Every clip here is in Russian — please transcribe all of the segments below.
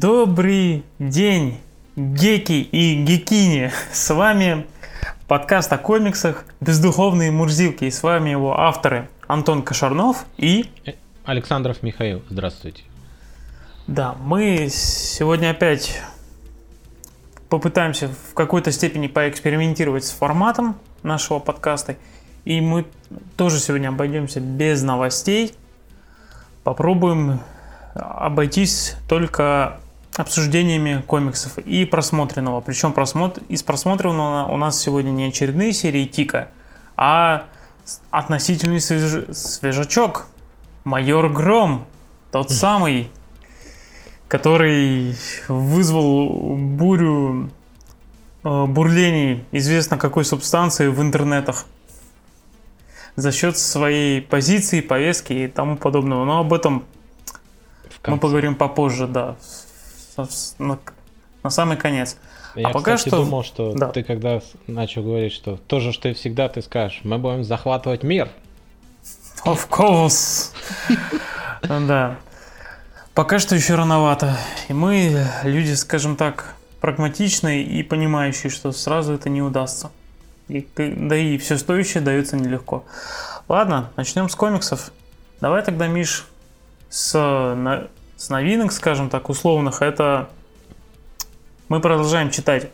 Добрый день, геки и гекини! С вами подкаст о комиксах «Бездуховные мурзилки», и с вами его авторы Антон Кошарнов и... Александров Михаил, здравствуйте. Да, мы сегодня опять попытаемся в какой-то степени поэкспериментировать с форматом нашего подкаста, и мы тоже сегодня обойдемся без новостей, попробуем обойтись только обсуждениями комиксов и просмотренного. Причем из просмотренного у нас сегодня не очередные серии Тика, а относительный свежачок. Майор Гром, тот самый, который вызвал бурю бурлений известно какой субстанции в интернетах за счет своей позиции, повестки и тому подобного. Но об этом мы поговорим попозже, да, на самый конец. Я, пока кстати, думал, что да. Ты когда начал говорить, что то же, что и всегда, ты скажешь, мы будем захватывать мир. Of course. Да. Пока что еще рановато. И мы люди, скажем так, прагматичные и понимающие, что сразу это не удастся. Да и все стоящее дается нелегко. Ладно, начнем с комиксов. Давай тогда, Миш, с новинок, скажем так, условных. Это мы продолжаем читать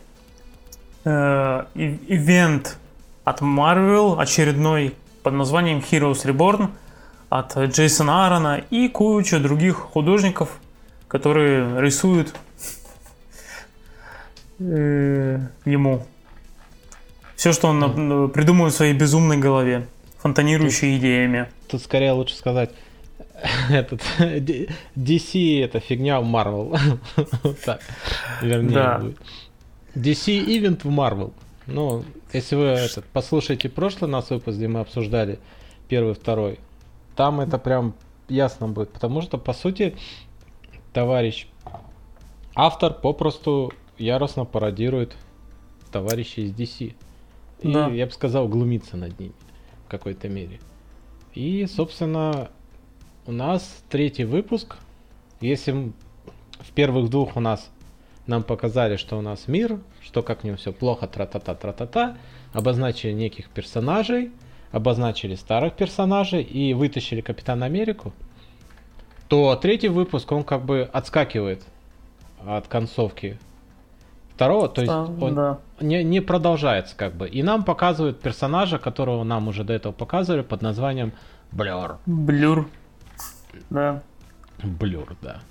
ивент от Marvel, очередной, под названием Heroes Reborn от Джейсона Аарона и куча других художников, которые рисуют ему все, что он придумывает в своей безумной голове, фонтанирующей идеями. Тут скорее лучше сказать, DC это фигня в Marvel. Так, вернее будет. DC Event в Marvel. Ну, если вы послушаете прошлый нас выпуск, где мы обсуждали первый, второй, там это прям ясно будет, потому что, по сути, товарищ автор попросту яростно пародирует товарищей из DC. И, да, я бы сказал, глумится над ними в какой-то мере. И, собственно, у нас третий выпуск. Если в первых двух у нас нам показали, что у нас мир, что как в нем все плохо, тра-та-та, обозначили неких персонажей, обозначили старых персонажей и вытащили Капитана Америку, то третий выпуск, он как бы отскакивает от концовки второго, то есть он не продолжается как бы. И нам показывают персонажа, которого нам уже до этого показывали, под названием Блюр. Да. Блюр, да.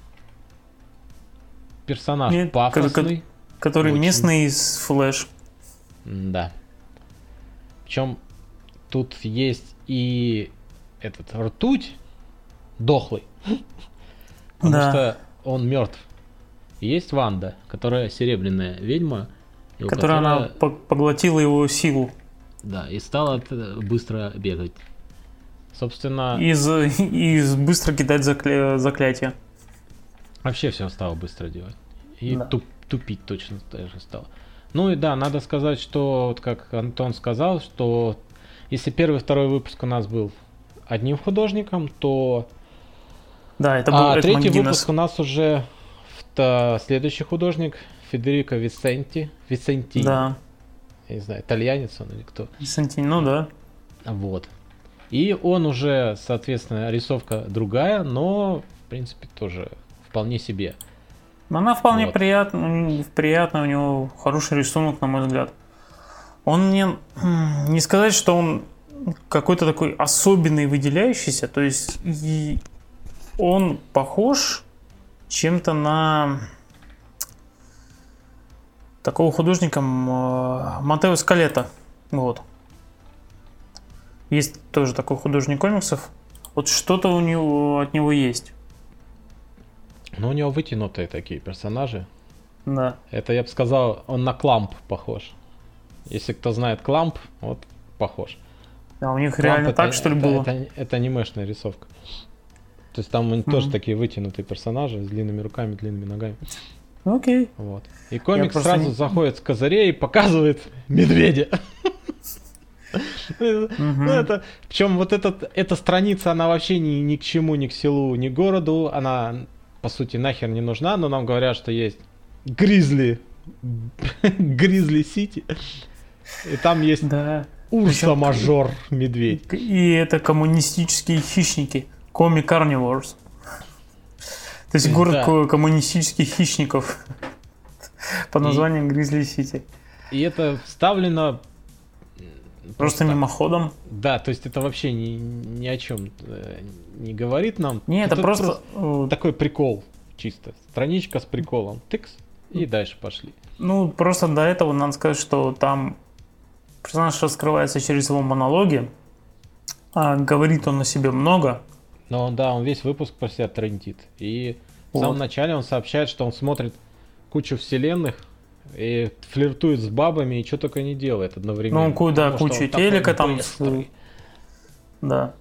Персонаж пафосный. Который очень местный из Флэш. Да. Причем тут есть и этот Ртуть дохлый. Потому что он мертв. И есть Ванда, которая серебряная ведьма. Которая она поглотила его силу. Да, и стала быстро бегать. Собственно... И быстро кидать заклятия. Вообще все стало быстро делать. И тупить точно тоже стало. Ну и да, надо сказать, что, вот как Антон сказал, что если первый и второй выпуск у нас был одним художником, то... Да, это был третий выпуск у нас уже следующий художник Федерико Висенти. Да. Я не знаю, итальянец он или кто. Висенти, ну да. Вот. И он уже, соответственно, рисовка другая, но, в принципе, тоже вполне себе. Она вполне приятная, у него хороший рисунок, на мой взгляд. Он не сказать, что он какой-то такой особенный, выделяющийся, то есть он похож чем-то на такого художника Матео Скалетто. Вот. Есть тоже такой художник комиксов. Вот что-то от него есть. Но у него вытянутые такие персонажи. Да. Это, я бы сказал, он на Кламп похож. Если кто знает Кламп, вот похож. А у них Кламп реально так, что ли, было? Это анимешная рисовка. То есть там тоже такие вытянутые персонажи с длинными руками, длинными ногами. Окей. Вот. И комик сразу заходит с козырей и показывает медведя. Причем вот эта страница, она вообще ни к чему, ни к селу, ни к городу, она по сути, нахер не нужна, но нам говорят, что есть Гризли Сити, и там есть Урса-мажор медведь. И это коммунистические хищники, коми-карниворс. То есть город коммунистических хищников под названием Гризли Сити. И это вставлено просто мимоходом. Да, то есть это вообще ни о чем не говорит нам. Не, это просто такой прикол чисто. Страничка с приколом. Тыкс, и дальше пошли. Ну, просто до этого надо сказать, что там персонаж раскрывается через его монологи, а говорит он о себе много. Но он весь выпуск про себя трендит. И в самом начале он сообщает, что он смотрит кучу вселенных и флиртует с бабами и что только не делает одновременно. Ну, кучу телека там. Да.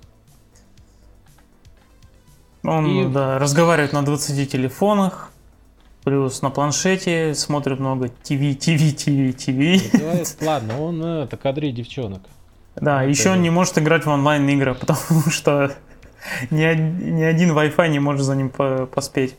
Он разговаривает на 20 телефонах, плюс на планшете, смотрит много ТВ. Ладно, он это кадрит девчонок. Да, еще он не может играть в онлайн-игры, потому что ни один Wi-Fi не может за ним поспеть.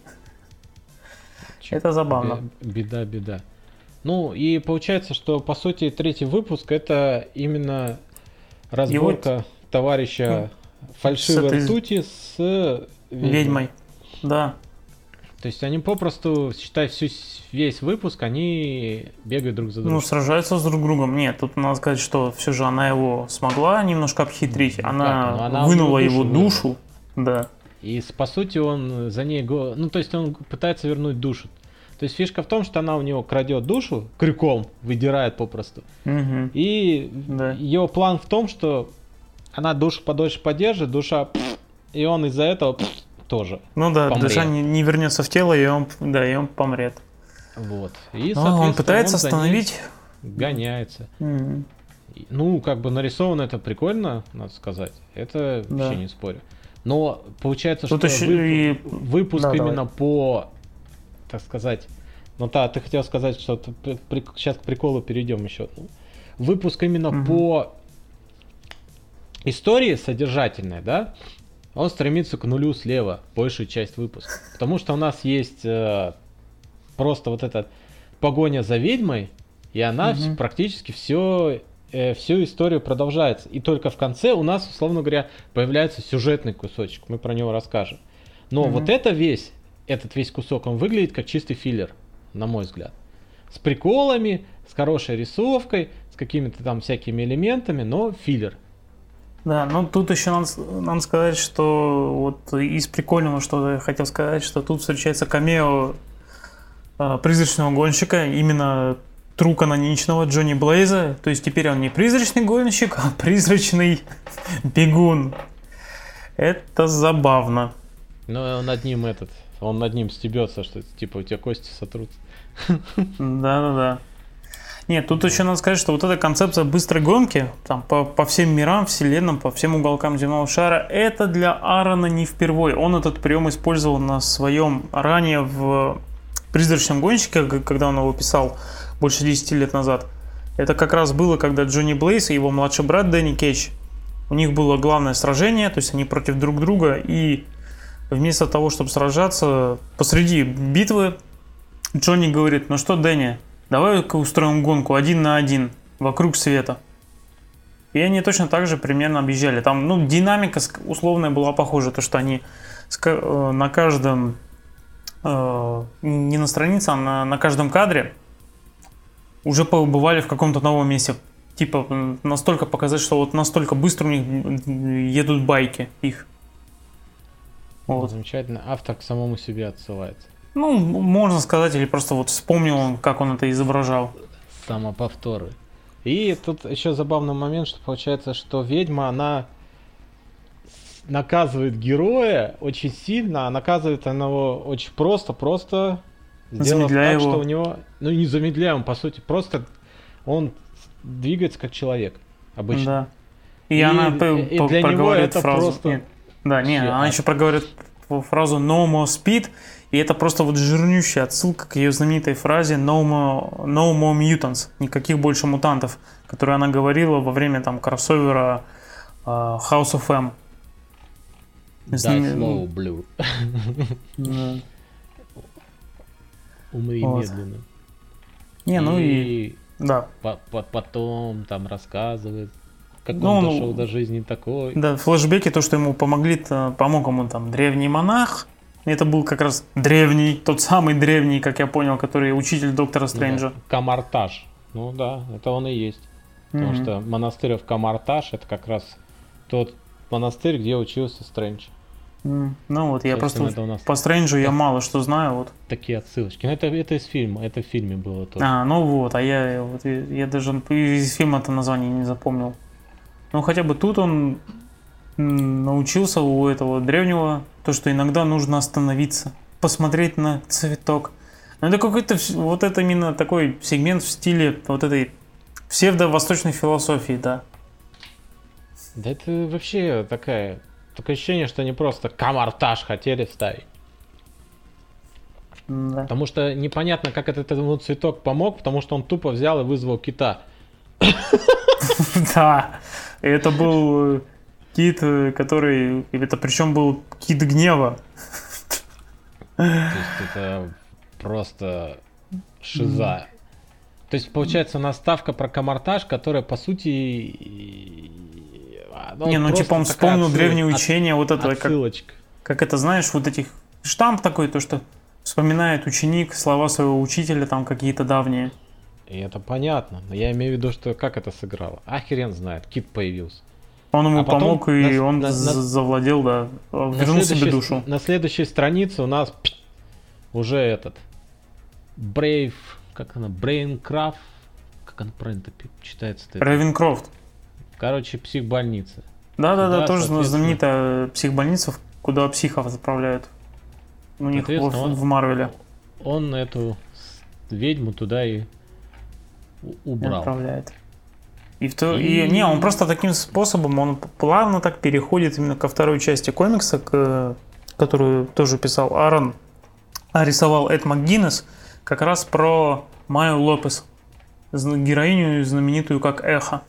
Это забавно. Беда. Ну и получается, что по сути третий выпуск это именно разборка товарища фальшивой ртути с ведьмой. Да. То есть они попросту, считай, весь выпуск, они бегают друг за другом. Ну, сражаются с друг другом. Нет, тут надо сказать, что все же она его смогла немножко обхитрить. Она вынула его душу. Да. И по сути он за ней... Ну, то есть он пытается вернуть душу. То есть фишка в том, что она у него крадет душу, крюком выдирает попросту. Угу. И ее план в том, что она душу подольше поддержит, душа... И он из-за этого тоже помрет. Душа не вернется в тело, и он помрет. Вот. И, он пытается остановить... Гоняется. Угу. Ну, как бы нарисовано это прикольно, надо сказать. Это вообще не спорю. Но получается, тут что выпуск именно по... Так сказать, ты хотел сказать, что сейчас к приколу перейдем еще. Выпуск именно по истории содержательной, да, он стремится к нулю слева, большую часть выпуска. Потому что у нас есть просто вот эта погоня за ведьмой, и она практически всю историю продолжается. И только в конце у нас, условно говоря, появляется сюжетный кусочек, мы про него расскажем. Но вот этот весь кусок, он выглядит как чистый филлер, на мой взгляд. С приколами, с хорошей рисовкой, с какими-то там всякими элементами, но филлер. Да, ну тут еще надо сказать, что вот из прикольного, что я хотел сказать, что тут встречается камео призрачного гонщика, именно тру каноничного Джонни Блейза. То есть теперь он не призрачный гонщик, а призрачный бегун. Это забавно. Ну, он над ним стебется, что типа у тебя кости сотрутся. Да. Нет, тут еще надо сказать, что вот эта концепция быстрой гонки там, по всем мирам, вселенным, по всем уголкам земного шара, это для Аарона не впервые. Он этот прием использовал на своем ранее в «Призрачном гонщике», когда он его писал больше 10 лет назад. Это как раз было, когда Джонни Блейз и его младший брат Дэнни Кетч, у них было главное сражение, то есть они против друг друга, и вместо того, чтобы сражаться посреди битвы, Джонни говорит: ну что, Дэнни, давай-ка устроим гонку 1 на 1 вокруг света. И они точно так же примерно объезжали. Там, динамика условная была похожа, то что они на каждом, не на странице, а на каждом кадре уже побывали в каком-то новом месте. Типа настолько показать, что вот настолько быстро у них едут байки их. Вот. Замечательно. Автор к самому себе отсылается. Ну, можно сказать, или просто вот вспомнил он, как он это изображал. Самоповторы. И тут еще забавный момент, что получается, что ведьма, она наказывает героя очень сильно, а наказывает она его очень просто сделав так, что у него... Ну, не замедляя, он, по сути, просто он двигается как человек обычно. Да. И она для него это фразу. Просто... Она еще проговорит фразу «no more speed», и это просто вот жирнющая отсылка к ее знаменитой фразе «no more mutants», никаких больше мутантов, которую она говорила во время там кроссовера House of M. Die slow, blue. умы Вот. медленно. Не, ну и... Да. Потом там рассказывает, как Ну, он ну, дошел до жизни такой. Да, флешбеки, то, что ему помог ему там древний монах. Это был как раз древний, тот самый древний, как я понял, который учитель доктора Стрэнджа. Да, Камарташ. Ну да, это он и есть. Потому что монастырь в Камарташ это как раз тот монастырь, где учился Стрэндж. Ну вот, я просто это у нас по Стрэнджу я мало что знаю. Вот. такие отсылочки. Но это из фильма, это в фильме было тоже. Ну вот, я даже из фильма-то название не запомнил. Ну хотя бы тут он научился у этого древнего, то, что иногда нужно остановиться, посмотреть на цветок. Ну это какой-то, вот это именно такой сегмент в стиле вот этой псевдо-восточной философии, да. Да это вообще такое ощущение, что они просто Камарташ хотели вставить. Да. Потому что непонятно, как этот ему цветок помог, потому что он тупо взял и вызвал кита. Да, это был кит, который, это причем был кит гнева. То есть это просто шиза. То есть получается наставка про Камарташ, которая по сути... типа он вспомнил древнее учение, вот это, отсылочка. как это, знаешь, вот этих штамп такой, то, что вспоминает ученик слова своего учителя, там какие-то давние. И это понятно, но я имею в виду, что как это сыграло. А хрен знает, кит появился. Он ему потом помог, и он завладел, да, вернул себе душу. На следующей странице у нас уже этот Brave, как она, Брейнкрафт, как он правильно читается? Рейвенкрофт. Короче, психбольница. Да, тоже знаменитая психбольница, куда психов отправляют. У них в Марвеле. Он эту ведьму туда и убрал. Отправляет. Он просто таким способом, он плавно так переходит именно ко второй части комикса, которую тоже писал Аарон, а рисовал Эд МакГиннес, как раз про Майю Лопес, героиню знаменитую как Эхо.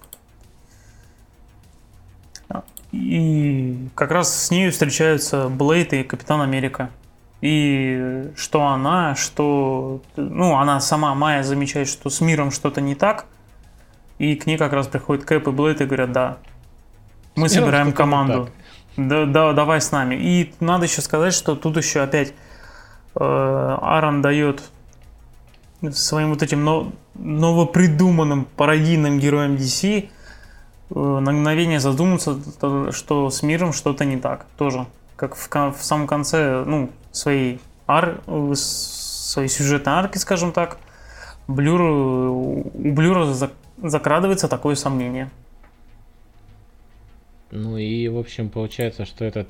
И как раз с ней встречаются Блейд и Капитан Америка. И она сама, Майя, замечает, что с миром что-то не так. И к ней как раз приходит Кэп и Блейд и говорят: да, мы собираем команду. Да, давай с нами. И надо еще сказать, что тут еще опять Аарон дает своим вот этим новопридуманным пародийным героям DC на мгновение задуматься, что с миром что-то не так. Тоже, как в самом конце своей сюжетной арки, скажем так, у Блюра закрадывается такое сомнение. Ну и, в общем, получается, что это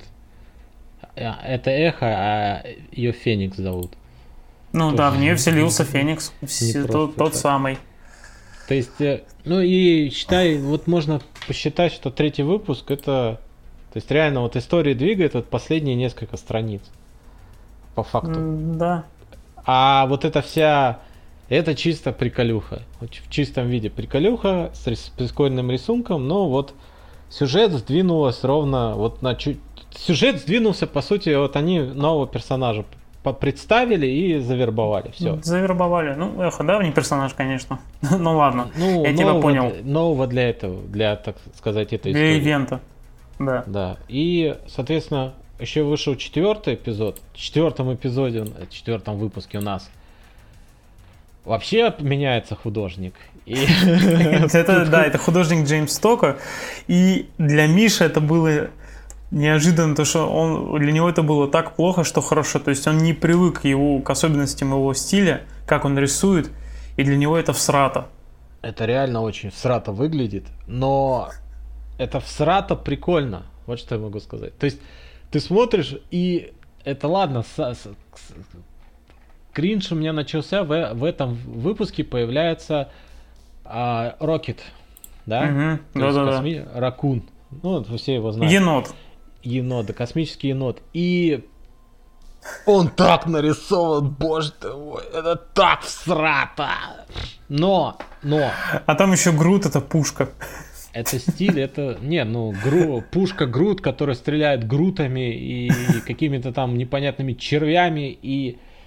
Эхо, а ее Феникс зовут. Ну да, в нее вселился Феникс, тот самый. То есть, и считай, вот можно посчитать, что третий выпуск это, то есть реально вот история двигает вот последние несколько страниц, по факту. Да. А вот эта вся, это чисто приколюха, в чистом виде приколюха с прикольным рисунком, но вот сюжет сдвинулся ровно вот на чуть. Сюжет сдвинулся, по сути, вот они нового персонажа представили и завербовали. Все. Завербовали. Эхо, давний персонаж, конечно. Ну ладно, я тебя понял. Нового для этого, для, так сказать, этой для истории. Ивента. Да. Да. И, соответственно, еще вышел 4-й эпизод. В 4-м эпизоде, в 4-м выпуске у нас вообще меняется художник. Это художник Джеймс Стока. И для Миши это было неожиданно, то что для него это было так плохо, что хорошо. То есть он не привык к особенностям его стиля, как он рисует, и для него это всрато. Это реально очень всрато выглядит, но это всрато прикольно. Вот что я могу сказать. То есть ты смотришь, и это ладно, кринж у меня начался, в этом выпуске появляется Рокет, да? Да. Ракун. Ну, все его знают. Енот, да, космический енот. И он так нарисован, боже ты мой, это так всрато. Но. А там еще Грут, это пушка. Это стиль, это... пушка Грут, которая стреляет грутами и какими-то там непонятными червями. И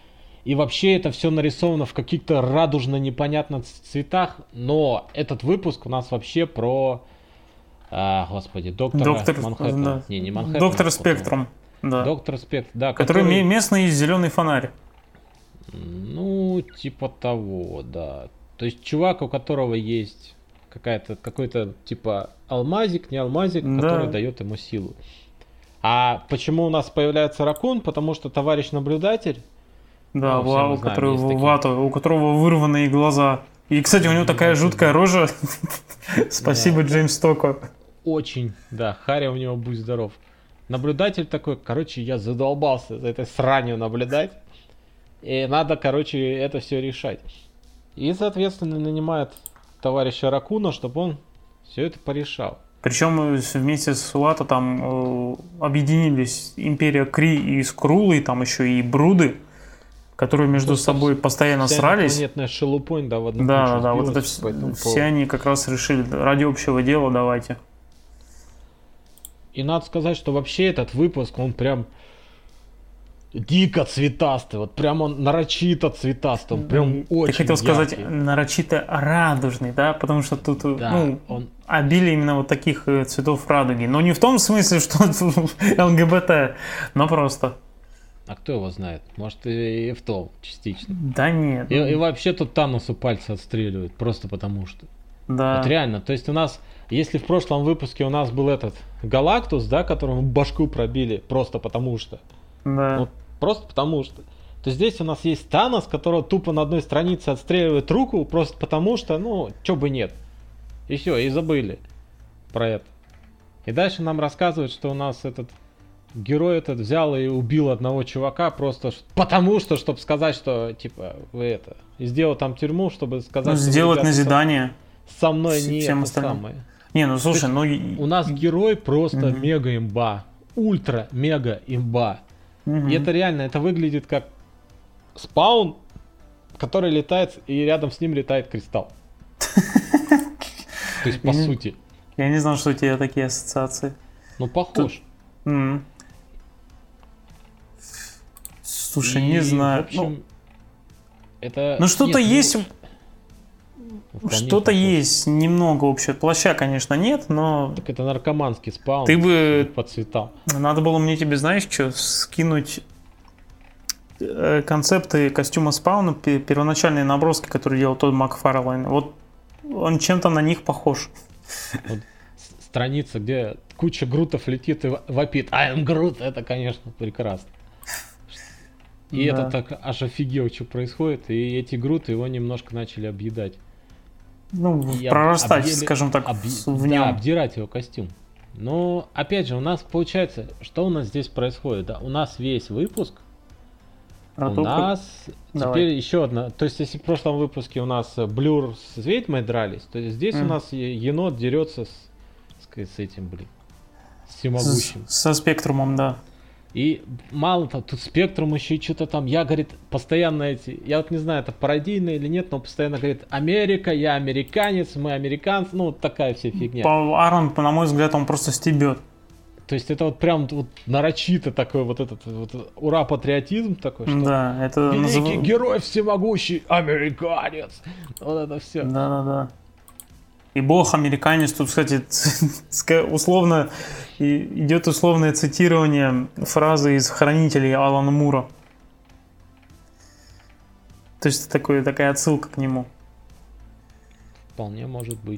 И вообще это все нарисовано в каких-то радужно непонятных цветах. Но этот выпуск у нас вообще про... господи, доктора Манхэттена. Да. Не Манхэттена. Доктор Спектрум. Да. Доктор Спектрум, да. Который местный зеленый фонарь. Ну, типа того, да. То есть чувак, у которого есть какой-то типа алмазик, не алмазик, да. который дает ему силу. А почему у нас появляется ракун? Потому что товарищ наблюдатель... Да, у которого вырванные глаза. И, кстати, у него такая жуткая рожа. Спасибо, Джеймс Токо. Очень, да, Харри у него будь здоров. Наблюдатель такой, короче, я задолбался за этой сранью наблюдать. И надо, короче, это все решать. И, соответственно, нанимает товарища Ракуна, чтобы он все это порешал. Причем вместе с Уато там объединились Империя Кри и Скрулы, там еще и Бруды, которые между собой постоянно срались. Планетная шелупонь, да, в одну Да, вот это все они как раз решили, ради общего дела давайте. И надо сказать, что вообще этот выпуск, он прям дико цветастый, вот прям он нарочито цветастый, он прям очень. Ты хотел сказать яркий. Нарочито радужный, да, потому что тут обилие именно вот таких цветов радуги, но не в том смысле, что ЛГБТ, но просто. А кто его знает? Может и в том частично. Да нет. И вообще тут Таносу пальцы отстреливают, просто потому что. Да. Вот реально, то есть у нас, если в прошлом выпуске у нас был этот Галактус, да, которому башку пробили, просто потому что. Да. Вот, просто потому что. То здесь у нас есть Танос, которого тупо на одной странице отстреливает руку, просто потому что, ну, чё бы нет. И все, и забыли про это. И дальше нам рассказывают, что у нас этот герой этот взял и убил одного чувака просто потому что, чтобы сказать, что, типа, вы это, и сделал там тюрьму, чтобы сказать, что сделать назидание. Со мной не это самое. Не, ну слушай, у нас герой просто мега имба. Ультра мега имба. И это реально, это выглядит как спаун, который летает, и рядом с ним летает кристалл. То есть, по сути. Я не знал, что у тебя такие ассоциации. Ну, похож. Слушай, не знаю. В общем, это... Ну, что-то есть... Что-то есть немного общего. Плаща, конечно, нет, но... Так это наркоманский спаун. Ты бы... По цветам. Надо было мне тебе, знаешь, что, скинуть концепты костюма спауна, первоначальные наброски, которые делал тот Макфарлейн. Вот он чем-то на них похож. Вот страница, где куча грутов летит и вопит I am Groot, это, конечно, прекрасно. И это так аж офигел, что происходит. И эти груты его немножко начали объедать. Ну, прорастать, скажем так, в нем. Да, обдирать его костюм. Но, опять же, у нас получается, что у нас здесь происходит? Да? У нас весь выпуск, у нас теперь еще одна. То есть, если в прошлом выпуске у нас Блюр с ведьмой дрались, то здесь у нас енот дерется с этим, с всемогущим. Со Спектрумом, да. И мало того, тут Спектрум еще и что-то там, я, говорит, постоянно эти, я вот не знаю, это пародийно или нет, но постоянно говорит, Америка, я американец, мы американцы, ну вот такая вся фигня. Аарон, на мой взгляд, он просто стебет. То есть это вот прям вот нарочито такой вот этот вот ура-патриотизм такой, что да, это великий герой всемогущий американец. Вот это все. Да. И бог американец, тут, кстати, условно идет условное цитирование фразы из «Хранителей» Алана Мура. То есть такая отсылка к нему. Вполне может быть.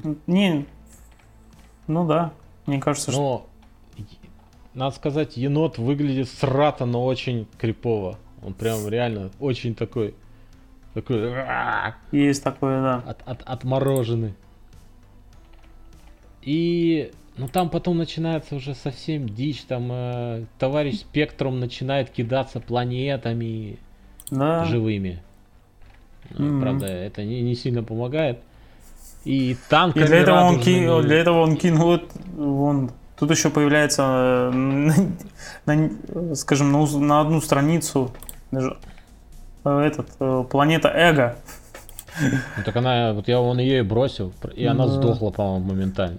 Ну да, мне кажется, что... Надо сказать, енот выглядит срато, но очень крипово. Он прям реально очень такой... Есть такое, да. Отмороженный. И... Ну там потом начинается уже совсем дичь, там товарищ Спектрум начинает кидаться планетами живыми. Правда, это не сильно помогает. И танками для этого он кинул вон. Тут еще появляется, скажем, на одну страницу даже планета Эго. Ну, так он ее и бросил, и она сдохла, по-моему, моментально.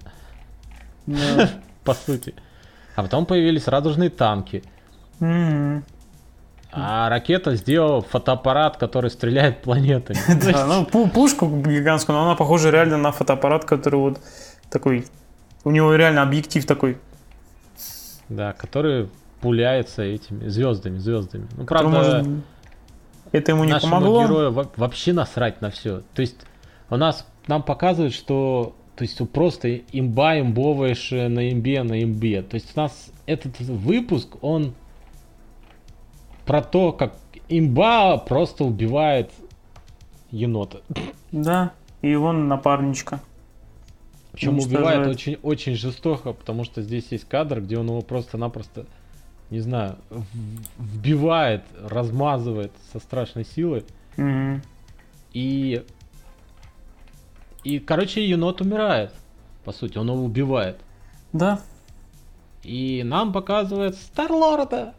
По сути. А потом появились радужные танки. А ракета сделала фотоаппарат, который стреляет планетами. Да, ну пушку гигантскую, но она похожа реально на фотоаппарат, который вот такой, у него реально объектив такой. Да, который пуляется этими звездами. Ну, правда, это ему не нашему помогло. герою вообще насрать на все. То есть нам показывают, что то есть просто имбоваешь на имбе. То есть у нас этот выпуск, он про то, как имба просто убивает енота. Да, и его напарничка. Причем убивает очень жестоко, потому что здесь есть кадр, где он его просто-напросто, не знаю, вбивает, размазывает со страшной силой. Угу. И, короче, енот умирает. По сути, он его убивает. Да. И нам показывает Старлорда.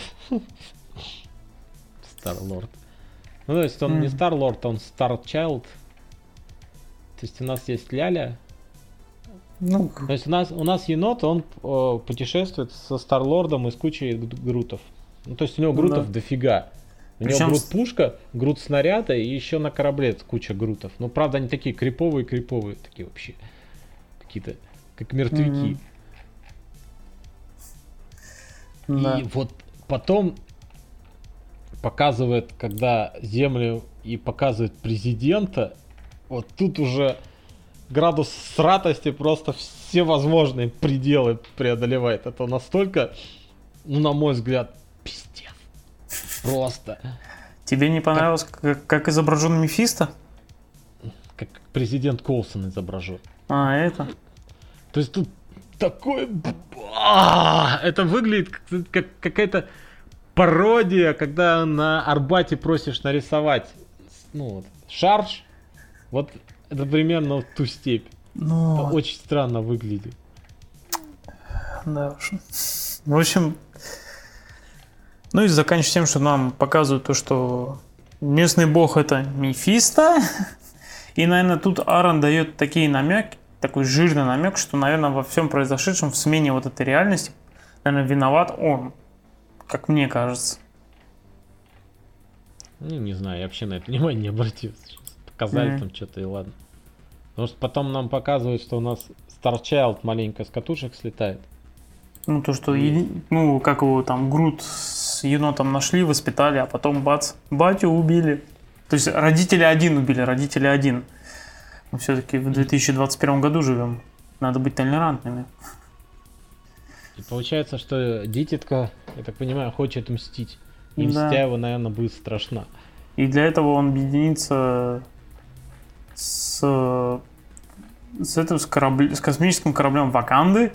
Старлорд. Ну, то есть он не Старлорд, он Старчайлд. То есть у нас есть Ляля. Ну, то есть у нас енот, он путешествует со Старлордом и с кучей грутов. Ну, то есть у него грутов дофига. У него грут-пушка, грут-снаряда и еще на корабле куча грутов. Но, правда, они такие криповые, такие вообще. Какие-то, как мертвяки. Да. И вот потом показывает, когда Землю и показывает президента, вот тут уже градус сратости просто все возможные пределы преодолевает. Это настолько, ну, на мой взгляд, пиздец. Просто. Тебе не понравилось, как изображен Мефисто? Как президент Коулсон изображен. А, это? То есть тут такой... Это выглядит как какая-то пародия, когда на Арбате просишь нарисовать, ну, вот, шарж. Вот это примерно в ту степь. Ну... Это очень странно выглядит. Да уж. В общем... Ну и заканчивать тем, что нам показывают то, что местный бог это Мефисто. И, наверное, тут Аарон дает такие намеки, такой жирный намек, что, наверное, во всем произошедшем в смене вот этой реальности, наверное, виноват он, как мне кажется. Ну, не знаю, я вообще на это внимание не обратил. Показали там что-то и ладно. Потому что потом нам показывают, что у нас Старчайлд маленько с катушек слетает. Ну, то, что, ну, как его там, Грут с енотом нашли, воспитали, а потом бац, батю убили. То есть родители один. Мы все-таки в 2021 году живем. Надо быть толерантными. И получается, что дитятка, я так понимаю, хочет мстить. И мстя его, наверное, будет страшна. И для этого он объединится с космическим кораблем Ваканды.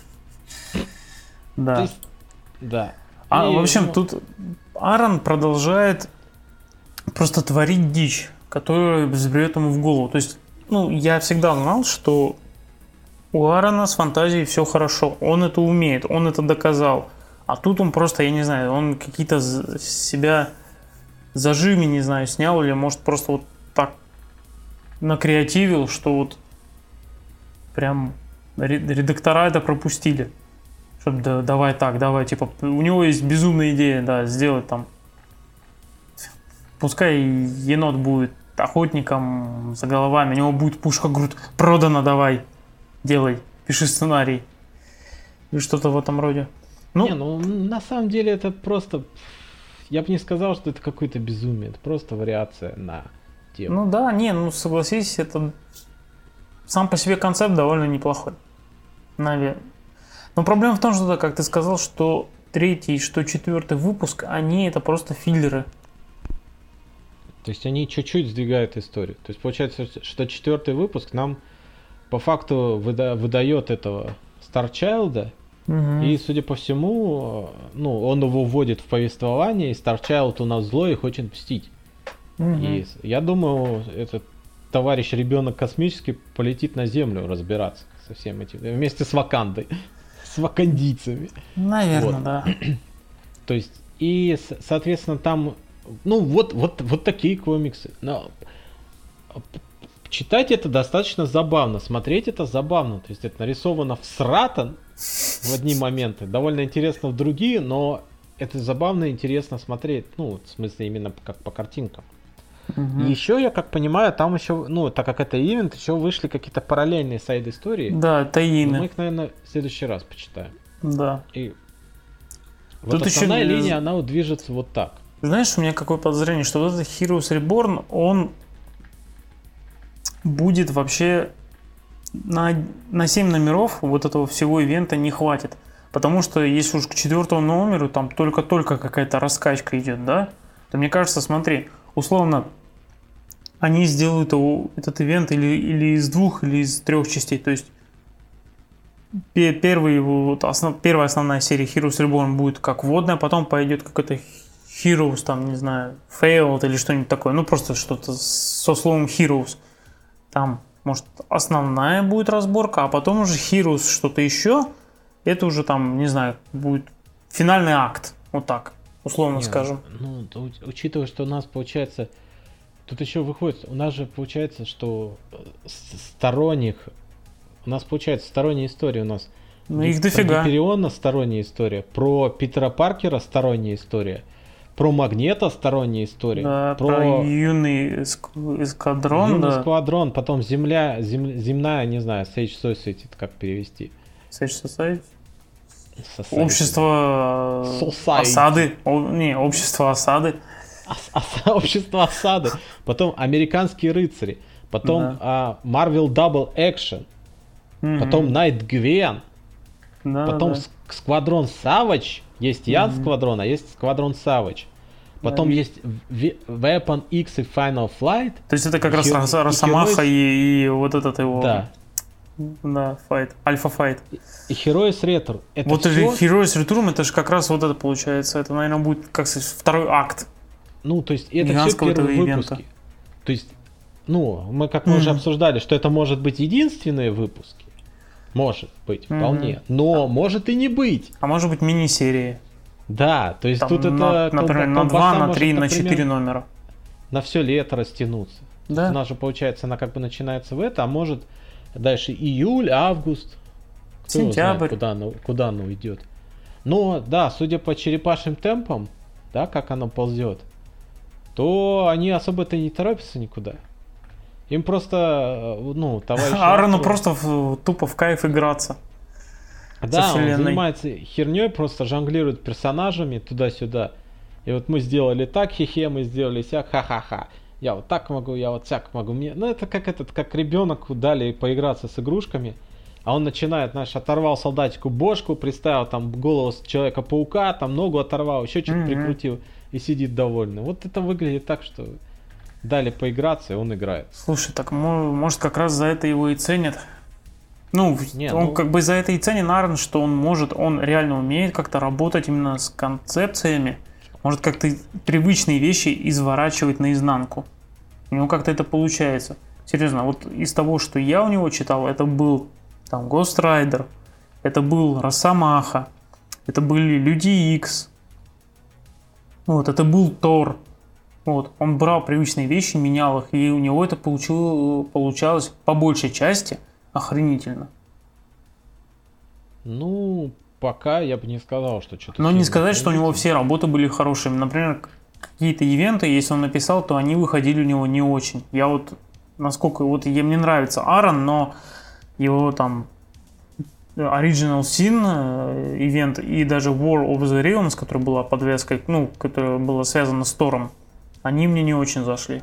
Да. Есть, да. В общем, тут Аарон продолжает просто творить дичь, которая взберет ему в голову. То есть, ну, я всегда знал, что у Аарона с фантазией все хорошо. Он это умеет, он это доказал. А тут он просто, я не знаю, он какие-то себя зажимы, не знаю, снял, или может просто вот так накреативил, что вот прям редактора это пропустили. Чтобы давай, типа, у него есть безумная идея, да, сделать там. Пускай енот будет охотником за головами, у него будет пушка Грут. Продано, давай, делай, пиши сценарий. И что-то в этом роде. Ну, на самом деле это просто... Я бы не сказал, что это какое-то безумие, это просто вариация на тему. Ну да, согласись, это сам по себе концепт довольно неплохой. Наверное. Но проблема в том, что, да, как ты сказал, что третий, что четвертый выпуск, они это просто филлеры. То есть они чуть-чуть сдвигают историю. То есть получается, что четвертый выпуск нам по факту выдает этого Старчайлда. И, судя по всему, ну, он его вводит в повествование, и Старчайлд у нас злой и хочет мстить. И я думаю, этот товарищ ребенок космический полетит на Землю разбираться со всем этим, вместе с Вакандой, с вакандийцами. Наверное, вот. Да. То есть, и, соответственно, там, ну, вот такие комиксы. Но читать это достаточно забавно, смотреть это забавно. То есть это нарисовано всрато в одни моменты, довольно интересно в другие, но это забавно и интересно смотреть. Ну, в смысле, именно как по картинкам. Мгм. И еще, я как понимаю, там еще, ну, так как это ивент, еще вышли какие-то параллельные сайд-истории. Да, Но мы таины. их, наверное, в следующий раз почитаем. Да. И вот Тут еще основная линия, она вот движется вот так. Знаешь, у меня какое подозрение, что вот этот Heroes Reborn, он будет вообще на 7 номеров вот этого всего ивента не хватит. Потому что если уж к 4 номеру там только-только какая-то раскачка идет, да? То мне кажется, смотри, условно, они сделают этот ивент или из 2, или из 3 частей. То есть первая основная серия Heroes Reborn будет как вводная, потом пойдет какой-то Heroes, там, не знаю, Failed или что-нибудь такое. Ну, просто что-то со словом Heroes. Там, может, основная будет разборка, а потом уже Heroes что-то еще. Это уже там, не знаю, будет финальный акт. Вот так, условно скажем. Ну, учитывая, что у нас получается... Тут еще выходит, у нас же получается, что сторонних... У нас получается сторонняя история у нас. Ну, их дофига. Про Гипериона сторонняя история, про Питера Паркера сторонняя история, про Магнета сторонняя история, Да, про юный эскадрон, Юный да. Сквадрон, потом земная, не знаю, Sage Society, это как перевести? Sage Society. Society. Общество Society. осады. Общество осады. Общество осады. Потом Американские рыцари. Потом Marvel Double Action. Потом Night Gwen. Да, Потом да. Сквадрон Savage. Есть Яд Сквадрон, а есть Сквадрон Savage. Потом есть Weapon X и Final Flight. То есть это как раз Росомаха и вот этот его... Да. Да, файт. Альфа-файт. И Heroes Return. Это Вот всё... Heroes Return, это же как раз вот это получается. Это, наверное, будет, как сказать, второй акт. Ну, то есть это все гигантского этого первые ивента. выпуски. То есть, ну, мы уже обсуждали, что это может быть единственные выпуски. Может быть, вполне. Но может и не быть. А может быть мини-серии. Да, то есть Там тут это... например, на 2, на 3, на 4 номера. На все лето растянуться. Да. У нас же, получается, она как бы начинается в это, а может дальше июль, август. Кто его знает, Сентябрь. куда оно уйдет. Но, да, судя по черепашьим темпам, да, как оно ползет, то они особо-то и не торопятся никуда. Им просто, ну, товарищ... Аарону просто тупо в кайф играться. Да, он занимается херней, просто жонглирует персонажами туда-сюда. И вот мы сделали так, хе-хе, мы сделали сяк, ха-ха-ха. Я вот так могу, я вот сяк могу. Ну, это как ребенок дали поиграться с игрушками. А он начинает, знаешь, оторвал солдатику бошку, приставил там голову Человека-паука, там ногу оторвал, еще что-то прикрутил и сидит довольный. Вот это выглядит так, что дали поиграться, и он играет. Слушай, так может как раз за это его и ценят. Ну, он как бы за это и ценен Аарон, что он реально умеет как-то работать именно с концепциями. Может как-то привычные вещи изворачивать наизнанку. У него как-то это получается. Серьезно, вот из того, что я у него читал, это был там Ghost Rider, это был Росомаха, это были Люди Икс, вот, это был Тор. Вот, он брал привычные вещи, менял их, и у него это получалось по большей части охренительно. Ну, пока я бы не сказал, что что-то... Но не сказать, что у него все работы были хорошими. Например, какие-то ивенты, если он написал, то они выходили у него не очень. Я вот, насколько... Вот мне нравится Аарон, но его там Original Sin ивент и даже War of the Realms, которая была подвеской, ну, которая была связана с Тором, они мне не очень зашли.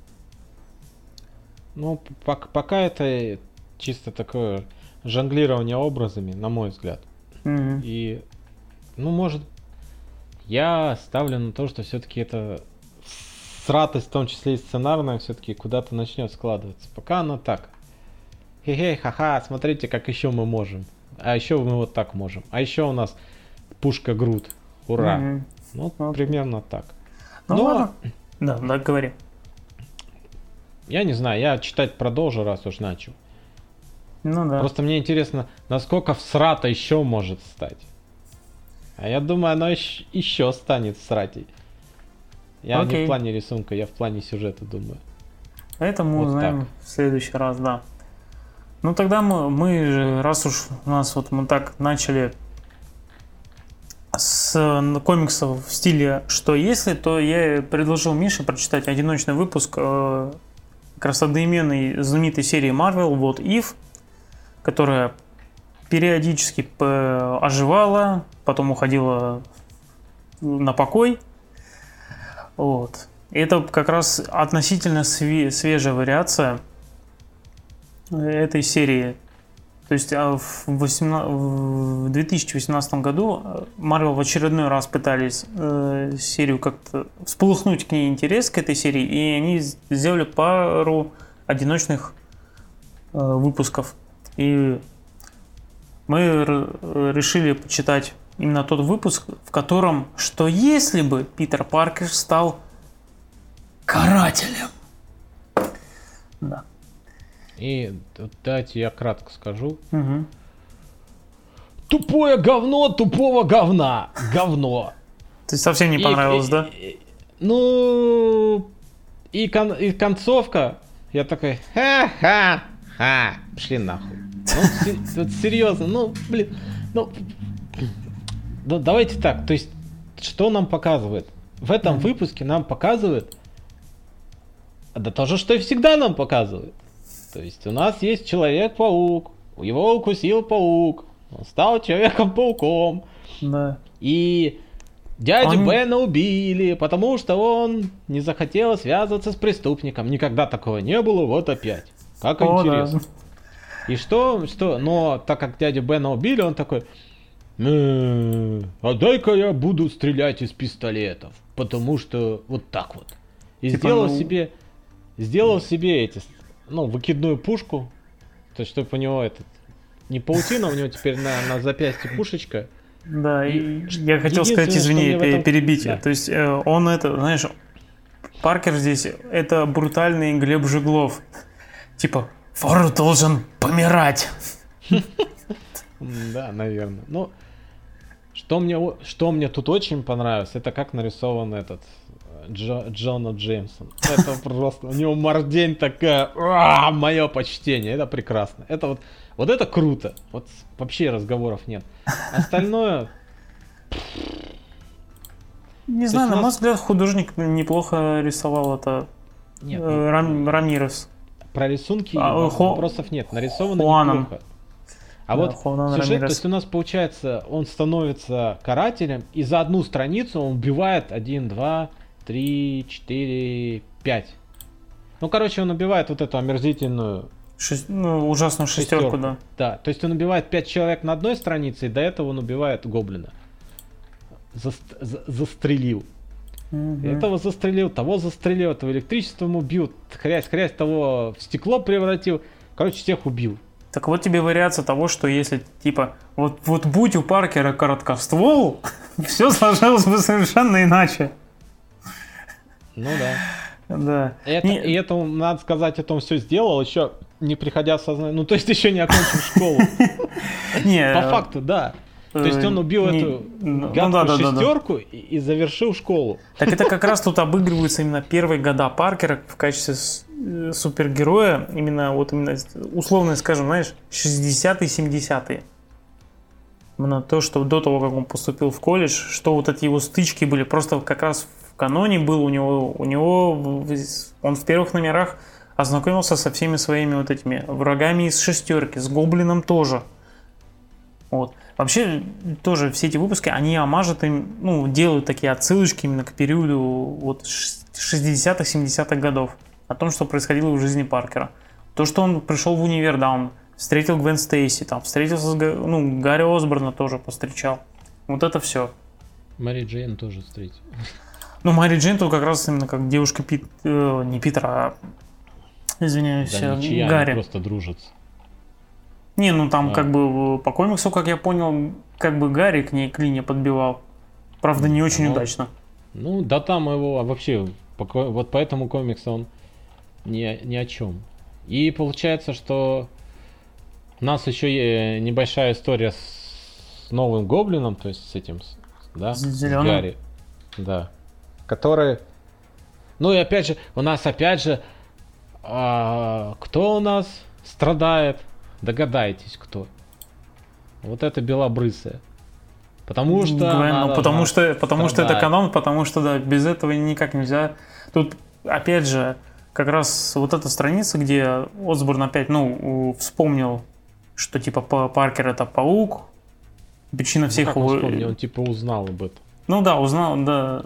Ну, пока это чисто такое жонглирование образами, на мой взгляд. И, ну, может, я ставлю на то, что все-таки это сратость, в том числе и сценарная, все-таки куда-то начнет складываться. Пока оно так. Хе-хе, ха-ха, смотрите, как еще мы можем. А еще мы вот так можем. А еще у нас пушка Грут. Ура. Ну, примерно так. Ну, ладно. Да, говори. Я не знаю, я читать продолжу, раз уж начал. Ну да. Просто мне интересно, насколько всрато еще может стать. А я думаю, оно еще станет всратей. Я не в плане рисунка, я в плане сюжета думаю. Это мы вот узнаем так в следующий раз, да. Ну тогда мы же, раз уж у нас вот мы так начали комиксов в стиле «Что если», то я предложил Мише прочитать одиночный выпуск как раз одноименной знаменитой серии Marvel «What If», которая периодически оживала, потом уходила на покой. Вот. Это как раз относительно свежая вариация этой серии. То есть в 2018 году Marvel в очередной раз пытались серию как-то вспыхнуть к ней интерес к этой серии, и они сделали пару одиночных выпусков. И мы решили почитать именно тот выпуск, в котором «Что если бы Питер Паркер стал карателем?» Да. И дайте я кратко скажу. Угу. Тупое говно тупого говна. Говно. Ты совсем не понравилось, да? Ну, и концовка, я такой, ха-ха-ха, пошли нахуй. Ну, серьезно, ну, блин, ну, давайте так, то есть, что нам показывает? В этом выпуске нам показывают, да то же, что и всегда нам показывают. То есть у нас есть Человек-паук, его укусил паук, он стал Человеком-пауком. Да. И дядю Бена убили, потому что он не захотел связываться с преступником. Никогда такого не было, вот опять. Как интересно. Да. И что? Но так как дядю Бена убили, он такой, а дай-ка я буду стрелять из пистолетов, потому что вот так вот. И типа, сделал себе эти... Ну, выкидную пушку. То есть, чтобы у него не паутина, у него теперь на запястье пушечка. Да, и я хотел сказать, извини, перебить. Да. То есть, он это, знаешь, Паркер здесь, это брутальный Глеб Жиглов. Типа, вор должен помирать. Да, наверное. Ну, что мне тут очень понравилось, это как нарисован этот... Джона Джеймсон. Это просто, у него мордень такая, мое почтение, это прекрасно. Это вот это круто. Вот вообще разговоров нет. Остальное... Не знаю, на мой взгляд, художник неплохо рисовал это. Нет, Рамирес. Про рисунки вопросов нет, нарисовано неплохо. А да, вот сюжет, то есть у нас получается, он становится карателем, и за одну страницу он убивает 1, 2... 3, 4, 5. Ну, короче, он убивает вот эту омерзительную... ужасную шестерку, да. Да, то есть он убивает 5 человек на одной странице, и до этого он убивает гоблина. Застрелил. Этого застрелил, того застрелил, этого электричеством убил, хрясь, того в стекло превратил. Короче, всех убил. Так вот тебе вариация того, что если, типа, вот будь у Паркера короткоствол, все сложилось бы совершенно иначе. Ну да. Да. И это, надо сказать, это он все сделал, еще не приходя в сознание. Ну, то есть еще не окончил школу. По факту, да. То есть он убил эту гадкую шестерку и завершил школу. Так это как раз тут обыгрываются именно первые года Паркера в качестве супергероя. Именно условно, скажем, знаешь, 60-е, 70-е. Именно то, что до того, как он поступил в колледж, что вот эти его стычки были просто как раз в каноне был у него он в первых номерах ознакомился со всеми своими вот этими врагами из шестерки, с Гоблином тоже. Вот. Вообще, тоже все эти выпуски, они омажат им, делают такие отсылочки именно к периоду вот 60-х, 70-х годов. О том, что происходило в жизни Паркера. То, что он пришел в универ, да, он встретил Гвен Стейси, там, встретился с Гарри Осборна тоже повстречал. Вот это все. Мэри Джейн тоже встретил. Мэри Джейн тут как раз именно как девушка не Питера, а, извиняюсь, да, Гарри. Они просто дружатся. Не, там как бы по комиксу, как я понял, как бы Гарри к ней клинья подбивал. Правда, не очень удачно. Да там его вообще, вот по этому комиксу он ни о чем. И получается, что у нас еще небольшая история с новым Гоблином, то есть с этим, да, с Гарри. Да. Который... и опять же, у нас кто у нас страдает? Догадайтесь, кто. Вот это белобрысая. Потому что... Гвен, потому что это канон, потому что, да, без этого никак нельзя. Тут, опять же, как раз вот эта страница, где Осборн опять, вспомнил, что, типа, Паркер — это паук, причина всех как его... он вспомнил? Он, типа, узнал об этом. Ну да, узнал, да.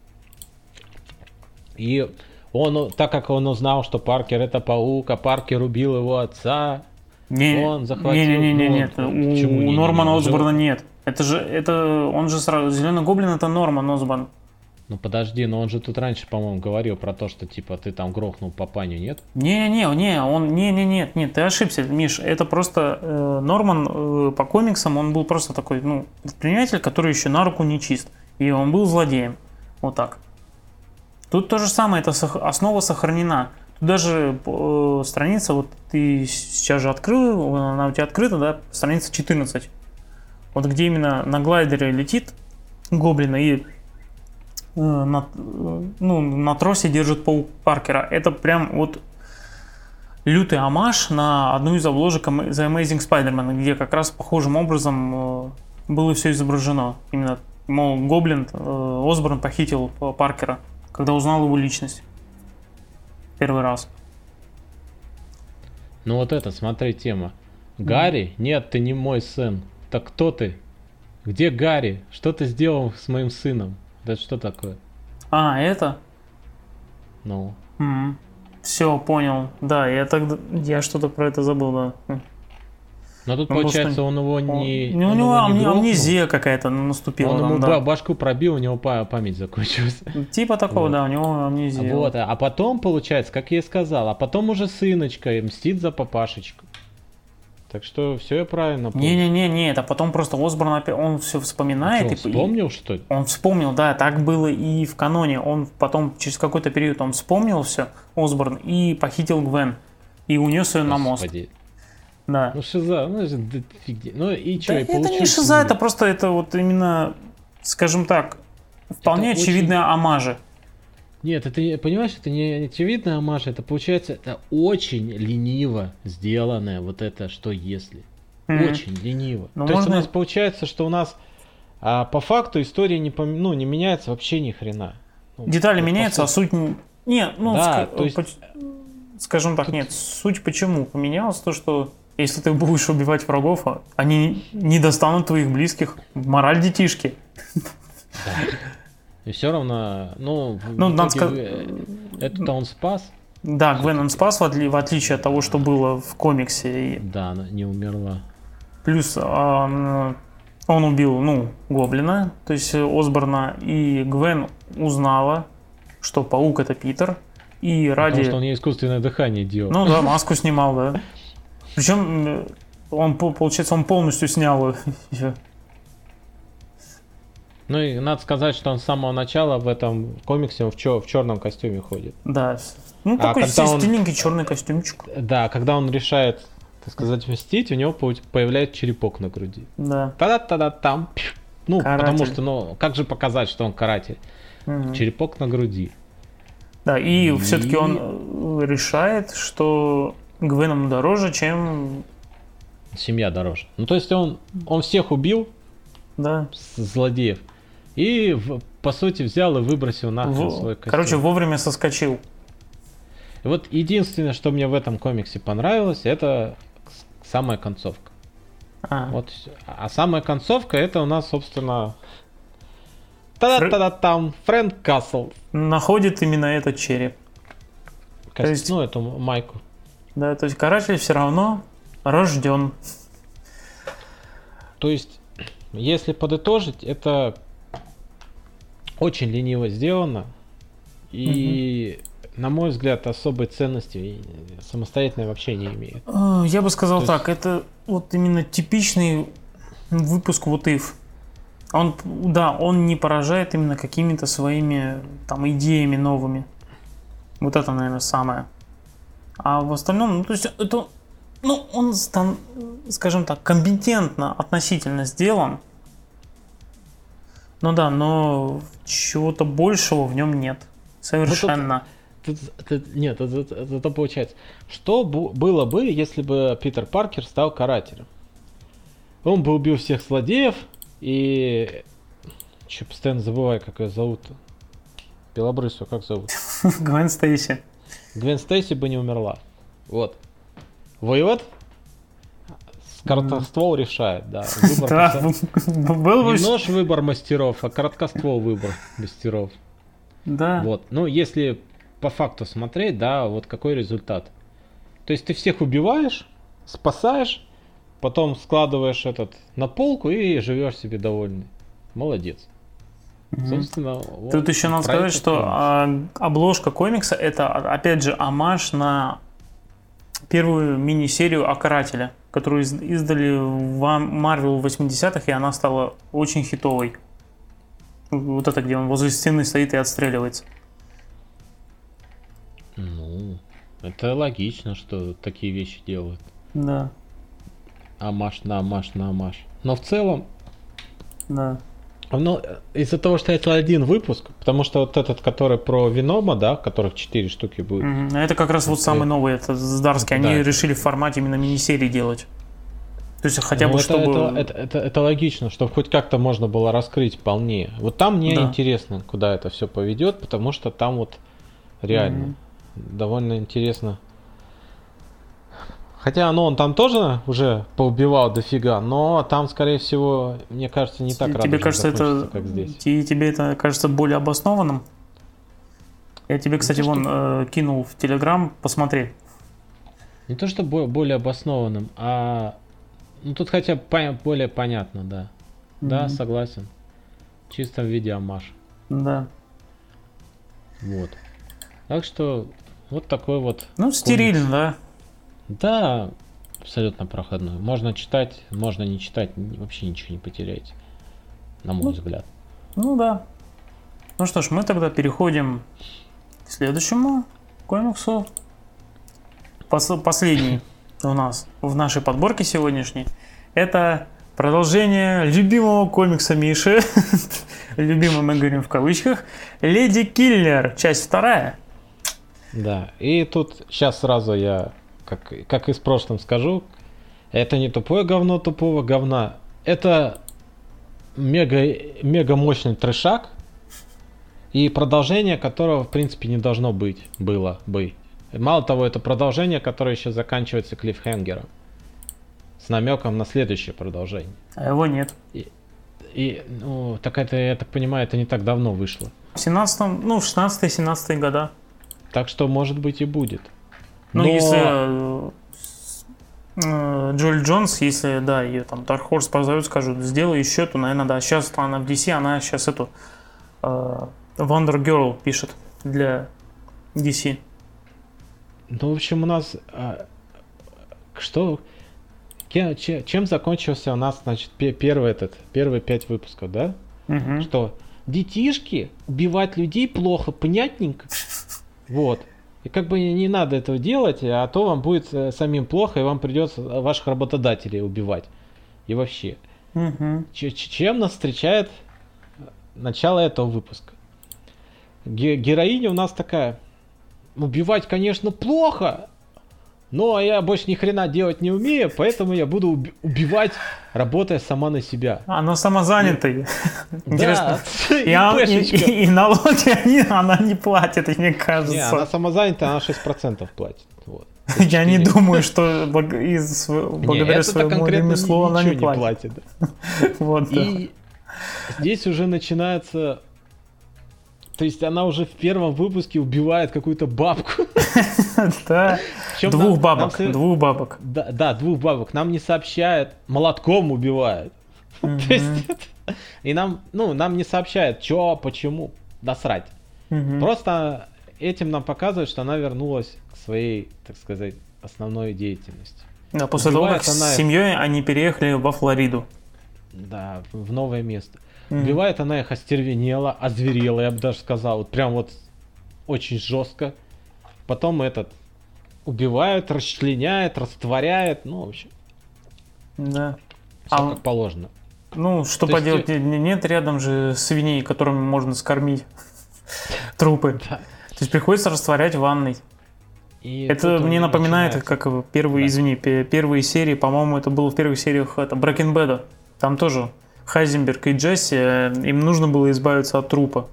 И он, так как он узнал, что Паркер — это паук, а Паркер убил его отца, он захватил... Нет. У Нормана Осборна нет. Он же сразу... Зеленый гоблин — это Норман Осборн. Ну подожди, но он же тут раньше, по-моему, говорил про то, что типа ты там грохнул папаню, нет? Нет, ты ошибся, Миш. Это просто Норман по комиксам, он был просто такой, предприниматель, который еще на руку не чист. И он был злодеем. Вот так. Тут то же самое, это основа сохранена. Тут даже страница, вот ты сейчас же открыл, она у тебя открыта, да, страница 14. Вот где именно на глайдере летит гоблина и на тросе держит паук Паркера. Это прям вот лютый омаж на одну из обложек The Amazing Spider-Man, где как раз похожим образом было все изображено. Именно, мол, гоблин Осборн похитил Паркера, когда узнал его личность. Первый раз. Ну вот это, смотри, тема. Гарри? Нет, ты не мой сын. Так кто ты? Где Гарри? Что ты сделал с моим сыном? Это что такое? Это? Ну. Все, понял. Да, я что-то про это забыл, да. Но тут, получается, он его не... У него амнезия какая-то наступила. Он ему башку пробил, у него память закончилась. Типа такого, да, у него амнезия. Вот, а потом, получается, как я и сказал, а потом уже сыночка мстит за папашечку. Так что все я правильно понял. Не, это потом просто Осборн опять, он все вспоминает. Он вспомнил, что ли? Он вспомнил, да, так было и в каноне. Он потом, через какой-то период, он вспомнил все, Осборн, и похитил Гвен. И унес ее на мост. Да. Ну шиза, фигня. Ну и что, и это не шиза, это просто, это вот именно, скажем так, вполне очевидные омажи. Нет, это, понимаешь, это не очевидная омаж, это получается, это очень лениво сделанное вот это, что если. Очень лениво. То есть у нас получается, что у нас по факту история не меняется вообще ни хрена. Детали меняются, а суть... Нет, то есть... скажем так, нет, суть почему поменялась, то что если ты будешь убивать врагов, они не достанут твоих близких, мораль детишки. Да. И все равно, надо сказать, это-то он спас. Да, Гвен он спас, в отличие от того, что было в комиксе. Да, она не умерла. Плюс он убил, гоблина, то есть Осборна, и Гвен узнала, что паук — это Питер, и ради... Потому что он ей искусственное дыхание делал. Ну да, маску снимал, да. Причем, получается, он полностью снял ее. Ну и надо сказать, что он с самого начала в этом комиксе в черном костюме ходит. Да. Такой стильненький черный костюмчик. Да, когда он решает, так сказать, мстить, у него появляется черепок на груди. Да. Та-да-та-да-там. Потому что, как же показать, что он каратель? Черепок на груди. Да, и все-таки он решает, что Гвен ему дороже, чем... Семья дороже. То есть он всех убил, да, злодеев, и, по сути, взял и выбросил нахрен свой костюм. Короче, вовремя соскочил. И вот единственное, что мне в этом комиксе понравилось, это самая концовка. А самая концовка, это у нас, собственно... Та-да-та-да-там, Фрэнк Касл. Находит именно этот череп. Эту майку. Да, то есть каратель все равно рожден. То есть, если подытожить, это очень лениво сделано. И, на мой взгляд, особой ценности самостоятельно вообще не имеет. Я бы сказал так, это вот именно типичный выпуск What If. Он не поражает именно какими-то своими там идеями новыми. Вот это, наверное, самое. А в остальном, то есть это, он, скажем так, компетентно относительно сделан. Но чего-то большего в нем нет. Совершенно. Нет, это получается. Что было бы, если бы Питер Паркер стал карателем? Он бы убил всех злодеев, И... Че, постоянно забываю, как ее зовут-то. Белобрысую как зовут? Гвен Стейси. Гвен Стейси бы не умерла. Вот. Вывод. Короткоствол решает, да. Да, был бы... Не нож выбор мастеров, а короткоствол выбор мастеров. Да. Вот. Ну, если по факту смотреть, да, вот какой результат. То есть ты всех убиваешь, спасаешь, потом складываешь этот на полку и живешь себе довольный. Молодец. Собственно, вот тут еще надо сказать, что обложка комикса это, опять же, омаж на первую мини-серию о Карателе, которую издали в Marvel в 80-х, и она стала очень хитовой. Вот это, где он возле стены стоит и отстреливается. Ну, это логично, что такие вещи делают. Да. Омаж на омаж на омаж. Но в целом... Да. Ну, из-за того, что это один выпуск, потому что вот этот, который про Венома, да, которых 4 штуки будет. Это как раз вот самый новый, это Здарский. Они решили в формате именно мини-серии делать. То есть хотя бы чтобы... Это логично, чтобы хоть как-то можно было раскрыть полнее. Вот там мне интересно, куда это все поведет, потому что там вот реально довольно интересно. Хотя он там тоже уже поубивал дофига, но там, скорее всего, мне кажется, не так радужно закончится, как здесь. И тебе это кажется более обоснованным? Я тебе, кстати, кинул в Телеграм, посмотри. Не то, что более обоснованным, а... Ну, тут хотя бы более понятно, да. Да, согласен. В чистом виде омаж. Да. Вот. Так что, вот такой вот... Ну, стерильно, да. Да, абсолютно проходной. Можно читать, можно не читать, вообще ничего не потеряете, на мой взгляд. Ну да. Ну что ж, мы тогда переходим к следующему комиксу. Последний у нас в нашей подборке сегодняшней. Это продолжение любимого комикса Миши. Любимый мы говорим в кавычках. Леди Киллер, часть 2. Да, и тут сейчас сразу я... Как и с прошлым скажу, это не тупое говно тупого говна, это мега мощный трешак, и продолжение которого в принципе не должно было бы. Мало того, это продолжение, которое еще заканчивается клиффхенгером, с намеком на следующее продолжение. А его нет. Ну, так это, я так понимаю, это не так давно вышло. В 16-17 года. Так что, может быть, и будет. Ну, если Джоэль Джонс, если, да, ее там Dark Horse позовет, скажут, сделай еще, то, наверное, да. Сейчас она в DC, она сейчас эту Wonder Girl пишет для DC. Ну, в общем, у нас... Чем закончился у нас, значит, первые 5 выпусков, да? Угу. Что детишки убивать людей плохо, понятненько. Вот. И как бы не надо этого делать, а то вам будет самим плохо, и вам придется ваших работодателей убивать. И вообще. Угу. Чем нас встречает начало этого выпуска? Героиня у нас такая: убивать, конечно, плохо, но я больше ни хрена делать не умею, поэтому я буду убивать, работая сама на себя. Она самозанятая. Да, и налоги она не платит, мне кажется. Не, она самозанятая, она 6% платит. Вот. Я не думаю, что благодаря своему ремеслу она не платит. Вот, и здесь уже начинается... То есть она уже в первом выпуске убивает какую-то бабку. Да. Двух бабок. Да, 2 бабок. Нам не сообщает, молотком убивает. И нам не сообщает, что, почему. Насрать. Просто этим нам показывает, что она вернулась к своей, так сказать, основной деятельности. Да, после того, как с семьей они переехали во Флориду. Да, в новое место. Убивает она их остервенела, озверела, я бы даже сказал. Вот прям вот очень жестко. Потом убивает, расчленяет, растворяет. Ну, в общем. Да. Все как положено. Ну, что поделать, нет рядом же свиней, которыми можно скормить трупы. Да. То есть приходится растворять в ванной. И это мне напоминает, как первые серии, по-моему, это было в первых сериях Breaking Bad. Там тоже Хайзенберг и Джесси, им нужно было избавиться от трупа.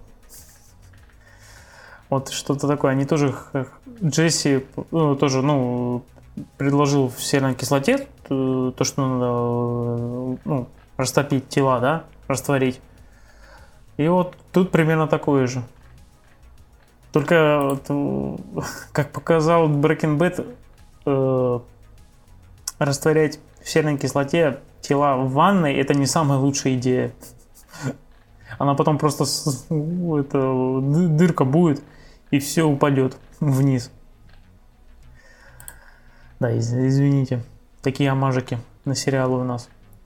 Вот что-то такое. Они тоже, Джесси тоже, предложил в серной кислоте то, что надо, растопить тела, да, растворить. И вот тут примерно такое же. Только, как показал Breaking Bad, растворять в серной кислоте тела в ванной — это не самая лучшая идея. Она потом просто дырка будет, и все упадет вниз. Да, извините. Такие амажики на сериалы у нас.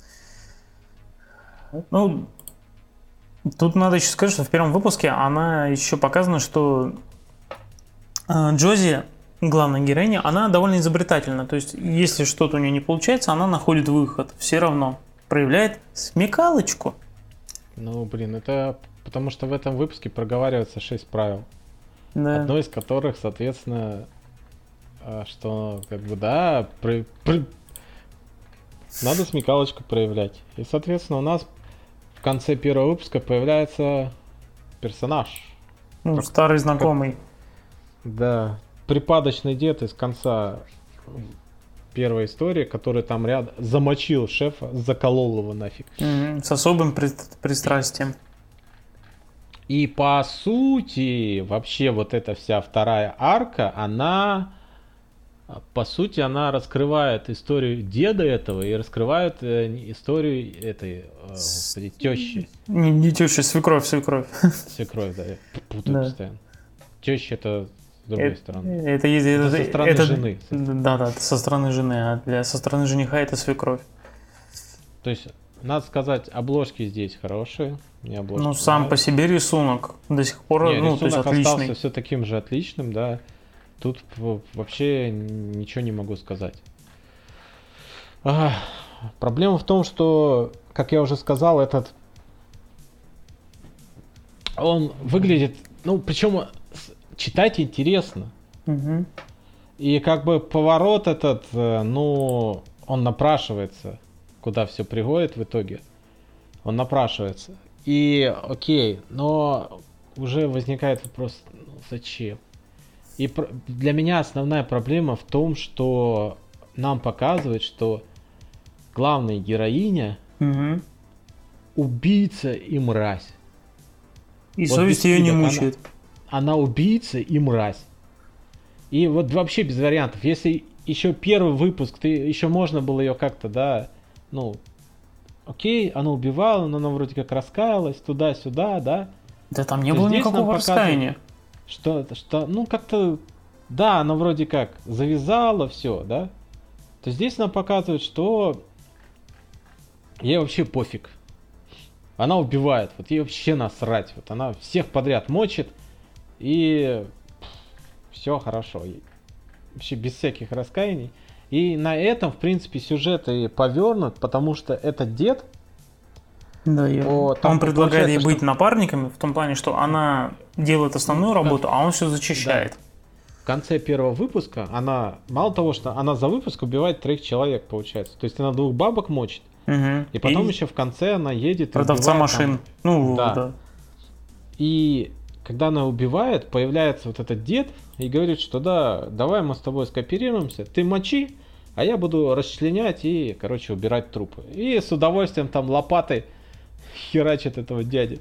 Ну, тут надо еще сказать, что в первом выпуске она еще показана, что Джози, главная героиня, она довольно изобретательна. То есть, если что-то у нее не получается, она находит выход. Все равно проявляет смекалочку. Ну, блин, это потому что в этом выпуске проговаривается 6 правил. Да. Одно из которых, соответственно, что, как бы, да, надо смекалочку проявлять. И, соответственно, у нас в конце первого выпуска появляется персонаж. Старый знакомый. Да, припадочный дед из конца первой истории, который там рядом замочил шефа, заколол его нафиг. С особым пристрастием. И по сути, вообще вот эта вся вторая арка, она, по сути, она раскрывает историю деда этого и раскрывает историю этой, господи, тещи. Не теща, свекровь. Свекровь, да, я путаю постоянно. Теща — это с другой стороны. Это со стороны жены. Да, это со стороны жены, а со стороны жениха это свекровь. То есть, надо сказать, обложки здесь хорошие. Сам по себе рисунок до сих пор, рисунок то есть отличный. Остался все таким же отличным, да. Тут вообще ничего не могу сказать. Проблема в том, что, как я уже сказал, он выглядит, причем читать интересно. Угу. И как бы поворот этот, он напрашивается, куда все приводит в итоге. Он напрашивается. И окей, но уже возникает вопрос, зачем? И для меня основная проблема в том, что нам показывают, что главная героиня убийца и мразь. И вот совесть ее не мучает. Она убийца и мразь. И вот вообще без вариантов. Если еще первый выпуск, еще можно было ее как-то, да, окей, она убивала, но она вроде как раскаялась, туда-сюда, да. Да там не было никакого раскаяния. Что, как-то, да, она вроде как завязала все, да. То здесь нам показывают, что ей вообще пофиг. Она убивает, вот ей вообще насрать. Вот она всех подряд мочит, и все хорошо. Вообще без всяких раскаяний. И на этом, в принципе, сюжет и повернут, потому что этот дед... Да, он предлагает ей быть напарниками, в том плане, что она делает основную работу, а он все зачищает. Да. В конце первого выпуска она, мало того, что она за выпуск убивает 3 человек, получается. То есть она 2 бабок мочит. И потом еще в конце она едет... Продавца машин. Да. И когда она убивает, появляется вот этот дед и говорит, что да, давай мы с тобой скооперируемся, ты мочи, а я буду расчленять и, убирать трупы. И с удовольствием там лопатой херачит этого дяди.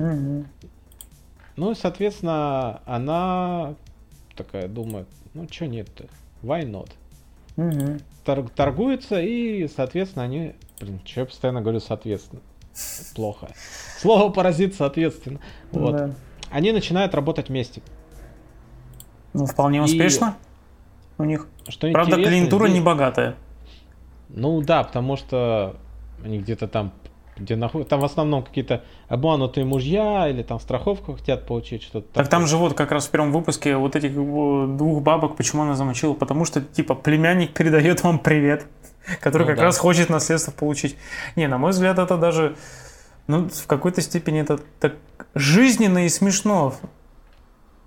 Ну и, соответственно, она такая думает, что нет-то, why not? Торгуется, и, соответственно, они... что я постоянно говорю соответственно? Плохо. Слово паразит соответственно. Вот. Да. Они начинают работать вместе. Вполне успешно у них. Что правда, клиентура здесь... не богатая. Да, потому что они где-то там, где находятся, там в основном какие-то обманутые мужья или там страховку хотят получить, что-то так такое. Там же вот как раз в первом выпуске вот этих 2 бабок, почему она замочила? Потому что типа племянник передает вам привет, который раз хочет наследство получить. Не, на мой взгляд, это даже в какой-то степени это так жизненно и смешно.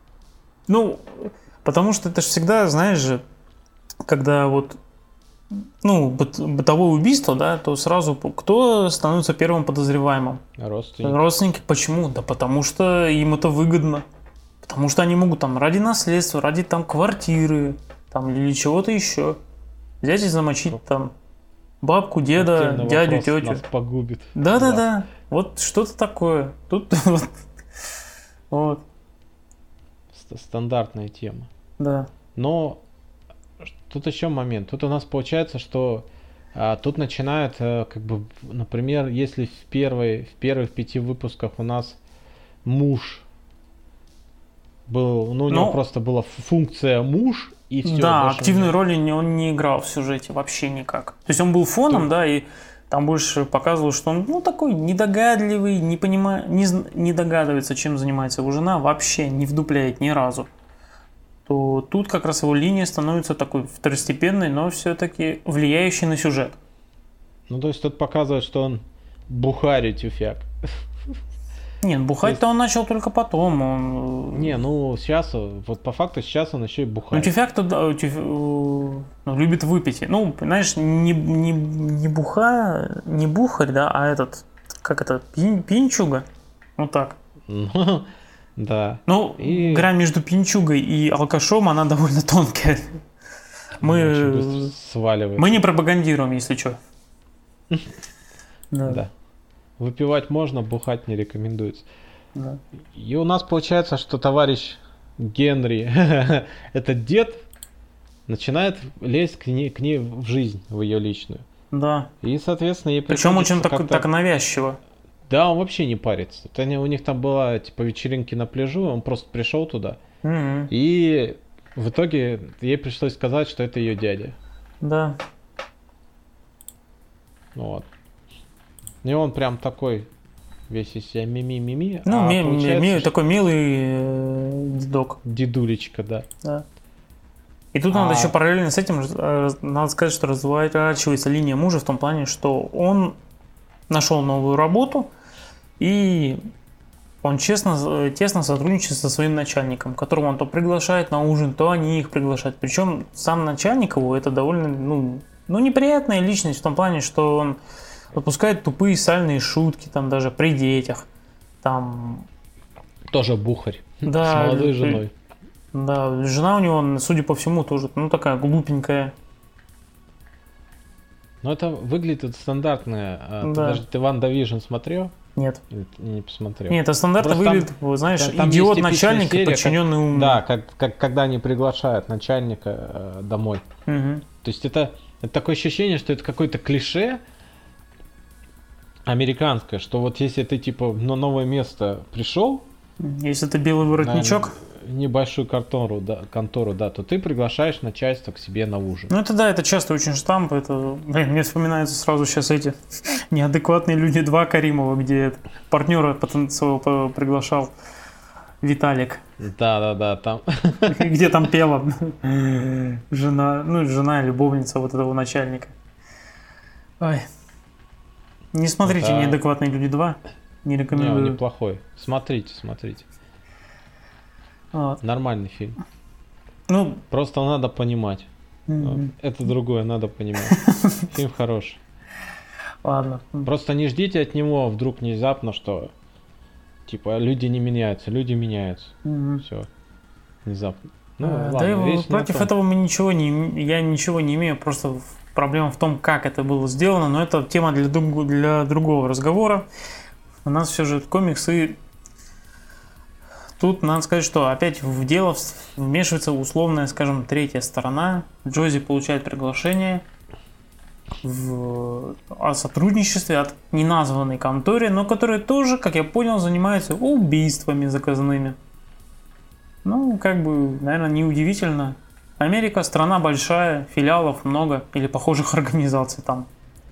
Потому что это же всегда, знаешь же, когда вот бытовое убийство, да, то сразу кто становится первым подозреваемым? Родственники. Родственники. Почему? Да потому что им это выгодно. Потому что они могут там ради наследства, ради там квартиры, там или чего-то еще взять и замочить там бабку, деда, дядю, тетю. Нас погубит. Да. Вот что-то такое. Тут вот. Стандартная тема. Да. Но тут еще момент. Тут у нас получается, что тут начинает, например, если в первых 5 выпусках у нас муж был, у него просто была функция муж, и все. Да, активной роли он не играл в сюжете вообще никак. То есть он был фоном, да, и там больше показывал, что он, такой недогадливый, не догадывается, чем занимается его жена, вообще не вдупляет ни разу. То тут как раз его линия становится такой второстепенной, но все-таки влияющей на сюжет. То есть тут показывает, что он бухарь тюфяк. Нет, бухать-то он начал только потом. Сейчас, вот по факту сейчас он еще и бухает. Тюфяк-то любит выпить. Знаешь, не бухарь, да, а пьянчуга. Вот так. Да. Грань между пьянчугой и алкашом, она довольно тонкая. Мы не пропагандируем, если что. Да. Выпивать можно, бухать не рекомендуется. Да. И у нас получается, что товарищ Генри, этот дед, начинает лезть к ней в жизнь, в ее личную. Да. И, соответственно, ей причем очень так навязчиво. Да, он вообще не парится. У них там была вечеринки на пляжу, он просто пришел туда. И в итоге ей пришлось сказать, что это ее дядя. Да. Вот. И он прям такой весь из себя мими-мими. Такой милый дедок. Дедулечка, да. Да. И тут надо еще параллельно с этим, надо сказать, что разворачивается линия мужа в том плане, что он нашел новую работу, и он тесно сотрудничает со своим начальником, которого он то приглашает на ужин, то они их приглашают. Причем сам начальник его, это довольно, неприятная личность в том плане, что он выпускает тупые сальные шутки, там даже при детях. Там... Тоже бухарь. Да, с молодой женой. Да, жена у него, судя по всему, тоже, такая глупенькая. Это выглядит стандартная. Да. Ты Ван Division смотрел? Нет. Не посмотрел. Нет, это стандартно выглядит, знаешь, идиот начальник и подчиненный умный. Да, когда они приглашают начальника домой. Угу. То есть это такое ощущение, что это какое-то клише американское, что вот если ты на новое место пришел, если ты белый воротничок, небольшую контору, то ты приглашаешь начальство к себе на ужин. Это часто очень штамп. Мне вспоминаются сразу сейчас эти неадекватные люди 2 Каримова, где партнера своего приглашал Виталик. Да, там. Где там пела жена, любовница вот этого начальника. Ой. Не смотрите «Неадекватные люди 2». Не рекомендую. Он неплохой. Смотрите. Вот. Нормальный фильм. Просто надо понимать. Это другое, надо понимать. Фильм хороший. Ладно. Просто не ждите от него вдруг внезапно, что люди не меняются, люди меняются. Все. Внезапно. Ладно, против этого я ничего не имею, просто проблема в том, как это было сделано, но это тема для другого разговора. У нас все же комиксы. Тут надо сказать, что опять в дело вмешивается условная, скажем, третья сторона. Джози получает приглашение о сотрудничестве от неназванной конторе, но которая тоже, как я понял, занимается убийствами заказными. Наверное, неудивительно. Америка страна большая, филиалов много или похожих организаций там.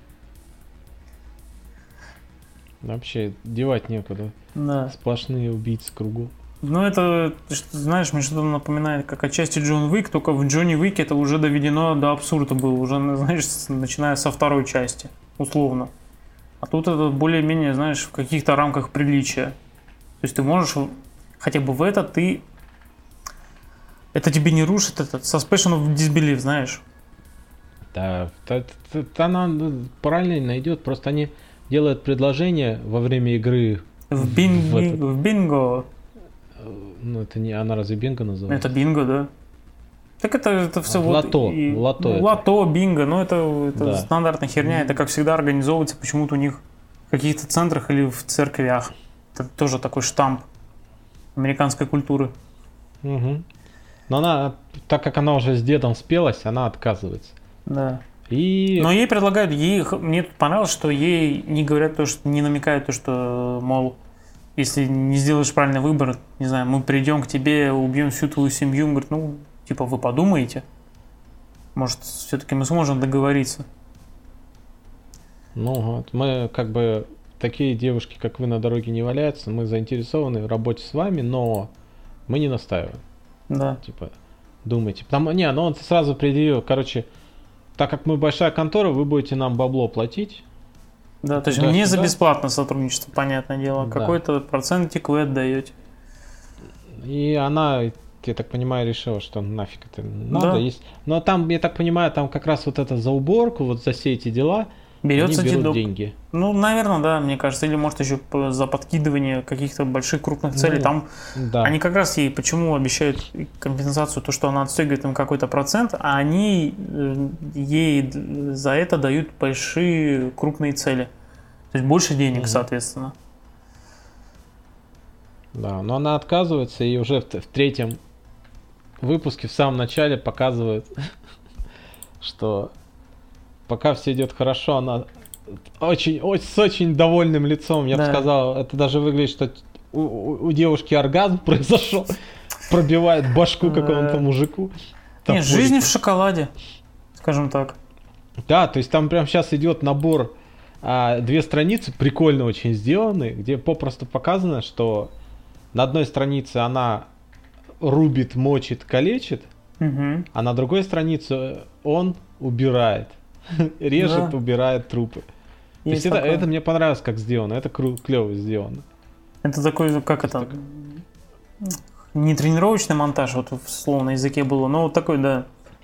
Вообще, девать некуда. Да. Сплошные убийцы кругом. Это, знаешь, мне что-то напоминает, как отчасти Джон Уик, только в Джонни Уике это уже доведено до абсурда было, уже, знаешь, начиная со 2 части, условно. А тут это более-менее, знаешь, в каких-то рамках приличия. То есть ты можешь хотя бы в это это тебе не рушит этот suspension of disbelief, знаешь. Да, она параллельно идет, просто они делают предложение во время игры. В бинго. Ну, это не, она разве бинго называется? Это бинго, да. Так это все вот... Лото, лото, бинго, ну это Да. стандартная херня, это как всегда организовывается почему-то у них в каких-то центрах или в церквях. Это тоже такой штамп американской культуры. Мгм. Но она, так как она уже с дедом спелась, она отказывается. Да. И Но ей предлагают, мне тут понравилось, что ей не говорят то, что не намекают то, что, мол, если не сделаешь правильный выбор, не знаю, мы придем к тебе, убьем всю твою семью. Он говорит, ну, типа, вы подумаете, может, все-таки мы сможем договориться. ну вот, мы как бы такие девушки, как вы, на дороге не валяются, мы заинтересованы в работе с вами, но мы не настаиваем. Да. Типа, думайте. Ну он сразу предъявил, короче, так как мы большая контора, вы будете нам бабло платить. Да, то есть Туда-сюда. не за бесплатное сотрудничество, понятное дело. Да. Какой-то процентик вы отдаете. И она, я так понимаю, решила, что нафиг это надо. Да. Но там, я так понимаю, там как раз вот это за уборку, вот за все эти дела, Берется они берут дедок. деньги. Ну, наверное, да, мне кажется. Или может еще за подкидывание каких-то больших крупных целей. Ну, Там Да. они как раз ей почему обещают компенсацию, то, что она отстегивает им какой-то процент, а они ей за это дают большие крупные цели. То есть больше денег, Мгм. соответственно. Да, но она отказывается, и уже в третьем выпуске, в самом начале, показывают, что пока все идет хорошо, она с очень довольным лицом, я бы Да. сказал, это даже выглядит, что у девушки оргазм произошел, пробивает башку какому-то мужику. Нет, жизнь в шоколаде, скажем так. Да, то есть там прям сейчас идет набор, 2 страницы, прикольно очень сделаны, где попросту показано, что на одной странице она рубит, мочит, калечит, Мгм. а на другой странице он убирает, режет, Да. убирает трупы. То Есть есть такое. это мне понравилось, как сделано, это клево сделано. Это такой, как это, Так. не тренировочный монтаж, вот в словном языке было, но вот такой, да.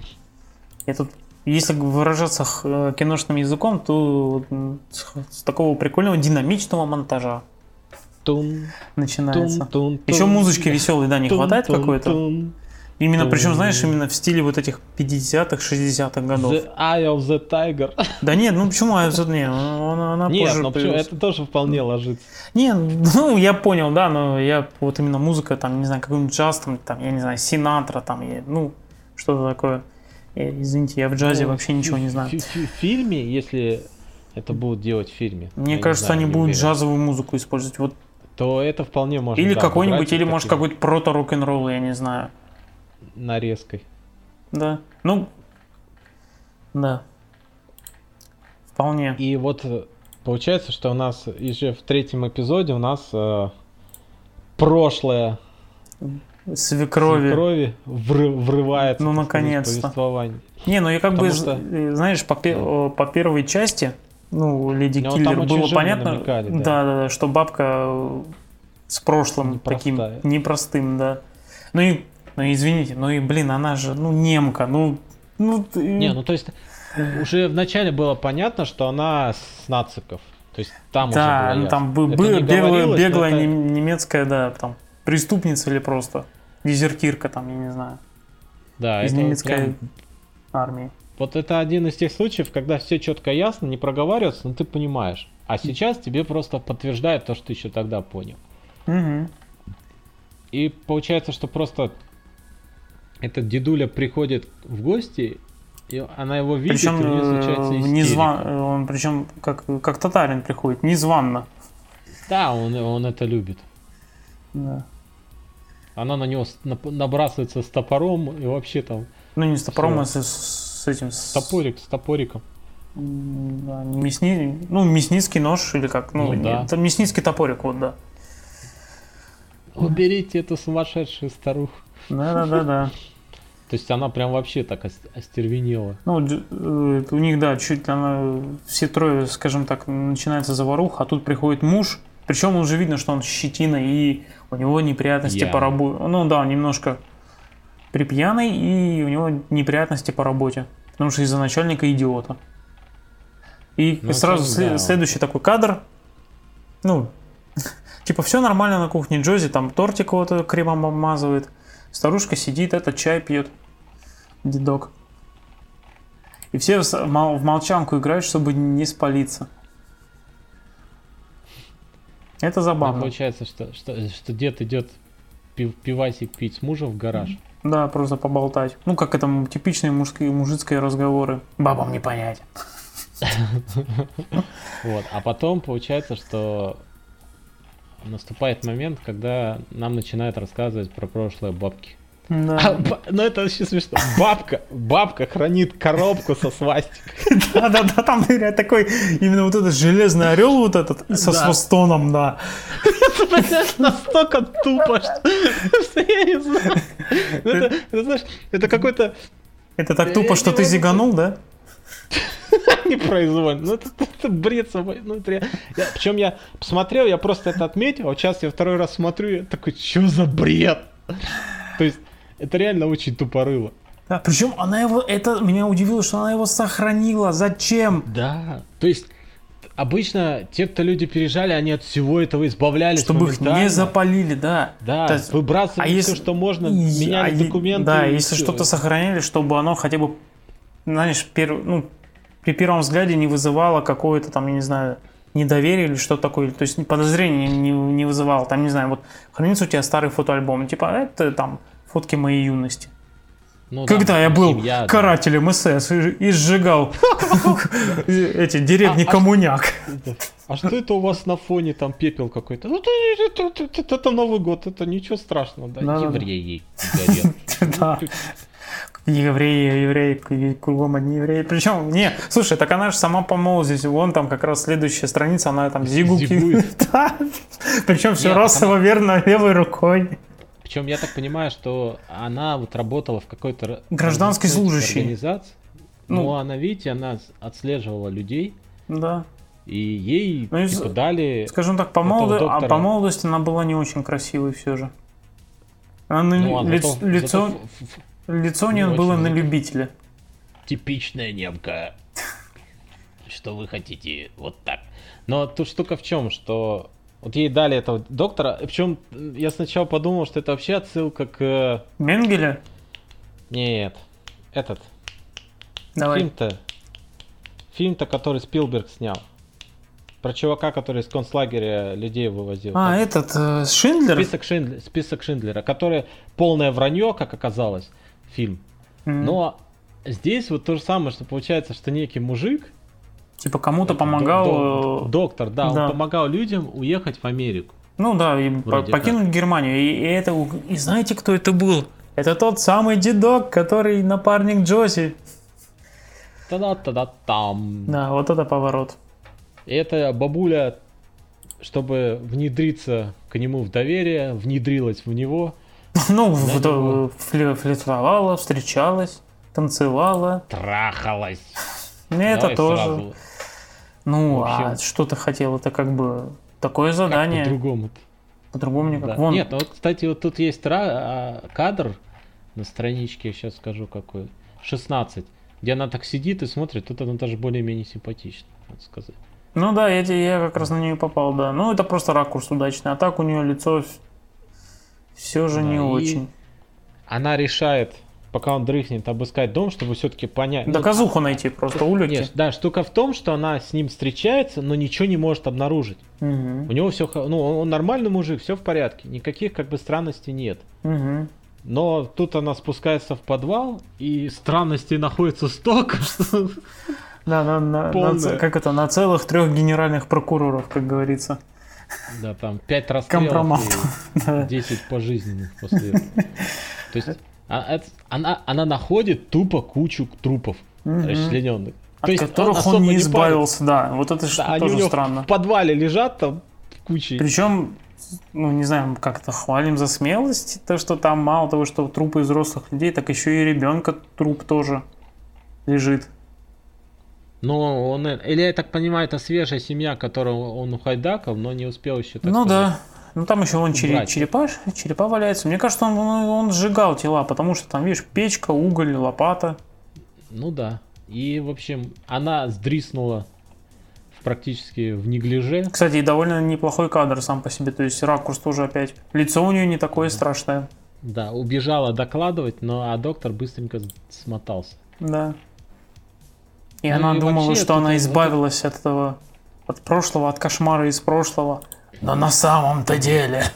Я тут, если выражаться киношным языком, то вот с такого прикольного динамичного монтажа Тун, начинается. тун, Еще тун, музычки веселой, да, не тун, хватает тун, какой-то? тун. Именно, тун. причем, знаешь, именно в стиле вот этих 50-х, 60-х годов. The Eye of the Tiger. Да нет, ну почему? Она Нет, позже ну почему? появилась. Это тоже вполне ложится. Не, ну я понял, да, но я вот именно музыка, там, не знаю, какой-нибудь джаз, там, я не знаю, Синатра, там, ну, что-то такое. Извините, я в джазе Ну, вообще ничего не знаю. В фильме, если это будут делать в фильме, я Мне не кажется, знаю, они не будут уверен, джазовую музыку использовать. Вот. то это вполне можно. Или да, какой-нибудь, брать или как может именно какой-то прото-рок-н-ролл, я не знаю. нарезкой. Да. Ну, да. Вполне. И вот получается, что у нас еще в 3-м эпизоде у нас прошлое Свекрови. врывается, Ну, так сказать, в наконец-то. повествование. Не, ну я как бы, Потому что- знаешь, по первой части, ну, Леди Ну, там Киллер очень было жирно понятно, намекали, да. да, что бабка с прошлым таким Непростая. непростым, да. Ну и извините, ну и, блин, она же, ну, немка, Не, ну то есть уже вначале было понятно, что она с нациков. То есть там уже да, было ну ясно. там Это не говорилось, беглая но это- немецкая, да, там, преступница или просто дезертирка, там, я не знаю, Да, из это немецкой прям- армии. Вот это один из тех случаев, когда все четко ясно, не проговаривается, но ты понимаешь. А сейчас тебе просто подтверждает то, что ты еще тогда понял. Мгм. И получается, что просто этот дедуля приходит в гости, и она его видит, Причем и у нее случается истерика. он причем как татарин приходит, незванно. Да, он это любит. Да. Она на него набрасывается с топором и вообще там Ну не с топором, а Всё. с этим. с топориком. Да, не мясницкий нож или как. Ну, Ну, да. это мясницкий топорик, вот, да. Уберите эту сумасшедшую старуху. Да. То есть она прям вообще так остервенела. Ну, у них, да, чуть она, все трое, скажем так, начинается заваруха, а тут приходит муж, причем уже видно, что он щетина, и у него неприятности по Пьяный. работе. Ну да, немножко припьяный, и у него неприятности по работе. Потому что из-за начальника идиота. И Ну, сразу да. следующий такой кадр. Ну, типа, все нормально на кухне. Джози там тортик вот кремом обмазывает. Старушка сидит, этот чай пьет. Дедок. И все в молчанку играют, чтобы не спалиться. Это Ну, забавно. получается, что дед идет пивасик пить с мужем в гараж. Да, просто поболтать. Ну, как это типичные мужицкие разговоры. Бабам не понять. Вот. А потом получается, что наступает момент, когда нам начинают рассказывать про прошлое бабки. Да. Ну это вообще смешно. Бабка хранит коробку со свастикой. Да-да-да, там реально такой, именно вот этот железный орел вот этот, со Да. свастоном, да. Это настолько тупо, что я не знаю. Это, знаешь, это какой-то Это так тупо, что не ты могу. зиганул, да? непроизвольно. Ну это бред собой. Ну, причем я посмотрел, я просто это отметил, а сейчас я второй раз смотрю, я такой, что за бред? То есть это реально очень тупорыло. Да, причем она его, это меня удивило, что она его сохранила. Зачем? Да. То есть обычно те, кто люди переезжали, они от всего этого избавлялись. Чтобы их не моментально. запалили, да. Да, То есть, выбрасывали а если- все, что можно, меняли документы. Да, и если всё. что-то сохраняли, чтобы оно хотя бы, знаешь, при первом взгляде не вызывало какое-то там, я не знаю, недоверие или что такое. То есть подозрение не вызывало. Там, не знаю, вот хранится у тебя старый фотоальбом. Типа, это там фотки моей юности. Ну да, Когда я был семья, да. карателем СС и сжигал эти деревни коммуняк. А что это у вас на фоне там пепел какой-то? Ну, это Новый год, это ничего страшного, да? Да-да-да. Евреи горят. Да. Евреи, кругом одни евреи. Причем, не, слушай, так она же сама помолвилась здесь. Вон там как раз следующая страница, она там зигуки. Зигует. Да. Причем все Нет, расово верно левой рукой. Причем я так понимаю, что она вот работала в какой-то Гражданской служащей. организации. Ну. Но она, видите, она отслеживала людей, Да. и ей Ну, типа, дали... Скажем так, по этого доктора. молодости она была не очень красивой все же. Она Ну, а зато- лицо у нее не было очень, на зато- любителя. Типичная немка. Что вы хотите? Вот так. Но тут штука в чем, что вот ей дали этого доктора, причем я сначала подумал, что это вообще отсылка к... Менгеля? Нет, этот, Давай. фильм-то, который Спилберг снял. Про чувака, который из концлагеря людей вывозил. А, этот Шиндлер? Список Шиндлера, который полное вранье, как оказалось, фильм. Но здесь вот то же самое, что получается, что некий мужик, Типа кому-то помогал. доктор, да, да. он помогал людям уехать в Америку. Ну да, и Вроде покинуть Германию. И знаете, кто это был? Это тот самый дедок, который напарник Джози. Та-да-та-да-там. Да, вот это поворот. И эта бабуля, чтобы внедриться к нему в доверие, внедрилась в него, Ну, него. флиртовала, встречалась, танцевала. трахалась. Это Давай тоже. сразу. Ну, В общем. а что ты хотел? Это как бы такое Как задание. по-другому-то? По-другому никак. Да. Вон. Нет, ну вот, кстати, вот тут есть кадр на страничке, сейчас скажу какой, 16, где она так сидит и смотрит, тут она даже более-менее симпатична, надо сказать. Ну да, я как раз на нее попал, да. Ну, это просто ракурс удачный. А так у нее лицо все же Да, не и очень. Она решает, пока он дрыхнет, обыскать дом, чтобы все-таки понять. Доказуху найти просто, улики. Нет, да, штука в том, что она с ним встречается, но ничего не может обнаружить. Мгм. У него все, ну, он нормальный мужик, все в порядке, никаких как бы странностей нет. Мгм. Но тут она спускается в подвал, и странностей находится столько, что... Да, Полная. как это, на целых 3 генеральных прокуроров, как говорится. Да, там 5 расстрелов Компромат. и Да. 10 пожизненных после этого. То есть она находит тупо кучу трупов Мгм. расчлененных. От которых особо он не парится. избавился, да. Вот это Да, они у тоже него странно. в подвале лежат там кучей. Причем, ну не знаю, как-то хвалим за смелость, то, что там мало того, что трупы взрослых людей, так еще и ребенка труп тоже лежит. Но он, или я так понимаю, это свежая семья, которую он ухайдакал, но не успел еще так Ну сказать. да. Ну там еще вон убрать. черепа валяются. Мне кажется, он сжигал тела, потому что там, видишь, печка, уголь, лопата. Ну да. И, в общем, она сдриснула практически в неглиже. Кстати, и довольно неплохой кадр сам по себе. То есть ракурс тоже опять. Лицо у нее не такое страшное. Да, убежала докладывать, а доктор быстренько смотался. Да. И она думала, что она избавилась от этого, от прошлого, от кошмара из прошлого. Но на самом-то деле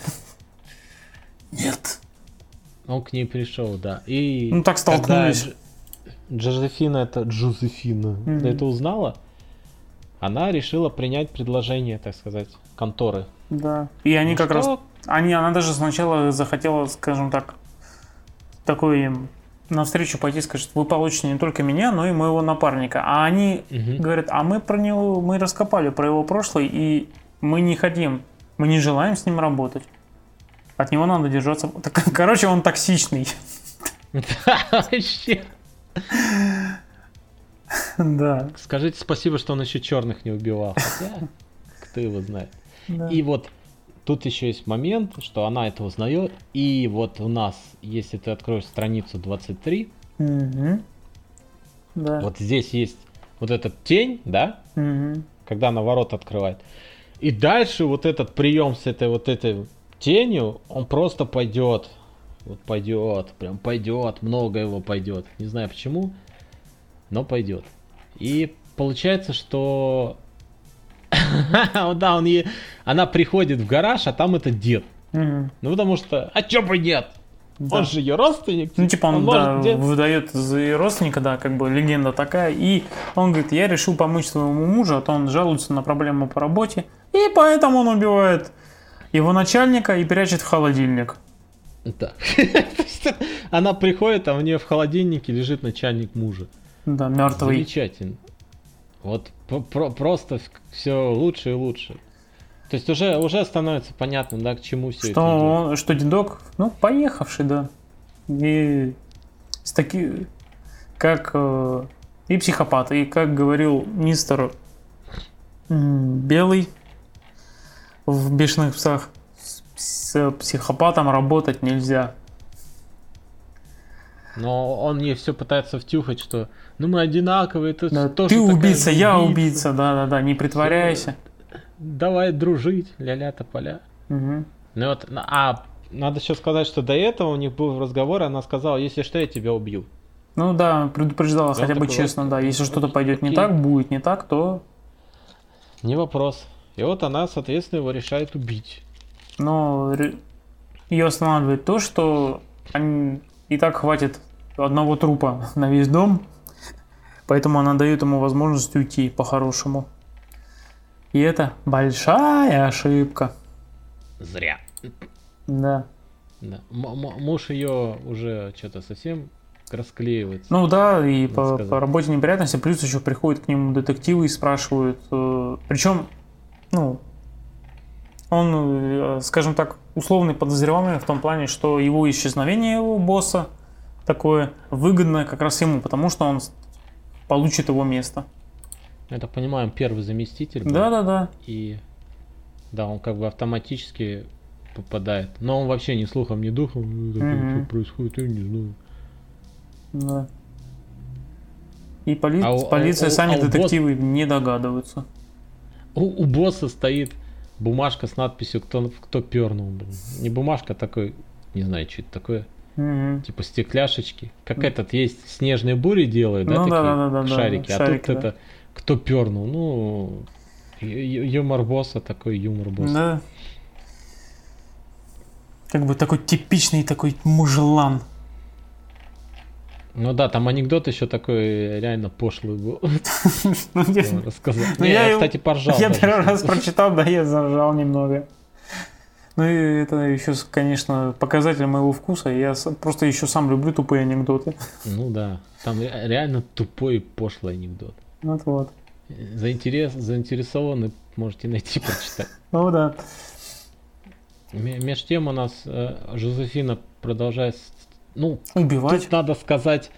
нет. Он к ней пришел, да. И ну так столкнулись. Джозефина это узнала, она решила принять предложение, так сказать, конторы. Да. И они как раз... Она даже сначала захотела, скажем так, такой им навстречу пойти, сказать, вы получите не только меня, но и моего напарника. А они говорят, а мы про него, мы раскопали про его прошлое, и мы не хотим, мы не желаем с ним работать. От него надо держаться. Короче, он токсичный. Вообще. Да. Скажите спасибо, что он еще черных не убивал. Хотя, кто его знает. Да. И вот тут еще есть момент, что она это узнает. И вот у нас, если ты откроешь страницу 23, да. вот здесь есть вот эта тень, да? Когда она ворота открывает. И дальше вот этот прием с этой тенью, он просто пойдет. Вот пойдет, прям пойдет, много его пойдет. Не знаю почему, но пойдет. И получается, что да, она приходит в гараж, а там это дед. Ну потому что, а чё бы нет? Да. Он же ее родственник. Ну типа он выдает за ее родственника, да, как бы легенда такая. И он говорит, я решил помочь своему мужу, а то он жалуется на проблемы по работе. И поэтому он убивает его начальника и прячет в холодильник. Да. Она приходит, а у нее в холодильнике лежит начальник мужа. Да, мертвый. Замечательно. Вот просто все лучше и лучше. То есть уже становится понятно, да, к чему все это идет. Что дедок, поехавший, да. И как и психопат. И как говорил мистер Белый в «Бешеных псах», с психопатом работать нельзя. Но он мне все пытается втюхать, что мы одинаковые, это да, тоже ты убийца, я убийца, да, не притворяйся. Давай дружить, ля-ля тополя. Ну вот, надо еще сказать, что до этого у них был разговор, и она сказала, если что, я тебя убью. Ну да, предупреждала хотя бы честно, да, если что-то пойдет не так, будет не так, то... Не вопрос. И вот она, соответственно, его решает убить. Но ее останавливает то, что и так хватит одного трупа на весь дом, поэтому она дает ему возможность уйти по-хорошему. И это большая ошибка. Зря. Да. Муж ее уже что-то совсем расклеивается. Ну да, и по работе неприятности, плюс еще приходят к нему детективы и спрашивают. Причем, он, скажем так, условный подозреваемый в том плане, что его исчезновение его босса такое выгодно как раз ему, потому что он получит его место. Я так понимаю, первый заместитель был. Да. И да, он как бы автоматически попадает. Но он вообще ни слухом, ни духом. Что происходит, я не знаю. Да. И полиция, сами детективы не догадываются. У босса стоит бумажка с надписью кто пернул. Не бумажка, а такой, не знаю, что это такое. Типа стекляшечки. Как этот есть снежные бури делают, да, такие шарики. А тут это кто пернул. Юмор босса, такой юмор босса. Да. Как бы такой типичный такой мужлан. Ну да, там анекдот еще такой реально пошлый был. Рассказал. Я, кстати, поржал. Я первый раз прочитал, да, я заржал немного. Ну и это еще, конечно, показатель моего вкуса. Я просто еще сам люблю тупые анекдоты. Ну да, там реально тупой и пошлый анекдот. Вот. Заинтересованы, можете найти, прочитать. Ну да. Между тем у нас Жозефина продолжает убивать. Тут надо сказать,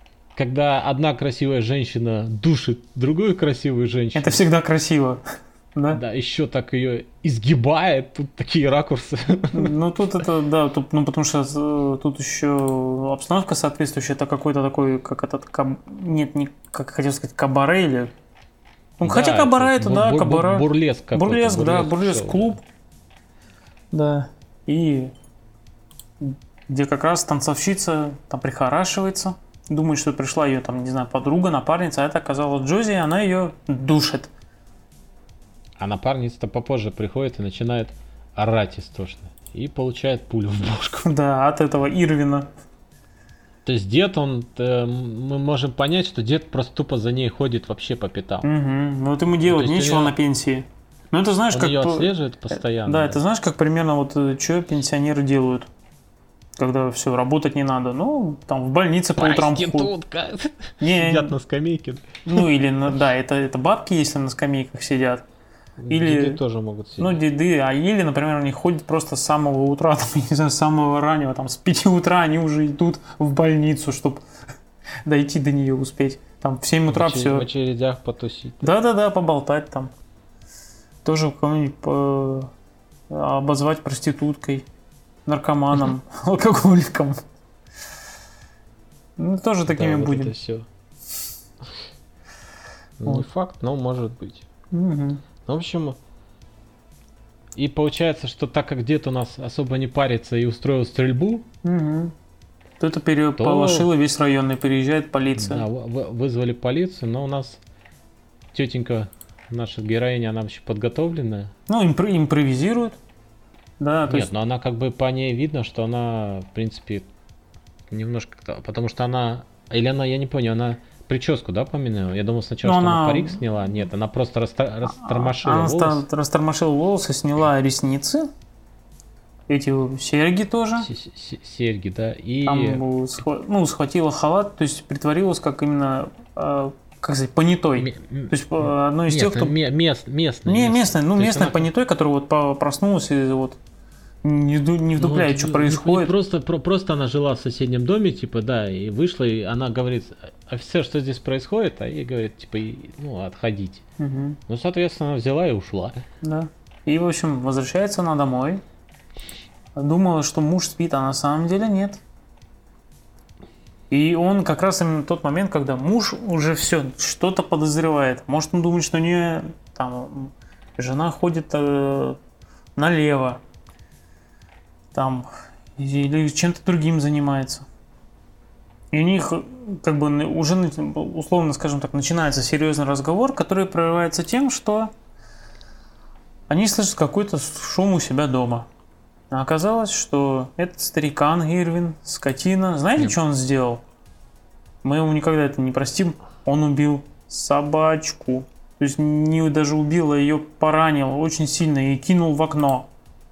когда одна красивая женщина душит другую красивую женщину. Это всегда красиво. Да, еще так ее изгибает, тут такие ракурсы. Ну, тут это, да, потому что тут еще обстановка соответствующая, это какой-то такой, как этот, нет, не, как хотел сказать, кабаре или... Ну, да, хотя кабаре это, да, кабаре. Бурлеск какой-то. Бурлеск, да, бурлеск-клуб. Да, и где как раз танцовщица там прихорашивается, думает, что пришла ее, там, не знаю, подруга, напарница, а это оказалась Джози, и она ее душит. А напарница-то попозже приходит и начинает орать истошно. И получает пулю в башку. Да, от этого Ирвина. То есть дед, мы можем понять, что дед просто тупо за ней ходит вообще по пятам. Угу. Вот ему делать нечего на пенсии. Ну это знаешь, как... Он ее отслеживает постоянно. Да, это знаешь, как примерно вот что пенсионеры делают. Когда все, работать не надо. Ну, там в больнице по утрам ходят. Сидят на скамейке. Ну или, да, это бабки, если на скамейках сидят. Или, деды тоже могут сидеть. Ну, деды, или, например, они ходят просто с самого утра, там, не знаю, с самого раннего, там, с 5 утра они уже идут в больницу, чтобы дойти до нее успеть. Там в 7 утра все. В очередях потусить. Да-да-да, поболтать там. Тоже кого-нибудь обозвать проституткой, наркоманом, алкоголиком. Ну, тоже такими вот будем. Это все. Не факт, но может быть. В общем, и получается, что так как дед у нас особо не парится и устроил стрельбу, то это переполошило весь район, и приезжает полиция. Да, вызвали полицию, но у нас тетенька, наша героиня, она вообще подготовленная. Ну, импровизирует. Да, Нет, но она как бы по ней видно, что она, в принципе, немножко... Потому что она... Или она, я не понял, она... Прическу, да, поменяла? Я думал сначала, что она парик сняла. Нет, она просто растормошила волосы. Она растормошила волосы, сняла ресницы. Эти серьги тоже. Серьги, да. И... Там, схватила халат, то есть притворилась как именно, как сказать, понятой. То есть одной из тех, кто... Местная понятой, которая вот проснулась и вот не вдупляет, что происходит. Просто она жила в соседнем доме, типа, да, и вышла, и она говорит: офицер, что здесь происходит? А ей говорит, типа, отходите. Ну, соответственно, она взяла и ушла. Да. И, в общем, возвращается она домой. Думала, что муж спит, а на самом деле нет. И он как раз именно тот момент, когда муж уже все, что-то подозревает. Может, он думает, что у нее там жена ходит налево. Там, или чем-то другим занимается. И у них как бы уже, условно скажем так, начинается серьезный разговор, который прерывается тем, что они слышат какой-то шум у себя дома. А оказалось, что этот старикан Ирвин, скотина, знаете, что он сделал? Мы ему никогда это не простим. Он убил собачку. То есть не даже убил, а ее поранил очень сильно и кинул в окно.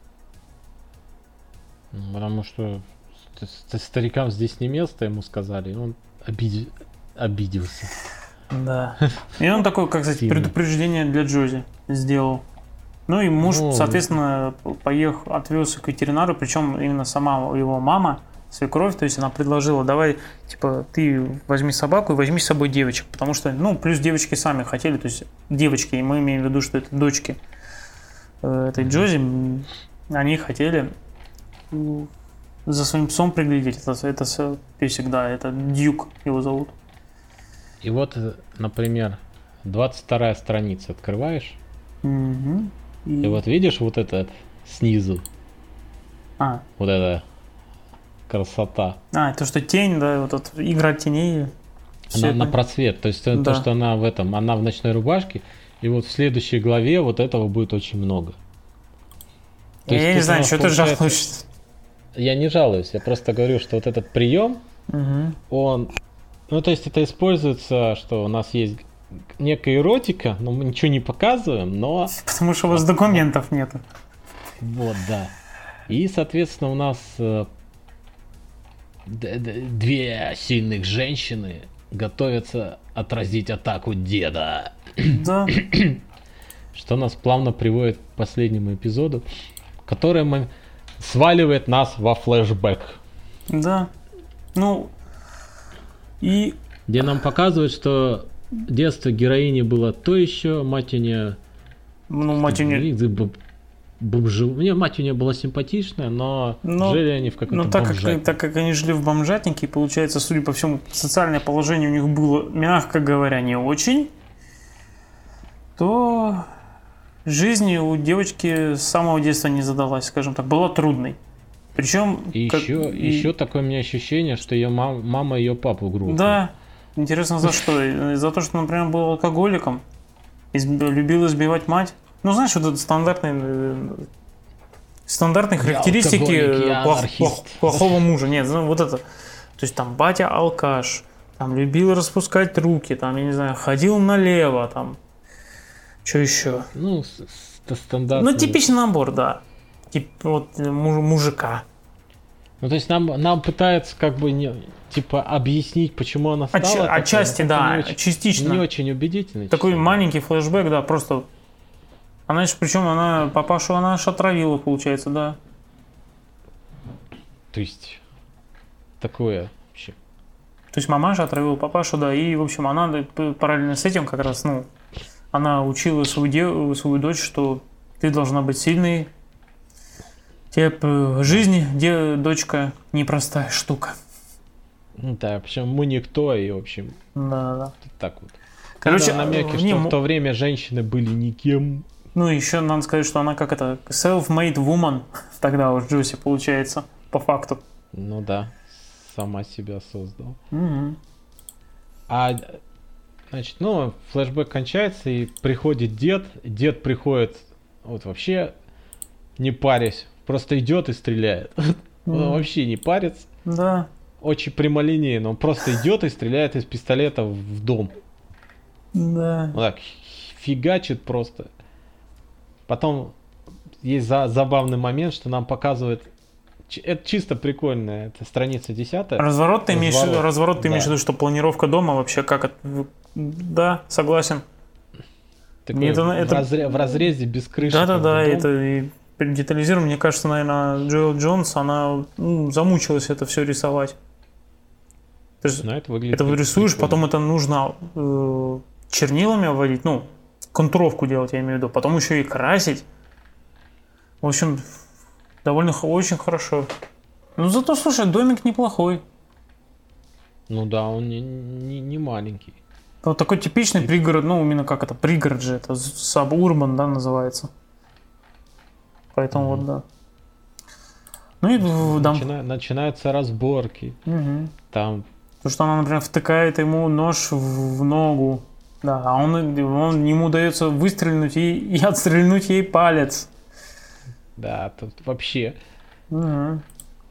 Потому что старикам здесь не место, ему сказали, и он обиделся. Да. И он такое, как сказать, предупреждение для Джози сделал. Ну и муж, соответственно, отвез к ветеринару, причем именно сама его мама, свекровь, то есть она предложила: давай, типа, ты возьми собаку и возьми с собой девочек, потому что, плюс девочки сами хотели, то есть девочки, и мы имеем в виду, что это дочки этой Джози, они хотели за своим псом приглядеть. Это песик, да, это Дьюк его зовут. И вот, например, 22-я страница открываешь, и вот видишь вот это снизу, вот эта красота. То, что тень, да, вот эта игра теней. Она на просвет, то есть да. То, что она она в ночной рубашке, и вот в следующей главе вот этого будет очень много. Я не знаю, что ты жалуешься. Я не жалуюсь, я просто говорю, что вот этот прием, он... Ну, то есть это используется, что у нас есть некая эротика, но мы ничего не показываем, но... Потому что у вас документов нет. Вот, да. И, соответственно, у нас две сильных женщины готовятся отразить атаку деда. Да. Что нас плавно приводит к последнему эпизоду, который сваливает нас во флешбэк. Да. И... Где нам показывают, что детство героини было то еще, мать у нее Ну, мать у нее... Мне мать у нее была симпатичная, но жили они в каком-то бомжатнике. Так как они жили в бомжатнике, получается, судя по всему, социальное положение у них было, мягко говоря, не очень, то жизнь у девочки с самого детства не задалась, скажем так, была трудной. Причем... И еще такое у меня ощущение, что ее мама ее папу грохнула. Да, интересно за что? За то, что, например, был алкоголиком, любил избивать мать. Ну, знаешь, вот это стандартные характеристики плохого мужа. Нет, ну, вот это. То есть там батя алкаш, там любил распускать руки, там, я не знаю, ходил налево, там. Что еще? Ну, стандартный. Ну, типичный набор, да. Вот мужика. Ну, то есть нам пытаются как бы объяснить, почему она стала. Отчасти, да, частично. Не очень убедительно. Такой маленький флешбэк, да, просто... Она, причем папашу она аж отравила, получается, да. То есть, такое вообще. То есть мамаша отравила папашу, да, и, в общем, она параллельно с этим как раз, она учила свою дочь, что ты должна быть сильной. Жизнь, дочка, непростая штука. Да, причем мы никто, и, в общем, да. Так вот. Короче, намеки, что в то время женщины были никем. Ну, еще надо сказать, что она как это, self-made woman, тогда уж Джози получается, по факту. Ну да, сама себя создала. Угу. Значит, флешбэк кончается, и приходит дед приходит, вот вообще не парясь, просто идет и стреляет. Он вообще не парится. Да. Очень прямолинейно, он просто идет и стреляет из пистолета в дом. Да. Вот так, фигачит просто. Потом есть забавный момент, что нам показывает... Это чисто прикольно, это страница 10. Разворот ты имеешь в виду, что планировка дома вообще как это... Да, согласен. Такой в разрезе без крыши. Да, это и детализируем. Мне кажется, наверное, Джоэл Джонс, она замучилась это все рисовать. Это выглядит... Это рисуешь, потом это нужно чернилами вводить, контуровку делать, я имею в виду, потом еще и красить. В общем, довольно очень хорошо. Зато, слушай, домик неплохой. Ну да, он не маленький. Вот такой типичный пригород, именно как это, пригород же, это сабурбан, да, называется. Поэтому вот, да. Ну и начинаются разборки. Там... Потому что она, например, втыкает ему нож в ногу. Да, а ему удается выстрелить и отстрельнуть ей палец. Да, тут вообще. Угу.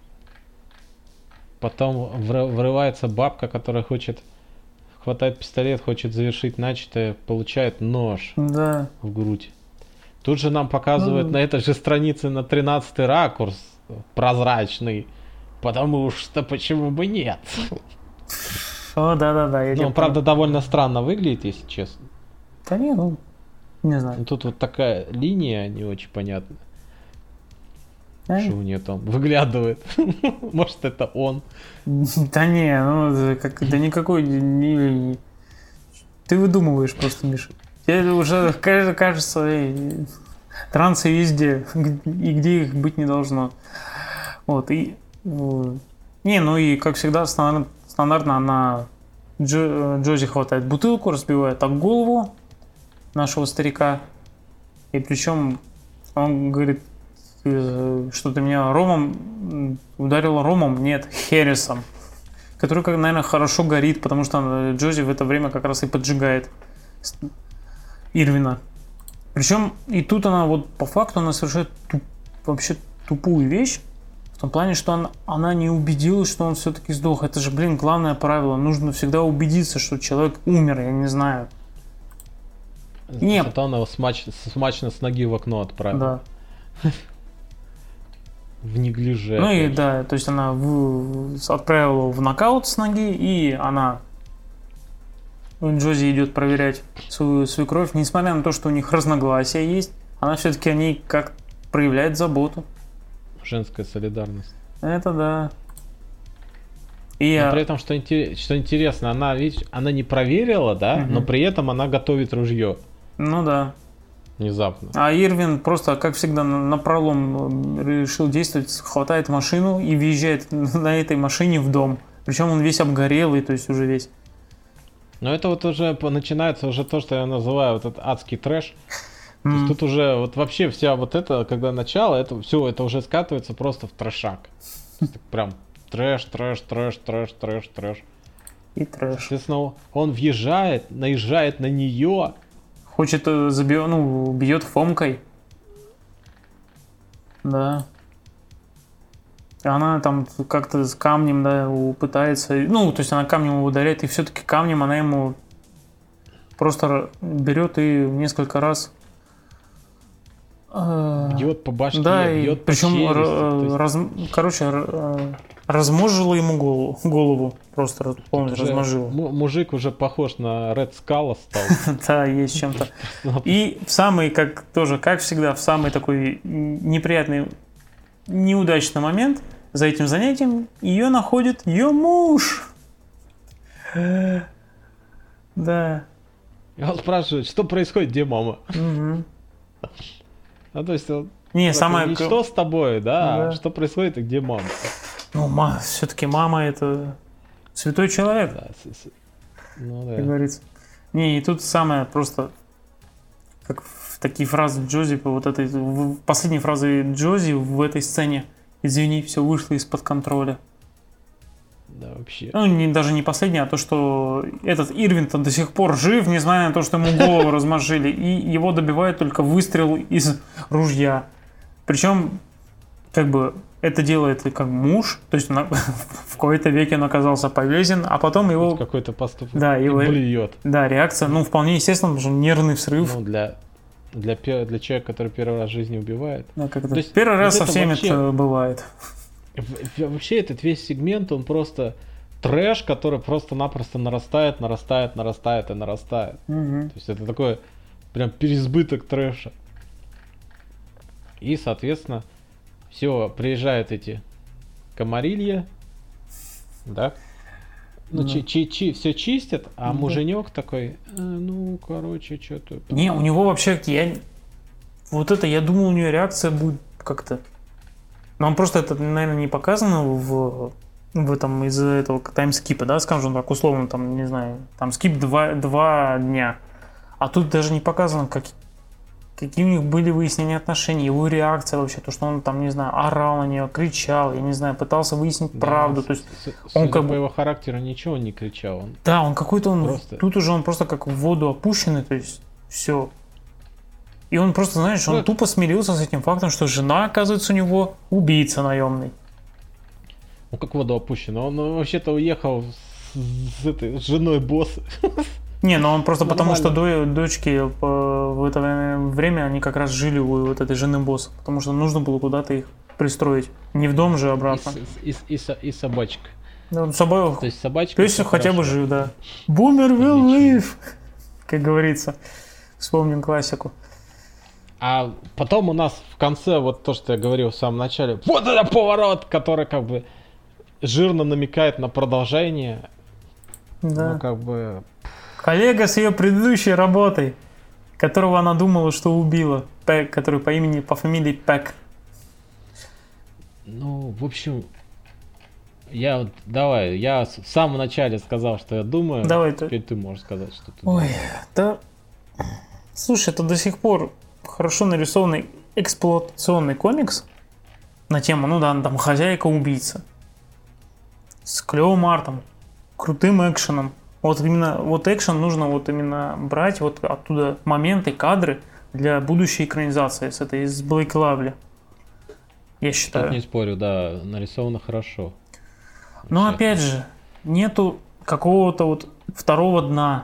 Потом врывается бабка, которая хватает пистолет, хочет завершить начатое, получает нож в грудь. Тут же нам показывают на этой же странице на 13-й ракурс прозрачный, потому что почему бы нет? О, да. Он, правда, довольно странно выглядит, если честно. Да не знаю. Тут вот такая линия не очень понятна. Что у нее там выглядывает? Может, это он? Да не, да никакой не... Ты выдумываешь просто, Миша. Тебе уже кажется, трансы везде, и где их быть не должно. Вот, и... и как всегда, стандартно она... Джози хватает бутылку, разбивает об голову нашего старика. И причем он говорит, что ты меня ударила ромом? Нет, хересом. Который, наверное, хорошо горит, потому что Джози в это время как раз и поджигает Ирвина. Причем и тут она по факту она совершает вообще тупую вещь. В том плане, что она не убедилась, что он все-таки сдох. Это же, главное правило. Нужно всегда убедиться, что человек умер, я не знаю. Нет. Зато она его смачно с ноги в окно отправила. Да. В неглиже. То есть она отправила его в нокаут с ноги, и Джози идет проверять свою кровь. Несмотря на то, что у них разногласия есть, она все-таки о ней как проявляет заботу. Женская солидарность. Это да. Но при этом, что интересно, она не проверила, да, но при этом она готовит ружье. Ну да. внезапно. А Ирвин просто, как всегда, напролом решил действовать, хватает машину и въезжает на этой машине в дом. Причем он весь обгорелый, то есть уже весь. Но это вот уже начинается уже то, что я называю вот этот адский трэш. То есть тут уже вот вообще вся вот это, когда начало, это все, это уже скатывается просто в трэшак. Прям трэш. И трэш. Соответственно, он въезжает, наезжает на нее. Хочет, бьет Фомкой. Да. И она там как-то с камнем, да, пытается... то есть она камнем его ударяет, и все-таки камнем она ему просто берет и несколько раз... Бьет по башке, да, бьет по причем челюсти. разможила ему голову. Просто полностью разможила. Мужик уже похож на Ред Скала стал. Да, есть чем-то. И в самый, как всегда, в самый такой неприятный, неудачный момент за этим занятием ее находит ее муж. Да. И он спрашивает, что происходит, где мама? То есть он... что с тобой, да? Что происходит и где мама? Все-таки мама это святой человек. Да. Как говорится. И тут самое просто, как в такие фразы Джози, вот этой последней фразы Джози в этой сцене. Извини, все вышло из-под контроля. Да, вообще. Даже не последняя, а то, что этот Ирвин-то до сих пор жив, несмотря на то, что ему голову размозжили, и его добивает только выстрел из ружья. Причем, это делает как муж, то есть в какой-то веке он оказался повесен, а потом его... Какой-то поступок блюет. Да, реакция, вполне естественно, потому что нервный взрыв. Для человека, который первый раз в жизни убивает. Да, первый раз со всеми это бывает. Вообще этот весь сегмент, он просто трэш, который просто-напросто нарастает. То есть это такой прям переизбыток трэша. И, соответственно, все, приезжают эти комарилья, да? Все чистят, а муженек такой, что-то... Не, у него вообще, я думал, у нее реакция будет как-то... Но он просто это, наверное, не показано в этом из-за этого таймскипа, да, скажем так, условно, там, не знаю, там скип 2 дня. А тут даже не показано, какие у них были выяснения отношений, его реакция вообще, то, что он там, не знаю, орал на нее, кричал, я не знаю, пытался выяснить правду. То есть он по его характеру ничего не кричал. Он какой-то, тут уже он просто как в воду опущенный, то есть все. И он просто, знаешь, он тупо смирился с этим фактом, что жена, оказывается, у него убийца наемный. Как в воду опущенный. Он вообще-то уехал с женой босса. Не, он просто потому, что дочки в это время они как раз жили у вот этой жены босса, потому что нужно было куда-то их пристроить. Не в дом же обратно. И собачка. То есть собачка. То есть хотя бы жив, да. Boomer will live, как говорится. Вспомним классику. А потом у нас в конце, вот то, что я говорил в самом начале, вот это поворот, который жирно намекает на продолжение. Да. Коллега с ее предыдущей работой, которого она думала, что убила, Пэк, который по фамилии Пэк. В общем, я в самом начале сказал, что я думаю. Давай теперь ты можешь сказать, что ты думаешь. Слушай, это до сих пор хорошо нарисованный эксплуатационный комикс на тему, там хозяйка-убийца. С клевым артом, крутым экшеном. Экшен нужно именно брать оттуда моменты, кадры для будущей экранизации с Блейк Лавли. Я считаю. Тут не спорю, да, нарисовано хорошо. Но опять же, нету какого-то второго дна.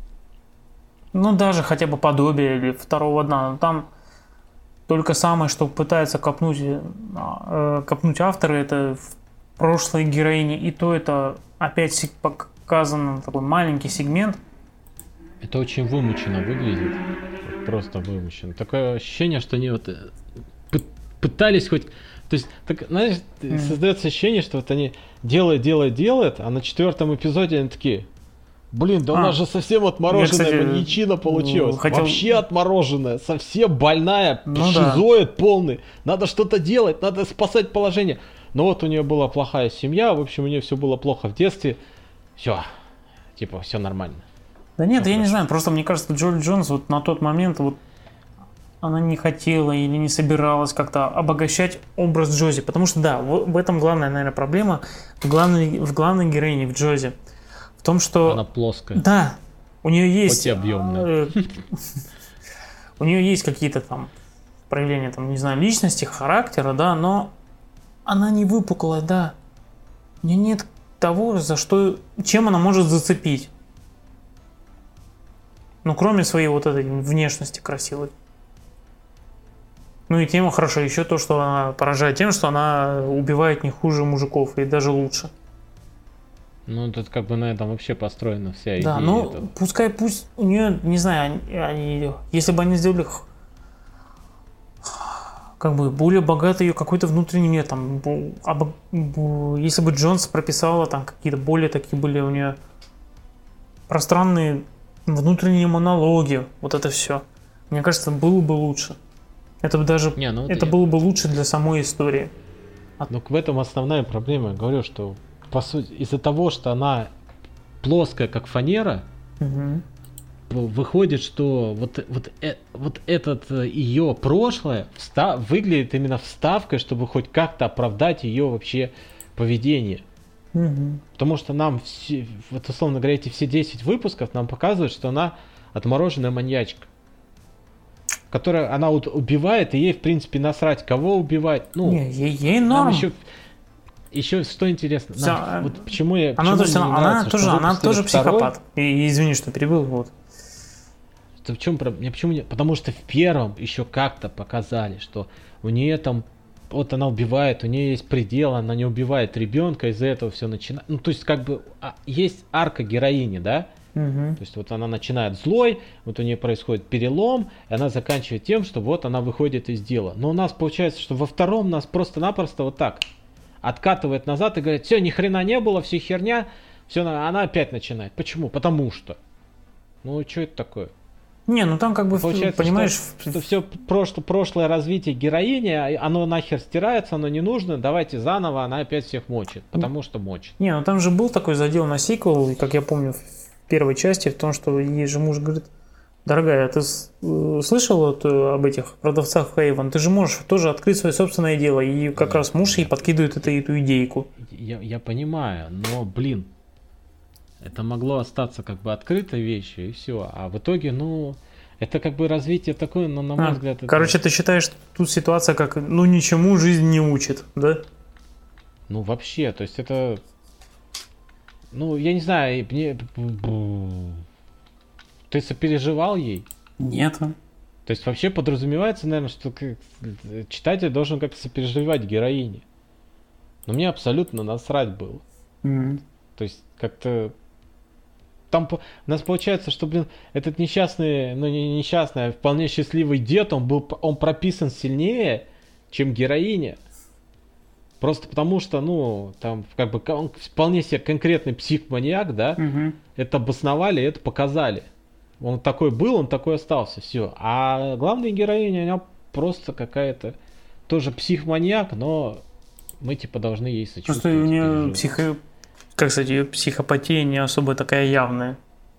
Даже хотя бы подобие или второго дна. Но там только самое, что пытается копнуть авторы, это в прошлой героине. И то это опять показан такой маленький сегмент. Это очень вымученно выглядит. Просто вымученно. Такое ощущение, что они пытались хоть... То есть, знаешь, создается ощущение, что они делают, а на 4-м эпизоде они такие... Блин, да у нас же совсем отмороженная кстати, маньячина получилась. хотел- Вообще отмороженная, совсем больная, Ну да. шизоид полный. Надо что-то делать, надо спасать положение. Но вот у нее была плохая семья, в общем, у нее все было плохо в детстве. Все, типа, все нормально. Да нет, Ну, я не хорошо. знаю, просто мне кажется, Джоли Джонс вот на тот момент вот она не хотела или не собиралась как-то обогащать образ Джози, потому что да, в этом главная, наверное, проблема в главной героине, в Джози, в том, что Она плоская. да, у нее есть Хоть и объемная. у нее есть какие-то там проявления, там, не знаю, личности, характера, да, но она не выпуклая, да, у нее нет того, чем она может зацепить. Ну, кроме своей вот этой внешности красивой. Ну и тема хорошо, еще то, что она поражает тем, что она убивает не хуже мужиков и даже лучше. Ну, тут как бы на этом вообще построена вся идея. Да, ну этого. пусть у нее, не знаю, если бы они сделали как бы более богатый ее какой-то внутренний мир, там, если бы Джонс прописала там какие-то более такие были у нее пространные внутренние монологи, вот это все. Мне кажется, было бы лучше. Это бы даже, Не, ну вот это было бы лучше для самой истории. Но в этом основная проблема. Я говорю, что по сути, из-за того, что она плоская, как фанера, Мгм. выходит, что вот этот ее прошлое выглядит именно вставкой, чтобы хоть как-то оправдать ее вообще поведение. Мгм. Потому что нам, вот условно говоря, эти все 10 выпусков нам показывают, что она отмороженная маньячка. Которая, она вот убивает, и ей, в принципе, насрать, кого убивать. Ну, Не, ей нам норм. еще что интересно. Всё, Вот почему я... Она, почему то есть, мне не она нравится, что тоже выпустили второй. психопат. И извини, что перебил. Вот. В чем проблема? Почему не? Потому что в первом еще как-то показали, что у нее там, вот она убивает, у нее есть предел, она не убивает ребенка, из-за этого все начинает. Ну, то есть, как бы, есть арка героини, да? Мгм. То есть, вот она начинает злой, вот у нее происходит перелом, и она заканчивает тем, что вот она выходит из дела. Но у нас получается, что во втором нас просто-напросто вот так откатывает назад и говорит, все, ни хрена не было, все херня, все, она опять начинает. Почему? Потому что. Ну, что это такое? Не, ну там как бы, Получается, понимаешь... что все прошлое развитие героини, оно нахер стирается, оно не нужно, давайте заново, она опять всех мочит, потому что мочит. Не, ну там же был такой задел на сиквел, как я помню, в первой части, в том, что ей же муж говорит, дорогая, ты слышал вот, об этих продавцах Хейвен? Ты же можешь тоже открыть свое собственное дело. И как раз муж ей подкидывает эту идейку. Я понимаю, но, блин, это могло остаться как бы открытой вещью, и все. А в итоге, ну, это как бы развитие такое, но, на мой взгляд... Короче, ты считаешь, что тут ситуация как, ну, ничему жизнь не учит, да? Ну, вообще, то есть это... Ну, я не знаю, ты сопереживал ей? Нет. То есть вообще подразумевается, наверное, что читатель должен как-то сопереживать героине. Но мне абсолютно насрать было. Mm-hmm. То есть как-то... Там у нас получается, что, блин, этот несчастный, ну не несчастный, а вполне счастливый дед, он прописан сильнее, чем героиня. Просто потому что, ну, там, как бы, он вполне себе конкретный псих-маньяк, да, это обосновали, это показали. Он такой был, он такой остался, все. А главная героиня, она просто какая-то, тоже псих-маньяк, но мы, типа, должны ей сочувствовать. Просто у нее ее психопатия не особо такая явная.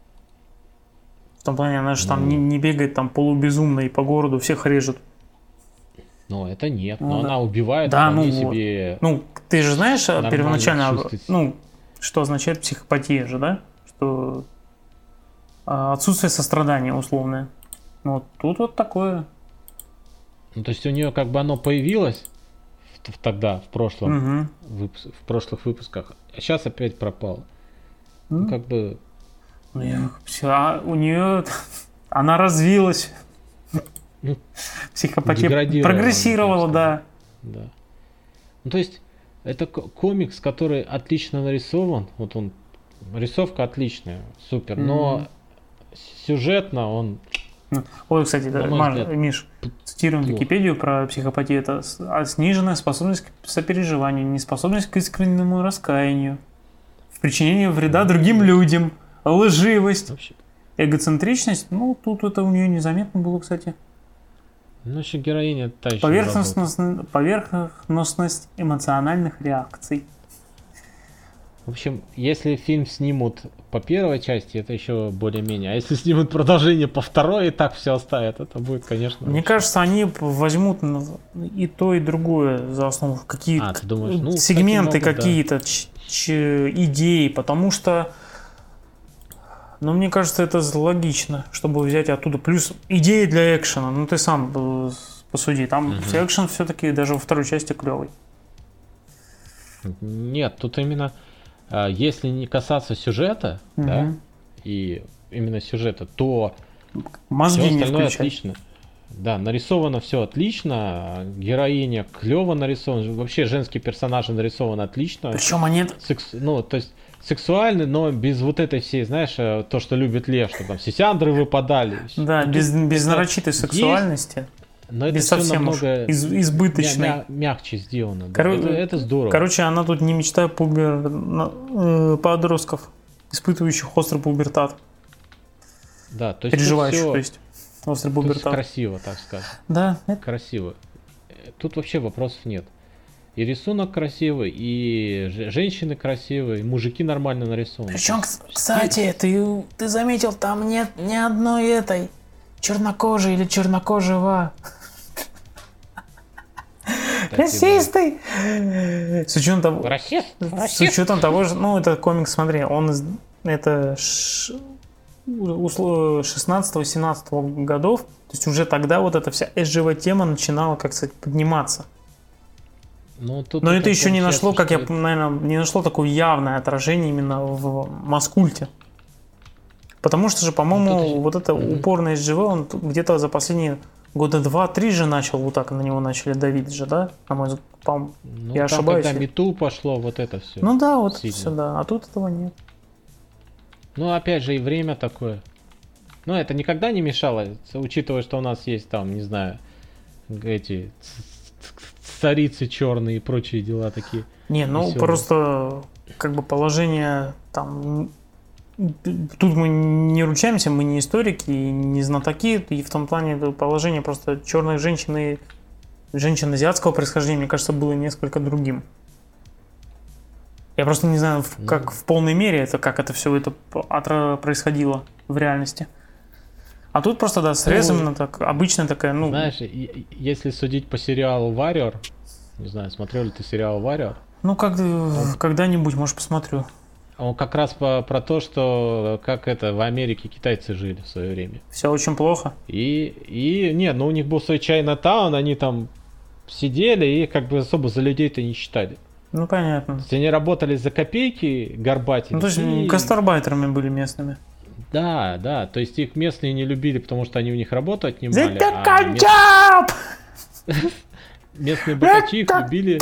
В том плане, она же там не бегает там полубезумно и по городу всех режет. Ну, это нет, Ну, но да. она убивает да, вполне ну, себе... Ну, ты же знаешь первоначально, чувствует. ну, что означает психопатия же, да? Что отсутствие сострадания условное. Вот тут вот такое. Ну, то есть у нее как бы оно появилось тогда, в прошлом, в прошлых выпусках, а сейчас опять пропало. Ну, как бы... У нее... Она развилась. Психопатия прогрессировала, да. Да. Ну, то есть, это комикс, который отлично нарисован. Вот он, рисовка отличная, супер, но сюжетно он... Ой, кстати, Миш, цитируем Википедию про психопатию. Это сниженная способность к сопереживанию, неспособность к искреннему раскаянию, в причинении вреда другим людям, лживость, Вообще, эгоцентричность. Ну, тут это у нее незаметно было, кстати. ну, еще героиня та еще работает. Поверхностность эмоциональных реакций. В общем, если фильм снимут по первой части, это еще более-менее. А если снимут продолжение по второй и так все оставят, это будет, конечно... Мне кажется, они возьмут и то, и другое за основу. Какие-то ты думаешь, ну, сегменты кстати, могут, какие-то, идеи, потому что, ну, мне кажется, это логично, чтобы взять оттуда. Плюс идеи для экшена. Ну, ты сам посуди. Там экшен все-таки даже во второй части клевый. Нет, тут именно... Если не касаться сюжета, да, и именно сюжета, то мозги все не остальное включай. отлично. Да, нарисовано все отлично, героиня клево нарисована, вообще женские персонажи нарисованы отлично. Причем они... Ну, то есть сексуальны, но без вот этой всей, знаешь, то, что любит Лев, что там сисяндры выпадали. Да, Ну, без нарочитой сексуальности. Но это без все совсем намного избыточной. мягче сделано. Да. Это здорово. Короче, она тут не мечта подростков, испытывающих острый пубертат. Да, то есть переживающих, всё, то есть острый то есть пубертат. красиво, так скажем. Да, Красиво. Тут вообще вопросов нет. И рисунок красивый, и женщины красивые, и мужики нормально нарисованы. Причем, кстати, ты заметил, там нет ни одной этой чернокожей или чернокожего. Расисты! С учетом того, с учетом того же, ну, это комикс, смотри, это 16-17 годов, то есть уже тогда вот эта вся СЖВ-тема начинала, как сказать, подниматься. Но это еще не нашло, как я, наверное, не нашло такое явное отражение именно в маскульте. Потому что же, по-моему, вот это упорное СЖВ, он где-то за последние года 2-3 же начал, вот так на него начали давить же, да? На мой взгляд, по-моему, я ошибаюсь. Когда МИТУ пошло, вот это все. Ну да, вот это все, да. А тут этого нет. Ну, опять же, и время такое. Но это никогда не мешало, учитывая, что у нас есть там, не знаю, эти царицы черные и прочие дела такие. Не, ну веселые. Просто как бы положение там... Тут мы не ручаемся, мы не историки, не знатоки, и в том плане положение просто черных женщин и женщин азиатского происхождения, мне кажется, было несколько другим. Я просто не знаю, как в полной мере как это все это происходило в реальности. А тут просто, да, срезано, так, обычная такая, ну... Знаешь, если судить по сериалу Warrior, не знаю, смотрел ли ты сериал Warrior? Ну, когда-нибудь, может, посмотрю. Он как раз про то, что как это в Америке китайцы жили в свое время. Все очень плохо. Нет, ну у них был свой Чайнатаун, они там сидели и как бы особо за людей-то не считали. Ну, понятно. То есть они работали за копейки, горбатили. Ну, то есть гастарбайтерами были местными. Да, то есть их местные не любили, потому что они у них работу отнимали. Местные богачи их любили,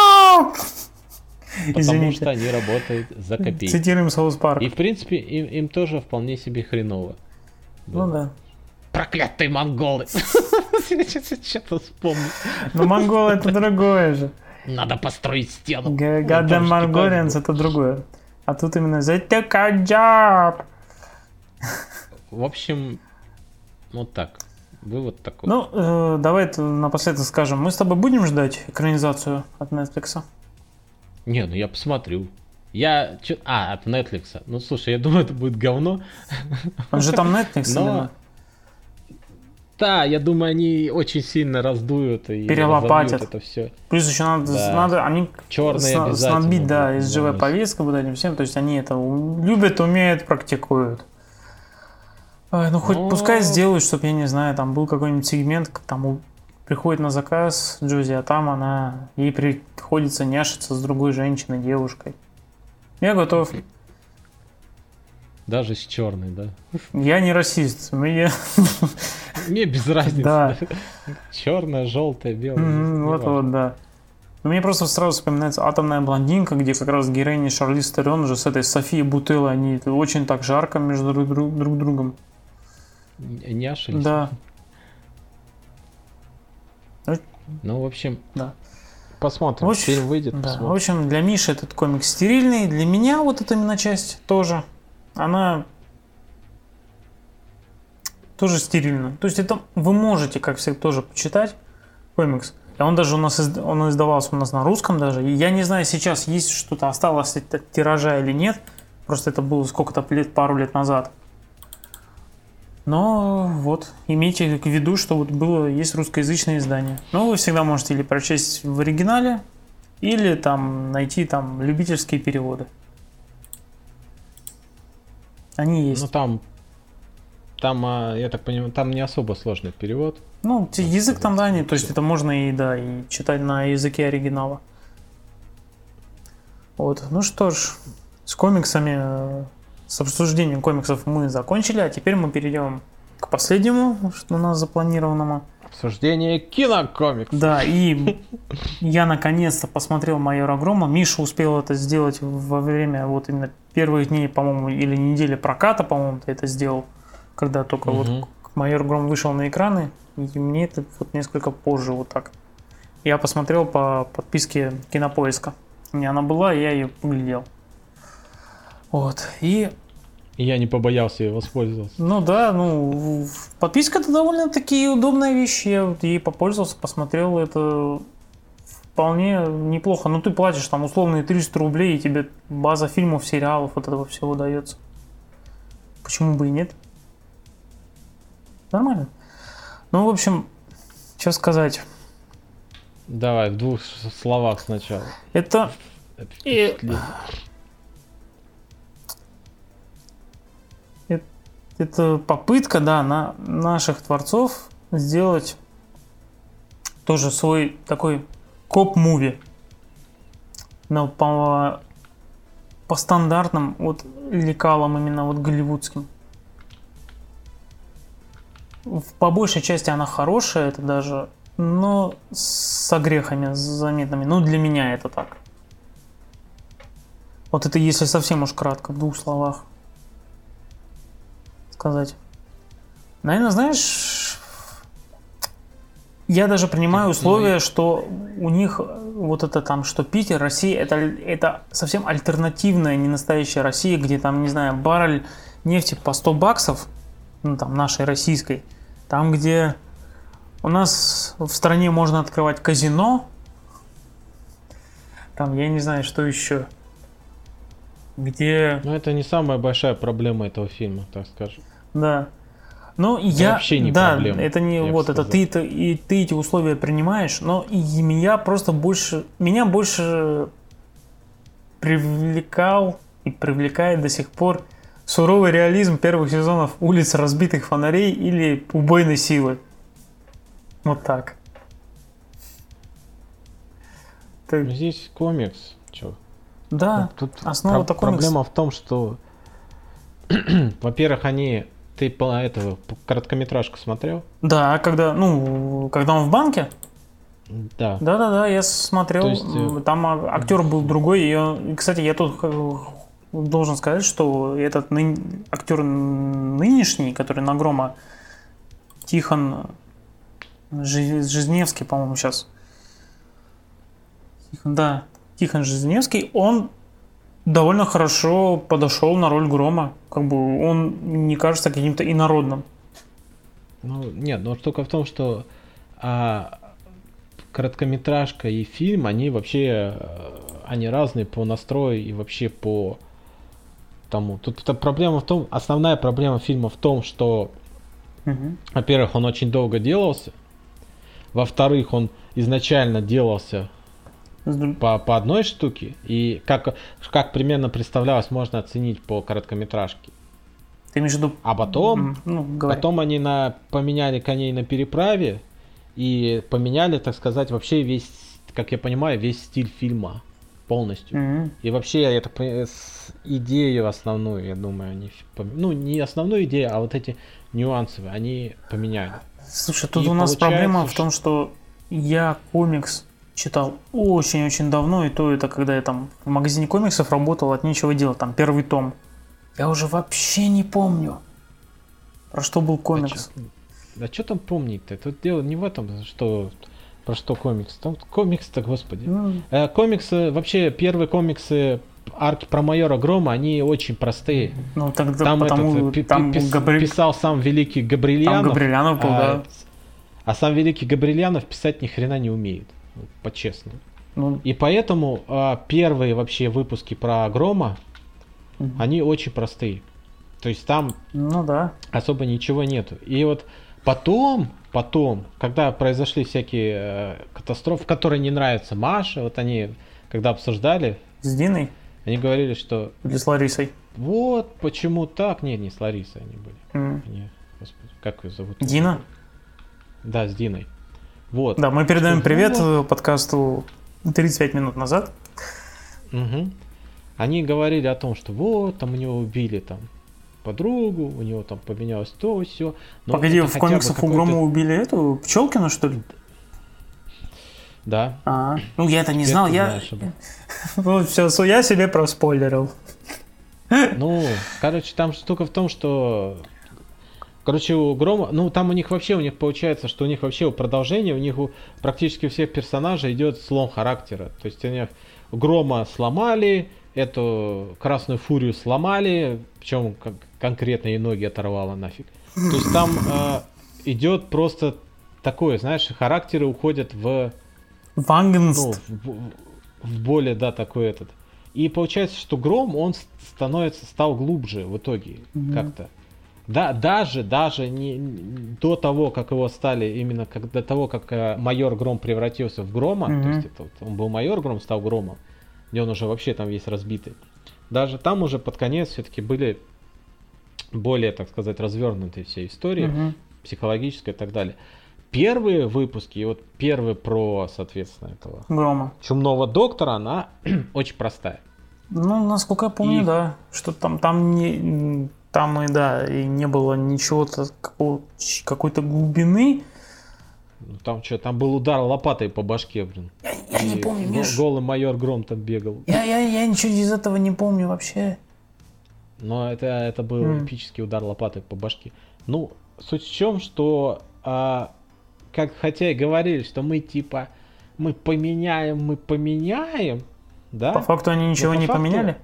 потому что они работают за копейки. Цитируем Саус Парк. И в принципе им тоже вполне себе хреново. Ну да. Проклятые монголы! Что-то вспомнил. Но монголы это другое же. Надо построить стену. Goddamn Mongolians это другое. А тут именно the job. В общем, вот так. Вывод такой. Ну, давай напоследок скажем. Мы с тобой будем ждать экранизацию от Netflix? Не, ну я посмотрю. От Netflix. Ну, слушай, я думаю, это будет говно. Он же там Netflix, но... Да, я думаю, они очень сильно раздуют и перелопатят это все. Плюс еще надо они черные снабить, да, СЖВ повесткой вот этим всем. То есть они это любят, умеют, практикуют. Ну, хоть пускай сделают, чтобы, я не знаю, там был какой-нибудь сегмент, там приходит на заказ Джози, а там ей приходится няшиться с другой женщиной, девушкой. Я готов. Даже с черной, да? Я не расист. Мне без разницы. Да. Черная, желтая, белая. Вот, да. Но мне просто сразу вспоминается «Атомная блондинка», где как раз героиня Шарлиз Терон уже с этой Софией Бутелло, они очень так жарко между друг другом. Няшились? Да. Ну, в общем, да. Посмотрим, фильм выйдет, да. посмотрим. В общем, для Миши этот комикс стерильный, для меня вот эта именно часть тоже. Она тоже стерильно. То есть это вы можете, как всегда, тоже почитать комикс. И он даже он издавался у нас на русском даже. И я не знаю, сейчас есть что-то осталось от тиража или нет. Просто это было сколько-то лет, пару лет назад. Но вот, имейте в виду, что вот есть русскоязычное издание. Но вы всегда можете или прочесть в оригинале, или там найти там любительские переводы. Они есть. Ну там, я так понимаю, там не особо сложный перевод. Ну, язык там, да, то есть это можно и читать на языке оригинала. Вот, ну что ж, с комиксами, с обсуждением комиксов мы закончили, а теперь мы перейдем к последнему, что у нас запланированному. Обсуждение кинокомиксов. Да, и я наконец-то посмотрел «Майора Грома». Миша успел это сделать во время вот именно первых дней, по-моему, или недели проката, по-моему, ты это сделал, когда только вот «Майор Гром» вышел на экраны, и мне это вот несколько позже вот так. Я посмотрел по подписке Кинопоиска. У меня она была, и я ее поглядел. Вот, и я не побоялся ей воспользоваться. Ну да, подписка это довольно-таки удобная вещь. Я вот ей попользовался, посмотрел, это вполне неплохо. Ну ты платишь там условные 300 рублей, и тебе база фильмов, сериалов, вот этого всего дается. Почему бы и нет? Нормально. Ну, в общем, что сказать. Давай, в 2 словах сначала. Это попытка, да, на наших творцов сделать тоже свой такой коп-муви. Но по стандартным вот лекалам именно вот голливудским. По большей части она хорошая, это даже, но с огрехами заметными. Ну, для меня это так. Вот это если совсем уж кратко, в 2 словах сказать. Наверное, знаешь, я даже принимаю условия, что у них вот это там, что Питер, Россия, это совсем альтернативная, не настоящая Россия, где там, не знаю, баррель нефти по 100 баксов, ну там нашей российской, там, где у нас в стране можно открывать казино, там, я не знаю, что еще, где... Ну, это не самая большая проблема этого фильма, так скажем. Да. Но это вообще не проблема. Это не вот это ты эти условия принимаешь, но и меня больше привлекал и привлекает до сих пор суровый реализм первых сезонов «Улиц разбитых фонарей» или «Убойной силы». Вот так. Здесь комикс. Чё? Да, тут основа-то комикс. Проблема в том, что во-первых, ты короткометражку смотрел? Да, когда он в банке? Да. Да, я смотрел. Есть, там актер был другой. И, кстати, я тут должен сказать, что этот актер нынешний, который на Грома, Тихон Жизневский, по-моему, сейчас. Тихон Жизневский, он довольно хорошо подошел на роль Грома. Как бы он не кажется каким-то инородным. Ну, нет, но штука в том, что короткометражка и фильм, они разные по настрою и вообще по тому. Тут проблема в том, основная проблема фильма в том, что, во-первых, он очень долго делался, во-вторых, он изначально делался по одной штуке, и как примерно представлялось, можно оценить по короткометражке. Ты имеешь в виду? А потом они поменяли коней на переправе и поменяли, так сказать, вообще весь, как я понимаю, весь стиль фильма полностью. И вообще идею основную, я думаю, они не основную идею, а вот эти нюансы они поменяли. Слушай, тут у нас проблема в том, что я комикс читал очень-очень давно, и то это когда я там в магазине комиксов работал, от нечего делать, там первый том. Я уже вообще не помню, про что был комикс. Да что там помнить-то? Тут дело не в этом, про что комикс. Там комикс-то, господи. Комиксы, вообще первые комиксы арки про майора Грома, они очень простые. Ну, тогда Там потому писал сам великий Габрилянов. Там Габрилянов был, да. А сам великий Габрилянов писать ни хрена не умеет, по-честному. Ну, И поэтому первые вообще выпуски про Грома, они очень простые. То есть там ну да. особо ничего нету. И вот потом, когда произошли всякие катастрофы, которые не нравятся Маше, вот они, когда обсуждали, С Диной они говорили, что или с Ларисой? вот почему так. Нет, не с Ларисой они были. Господи, как ее зовут? Дина? Да, с Диной. Вот. Да, мы передаем Что, привет вот. подкасту 35 минут назад. Угу. Они говорили о том, что вот, там у него убили там подругу, у него там поменялось то, все. Погоди, в комиксах у Грома убили эту Пчелкину, что ли? Да. Ну, я это не знал, Ну, все, я себе проспойлерил. Ну, короче, там штука в том, что... Короче, у Грома... Ну, там у них получается, что у них вообще у продолжения, у них практически у всех персонажей идет слом характера. То есть они Грома сломали, эту Красную Фурию сломали, причем конкретно ей ноги оторвало нафиг. То есть там идет просто такое, знаешь, характеры уходят в более, да, такой этот. И получается, что Гром, он стал глубже в итоге как-то. Да, даже не до того, как его стали, именно до того, как майор Гром превратился в Грома, то есть это, он был майор Гром, стал Громом, где он уже вообще там весь разбитый. Даже там уже под конец все-таки были более, так сказать, развернутые все истории, психологическая и так далее. Первые выпуски, и вот первый про, соответственно, этого Грома. Чумного доктора, она очень простая. Ну, насколько я помню, да, что там и не было ничего-то, какой-то глубины. Там что, там был удар лопатой по башке, блин. Я не помню, Миш. Голый майор Гром там бегал. Я ничего из этого не помню вообще. Но это был эпический удар лопатой по башке. Ну, суть в чем, что хотя и говорили, что мы поменяем, да? По факту они ничего не поменяли?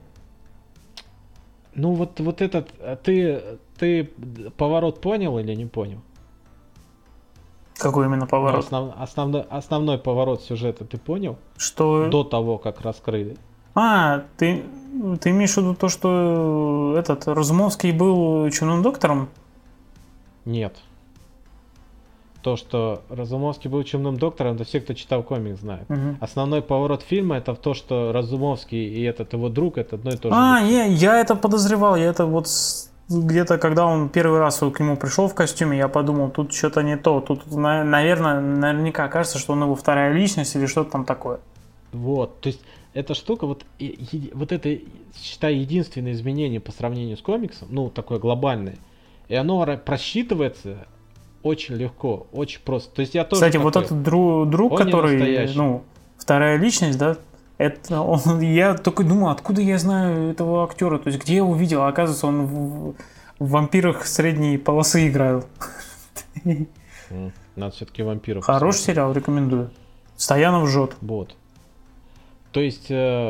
Ну вот этот, ты поворот понял или не понял? Какой именно поворот? Основной поворот сюжета ты понял? Что? До того, как раскрыли. Ты имеешь в виду то, что этот Разумовский был Чумным доктором? Нет. То, что Разумовский был Чумным доктором, это все, кто читал комикс, знают. Основной поворот фильма это в то, что Разумовский и этот его друг это одно и то же. Я это подозревал, я это вот где-то, когда он первый раз к нему пришел в костюме, я подумал, тут что-то не то, тут, наверняка кажется, что он его вторая личность или что-то там такое. Вот, то есть эта штука, вот это, считай, единственное изменение по сравнению с комиксом, ну, такое глобальное, и оно просчитывается очень легко, очень просто. То есть я тоже. Кстати, вот этот друг, который, вторая личность, да, я только думаю, откуда я знаю этого актера, то есть где я его видел, а оказывается, он в «Вампирах» средней полосы играл. Надо все-таки «Вампиров». Хороший сериал, рекомендую. Стоянов жжет. Вот. То есть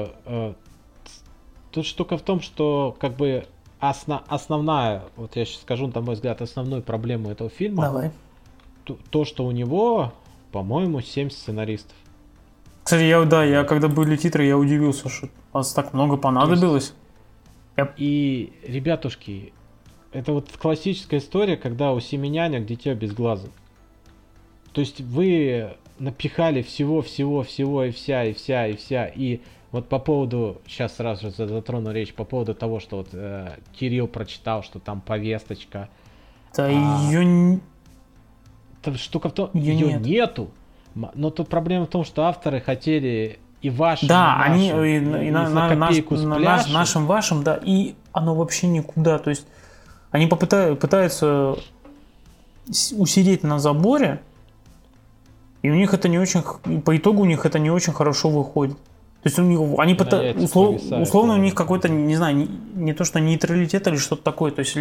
тут штука в том, что как бы основная, вот я сейчас скажу, на мой взгляд, основную проблему этого фильма. Давай. То, что у него, по-моему, 7 сценаристов. Кстати, я когда были титры, я удивился, что вас так много понадобилось. И, ребятушки, это вот классическая история, когда у 7 нянек дитя без глаза. То есть вы напихали всего, и вся. И вот по поводу, сейчас сразу же затрону речь, по поводу того, что вот Кирилл прочитал, что там повесточка. Да ее... Штука в том, ее нету. Но тут проблема в том, что авторы хотели и вашим, да, и нашим, они и на копейку нашим, вашим, да, и оно вообще никуда. То есть они пытаются усидеть на заборе, и у них это не очень, по итогу у них это не очень хорошо выходит. То есть они условно у них какой-то, не знаю, не то что нейтралитет или что-то такое, то есть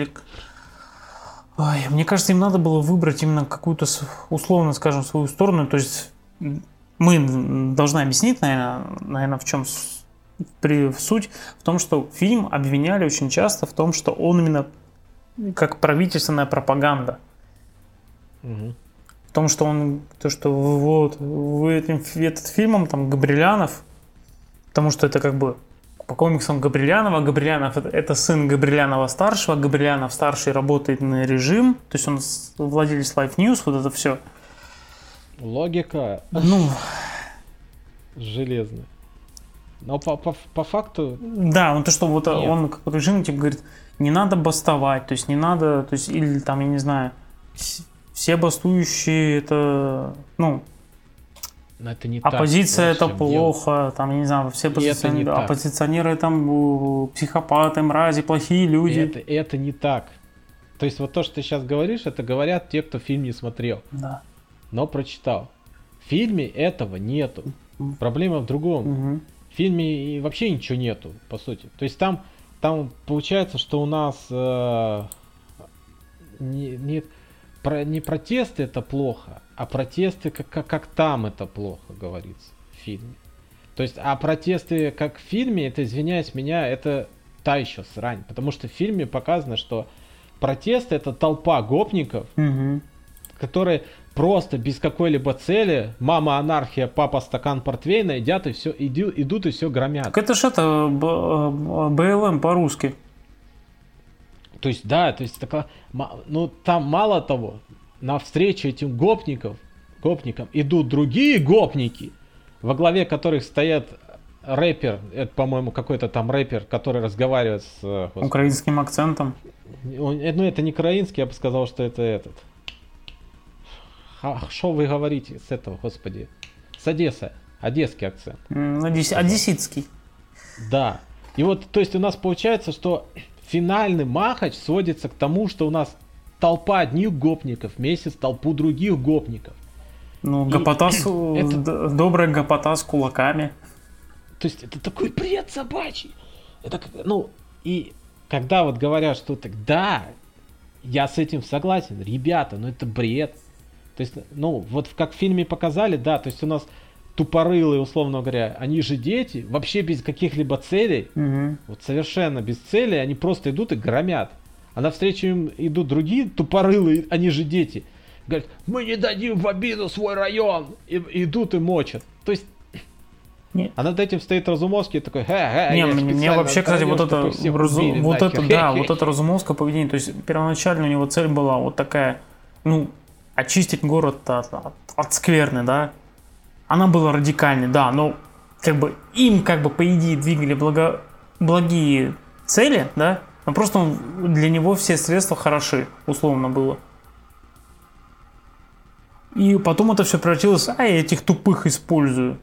мне кажется, им надо было выбрать именно какую-то, условно скажем, свою сторону. То есть мы должны объяснить, наверное, в чем Суть в том, что фильм обвиняли очень часто в том, что он именно как правительственная пропаганда. В том, что этот фильмом там Габрилянов, потому что это как бы по комиксам Габрилянова, Габрилянов это сын Габрилянова старшего, Габрилянов старший работает на режим, то есть он владелец Life News, вот это все. Логика железная. Но по факту... Да, то, что вот он как режим типа говорит, не надо бастовать, то есть не надо, то есть или там, я не знаю, все бастующие это, но это не оппозиция так, это плохо, дело. Там, я не знаю, все оппозиционеры там психопаты, мрази, плохие люди. Это не так. То есть вот то, что ты сейчас говоришь, это говорят те, кто фильм не смотрел, но прочитал. В фильме этого нету. Проблема в другом. В фильме вообще ничего нету, по сути. То есть там получается, что у нас не протесты это плохо, а протесты как там это плохо, говорится в фильме. То есть, а протесты как в фильме, это, извиняюсь меня, это та еще срань. Потому что в фильме показано, что протесты это толпа гопников, которые просто без какой-либо цели, мама анархия, папа стакан портвейна, идут и все громят. Так это ж это БЛМ по-русски. То есть, да, то есть такая, ну там мало того, навстречу этим гопникам идут другие гопники, во главе которых стоят рэпер, это, по-моему, какой-то там рэпер, который разговаривает с... украинским акцентом. Ну, это не украинский, я бы сказал, что это этот. Что вы говорите с этого, господи? С Одессы. Одесский акцент. Одесситский. Да. И вот, то есть у нас получается, что финальный махач сводится к тому, что у нас толпа одних гопников вместе с толпу других гопников. Ну, гопота добрая гопота с кулаками. То есть это такой бред собачий. Это, и когда вот говорят, что так, да, я с этим согласен, ребята, но это бред. То есть, вот как в фильме показали, да, то есть у нас тупорылые, условно говоря, они же дети, вообще без каких-либо целей, вот совершенно без целей, они просто идут и громят. А навстречу им идут другие тупорылые, они же дети. Говорят, мы не дадим в обиду свой район. И идут и мочат. То есть, нет. А над этим стоит Разумовский такой, мне вообще, кстати, вот это разумовское поведение, то есть первоначально у него цель была вот такая, очистить город от скверны, да. Она была радикальной, да, но им по идее двигали благие цели, да, но просто для него все средства хороши, условно было. И потом это все превратилось, я этих тупых использую.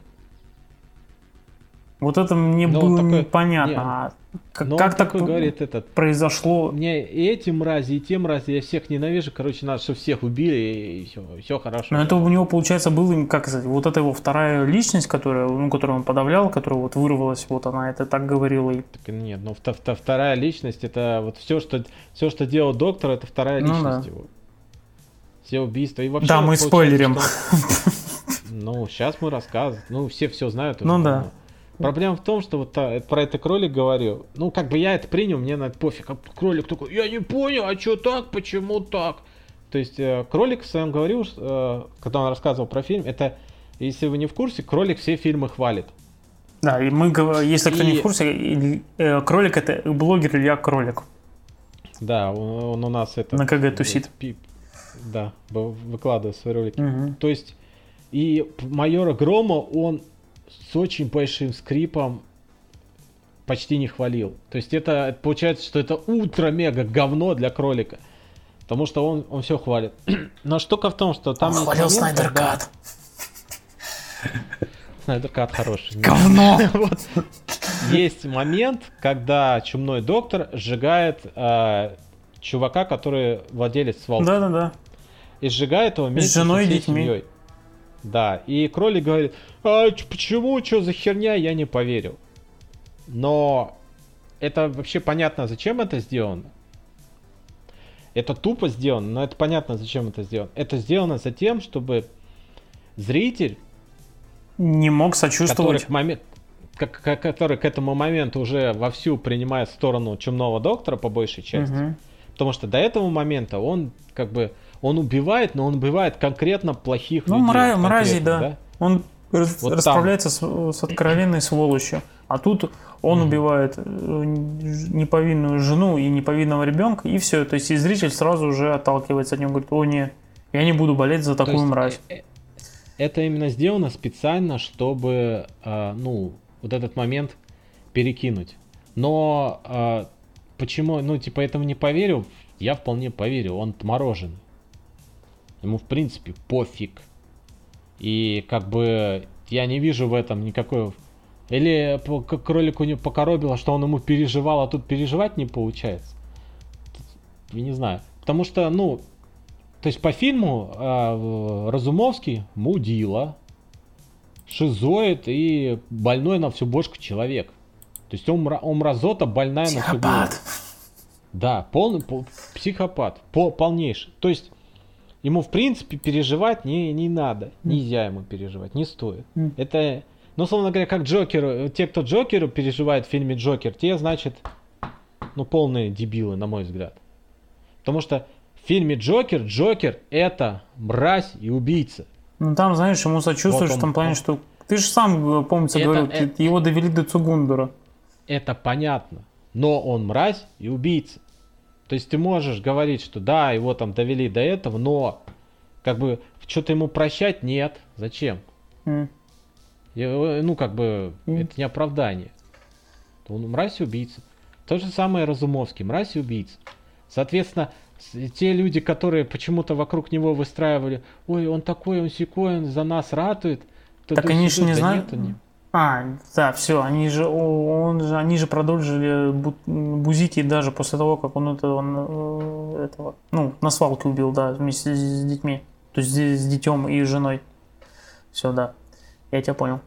Вот это мне было непонятно. Как так говорит произошло? Мне и эти мрази, и те мрази, я всех ненавижу. Короче, надо, чтобы всех убили, и все хорошо. Но это у него, получается, было, как сказать, вот эта его вторая личность, которую он подавлял, которая вот вырвалась, вот она это так говорила. Так нет, вторая личность, это вот все, что делал доктор, это вторая личность его. Все убийства. И вообще, да, мы спойлерим. Сейчас мы рассказываем. Все знают. Да. Проблема в том, что вот про это кролик говорил. Я это принял, мне на это пофиг. А кролик такой, я не понял, а что так, почему так? То есть кролик в своем говорил, когда он рассказывал про фильм, это, если вы не в курсе, кролик все фильмы хвалит. Да, и если кто не в курсе, кролик это блогер Илья Кролик. Да, он у нас это... На КГ тусит. Да, выкладывает свои ролики. То есть, и майора Грома он с очень большим скрипом почти не хвалил. То есть это получается, что это ультра-мега говно для кролика. Потому что он все хвалит. Но штука в том, что там... Он хвалил Снайдер Кат. Снайдер Кат хороший. Говно! Есть момент, когда чумной доктор сжигает чувака, который владелец свалки. Да. И сжигает его вместе с женой со всей и детьми. Семьей. Да, и кролик говорит, почему, что за херня, я не поверил. Но это вообще понятно, зачем это сделано. Это тупо сделано, но это понятно, зачем это сделано. Это сделано за тем, чтобы зритель не мог сочувствовать. который к этому моменту уже вовсю принимает сторону Чумного доктора по большей части. Потому что до этого момента он как бы он убивает, но он убивает конкретно плохих людей. Мрази, да. Он расправляется с откровенной сволочью. А тут он убивает неповинную жену и неповинного ребенка, и все. То есть и зритель сразу уже отталкивается от него, говорит: о нет, я не буду болеть за такую мразь. Это именно сделано специально, чтобы, вот этот момент перекинуть. Но почему, этому не поверил? Я вполне поверил, он отмороженный. Ему, в принципе, пофиг. И как бы я не вижу в этом никакой... Или кролику не покоробило, что он ему переживал, а тут переживать не получается. Я не знаю. Потому что, то есть по фильму Разумовский мудила, шизоид и больной на всю бошку человек. То есть он мразота, больная на всю голову. Да, полный психопат, полнейший. То есть ему, в принципе, переживать не надо. Нельзя ему переживать, не стоит. Это, условно говоря, как Джокеру. Те, кто Джокеру переживает в фильме Джокер, те, значит, полные дебилы, на мой взгляд. Потому что в фильме Джокер это мразь и убийца. Там, знаешь, ему сочувствуешь в том плане, что... Ты же сам, помнится, говорил, его довели до Цугундера. Это понятно. Но он мразь и убийца. То есть ты можешь говорить, что да, его там довели до этого, но как бы что-то ему прощать нет. Зачем? Это не оправдание. Он мразь и убийца. То же самое Разумовский, мразь и убийца. Соответственно, те люди, которые почему-то вокруг него выстраивали: ой, он такой, он сякой, он за нас ратует. Так они же не знают. Да, все, они же продолжили бузить и даже после того, как он этого на свалке убил, да, вместе с детьми. То есть с детем и женой. Все, да. Я тебя понял.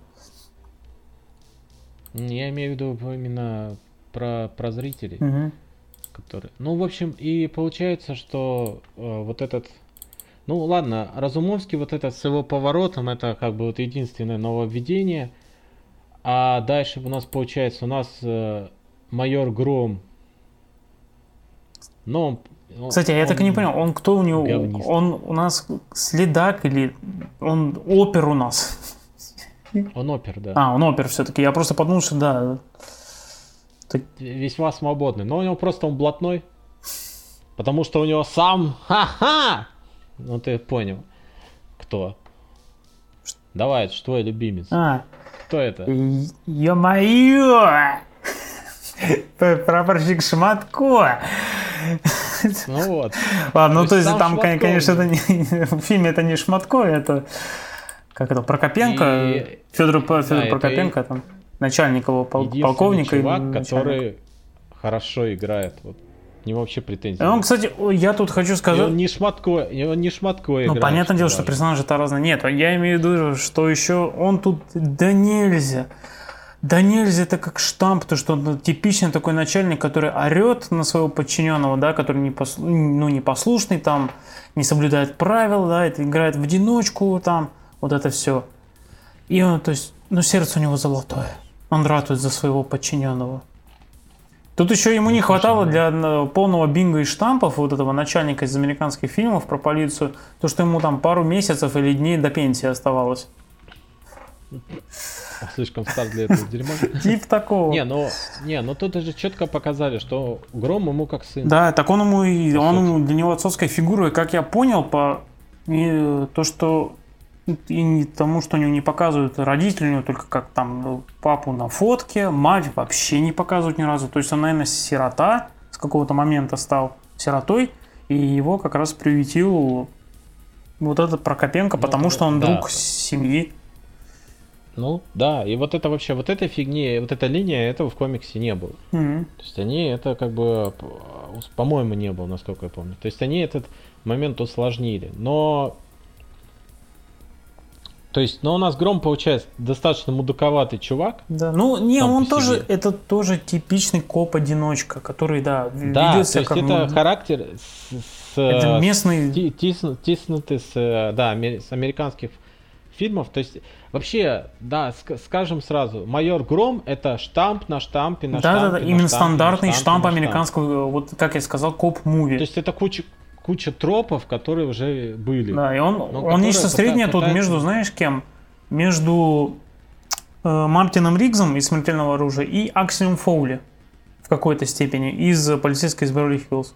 Я имею в виду именно про зрителей. Которые... в общем, и получается, что вот этот... ладно, Разумовский вот этот с его поворотом, это как бы вот единственное нововведение. А дальше у нас получается, майор Гром. Кстати, я так и не понял, он кто у него? Говнист. Он у нас следак или он опер у нас? Он опер, да. Он опер все-таки. Я просто подумал, что да. Весьма свободный. Но у него просто он блатной. Потому что у него сам... Ха-ха! Ты понял. Кто? Давай, это твой любимец. Кто это? Ё-моё! Прапорщик Шматко. Вот. Ладно, то есть там, конечно, в фильме это не Шматко, это... Как это? Прокопенко? Федор Прокопенко, там, начальник его полковника. Чувак, который хорошо играет. Вот. К нему вообще претензий. Он, кстати, я тут хочу сказать... Он не Шматко играет. Понятное дело, что персонажи-то разные. Нет, я имею в виду, что еще он тут да нельзя. Да нельзя, это как штамп, то что он типичный такой начальник, который орет на своего подчиненного, да, который непослушный, там, не соблюдает правил, да, это играет в одиночку, там, вот это все. И он, то есть, сердце у него золотое. Он ратует за своего подчиненного. Тут еще ему не хватало для полного бинго и штампов вот этого начальника из американских фильмов про полицию, то, что ему там пару месяцев или дней до пенсии оставалось. Слишком стар для этого дерьма. Тип такого. Но тут же четко показали, что Гром ему как сын. Да, так он ему для него отцовская фигура, и как я понял, то, что и тому, что у него не показывают родители, у него только как там папу на фотке, мать вообще не показывают ни разу. То есть он, наверное, сирота, с какого-то момента стал сиротой, и его как раз приютил вот этот Прокопенко, потому что он друг семьи. Да, и вот это вообще, вот этой фигни, вот эта линия, этого в комиксе не было. То есть они это как бы, по-моему, не было, насколько я помню. То есть они этот момент усложнили, но... То есть, у нас Гром, получается, достаточно мудаковатый чувак. Да, он тоже, это тоже типичный коп-одиночка, который, ведется как... это характер это местный... Тиснутый с американских фильмов. То есть, вообще, да, скажем сразу, «Майор Гром» — это штамп на штампе на штампе. Да-да-да, именно стандартный штамп американского, вот как я сказал, коп-муви. То есть это куча тропов, которые уже были. Да, и он нечто среднее тут между, знаешь, кем? Между Мартином Риггсом из «Смертельного оружия» и Акселем Фоули в какой-то степени из «Полицейской из Беверли-Хиллз».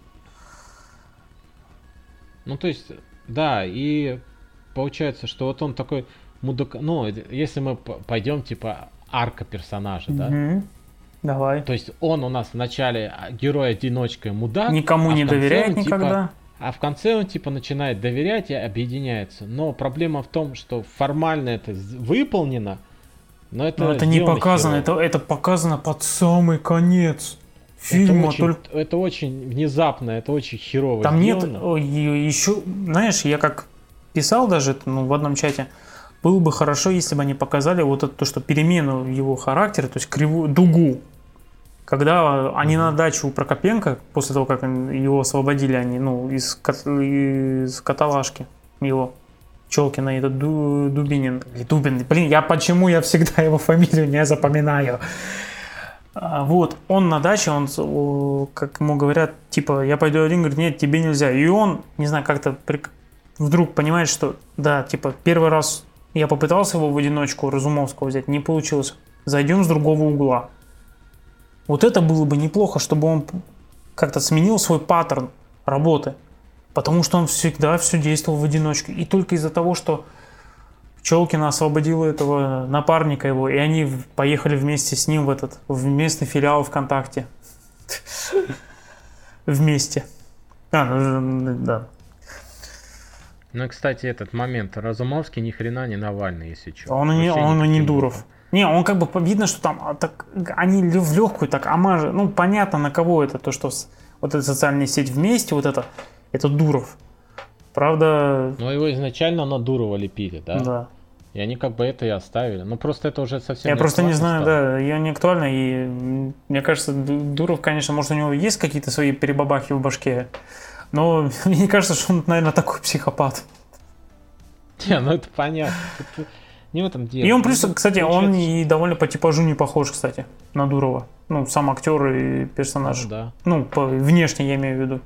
Ну, то есть, да, и получается, что вот он такой мудак... Ну, если мы пойдем, типа, арка персонажа, да? Давай. То есть он у нас в начале герой-одиночка мудак. Никому не доверяет никогда. А в конце он, типа, начинает доверять и объединяется. Но проблема в том, что формально это выполнено, но это не показано, это показано под самый конец фильма. Это очень внезапно, это очень херово там сделано. Нет, еще, знаешь, я как писал даже в одном чате, было бы хорошо, если бы они показали вот это, то, что перемену его характера, то есть кривую дугу. Когда они на дачу у Прокопенко, после того, как его освободили, они, из каталажки его, Пчелкина, этот Дубинин, или Дубин, почему я всегда его фамилию не запоминаю. Вот, он на даче, он, как ему говорят, типа, я пойду один, говорит, нет, тебе нельзя. И он, не знаю, как-то вдруг понимает, что, да, типа, первый раз я попытался его в одиночку Разумовского взять, не получилось. Зайдем с другого угла. Вот это было бы неплохо, чтобы он как-то сменил свой паттерн работы. Потому что он всегда все действовал в одиночку. И только из-за того, что Пчелкина освободила этого напарника его, и они поехали вместе с ним в местный филиал ВКонтакте. Вместе. Да. Ну, кстати, этот момент. Разумовский ни хрена не Навальный, если что. Он и не Дуров. Не, он как бы видно, что там так, они в легкую так омажи. Ну, понятно, на кого это, то, что вот эта социальная сеть вместе, вот это Дуров. Правда... Ну, его изначально на Дурова лепили, да? Да. И они как бы это и оставили. Ну, просто это уже совсем я не просто не знаю, стало. да, я не актуально. И мне кажется, Дуров, конечно, может, у него есть какие-то свои перебабахи в башке. Но мне не кажется, что он, наверное, такой психопат. Не, ну это понятно. Не в этом дело. И он плюс, кстати, он и довольно по типажу не похож, кстати, на Дурова. Ну, сам актер и персонаж. Да. Ну, внешне я имею в виду.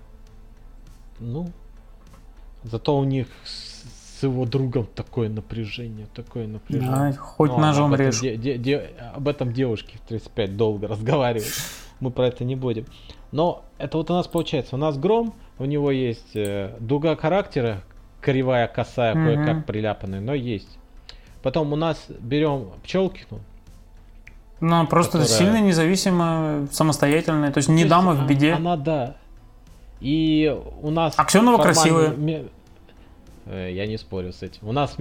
Ну, зато у них с его другом такое напряжение. Да, хоть ножом режь. Об этом девушки в 35 долго разговаривают. Мы про это не будем. Но это вот у нас получается. У нас Гром, у него есть дуга характера, кривая, косая, кое-как приляпанная, но есть. Потом у нас берем Пчелкину. Ну, просто сильно независимая, самостоятельная, то есть не дама в беде. Она, да. И у нас... Аксенова красивая. Я не спорю с этим. У нас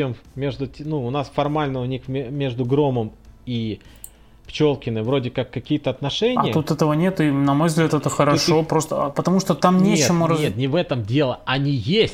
у нас формально у них между Громом и Пчелкиной вроде как какие-то отношения. А тут этого нет, и на мой взгляд это хорошо, просто потому что там нечему... Нет, не в этом дело. Они есть.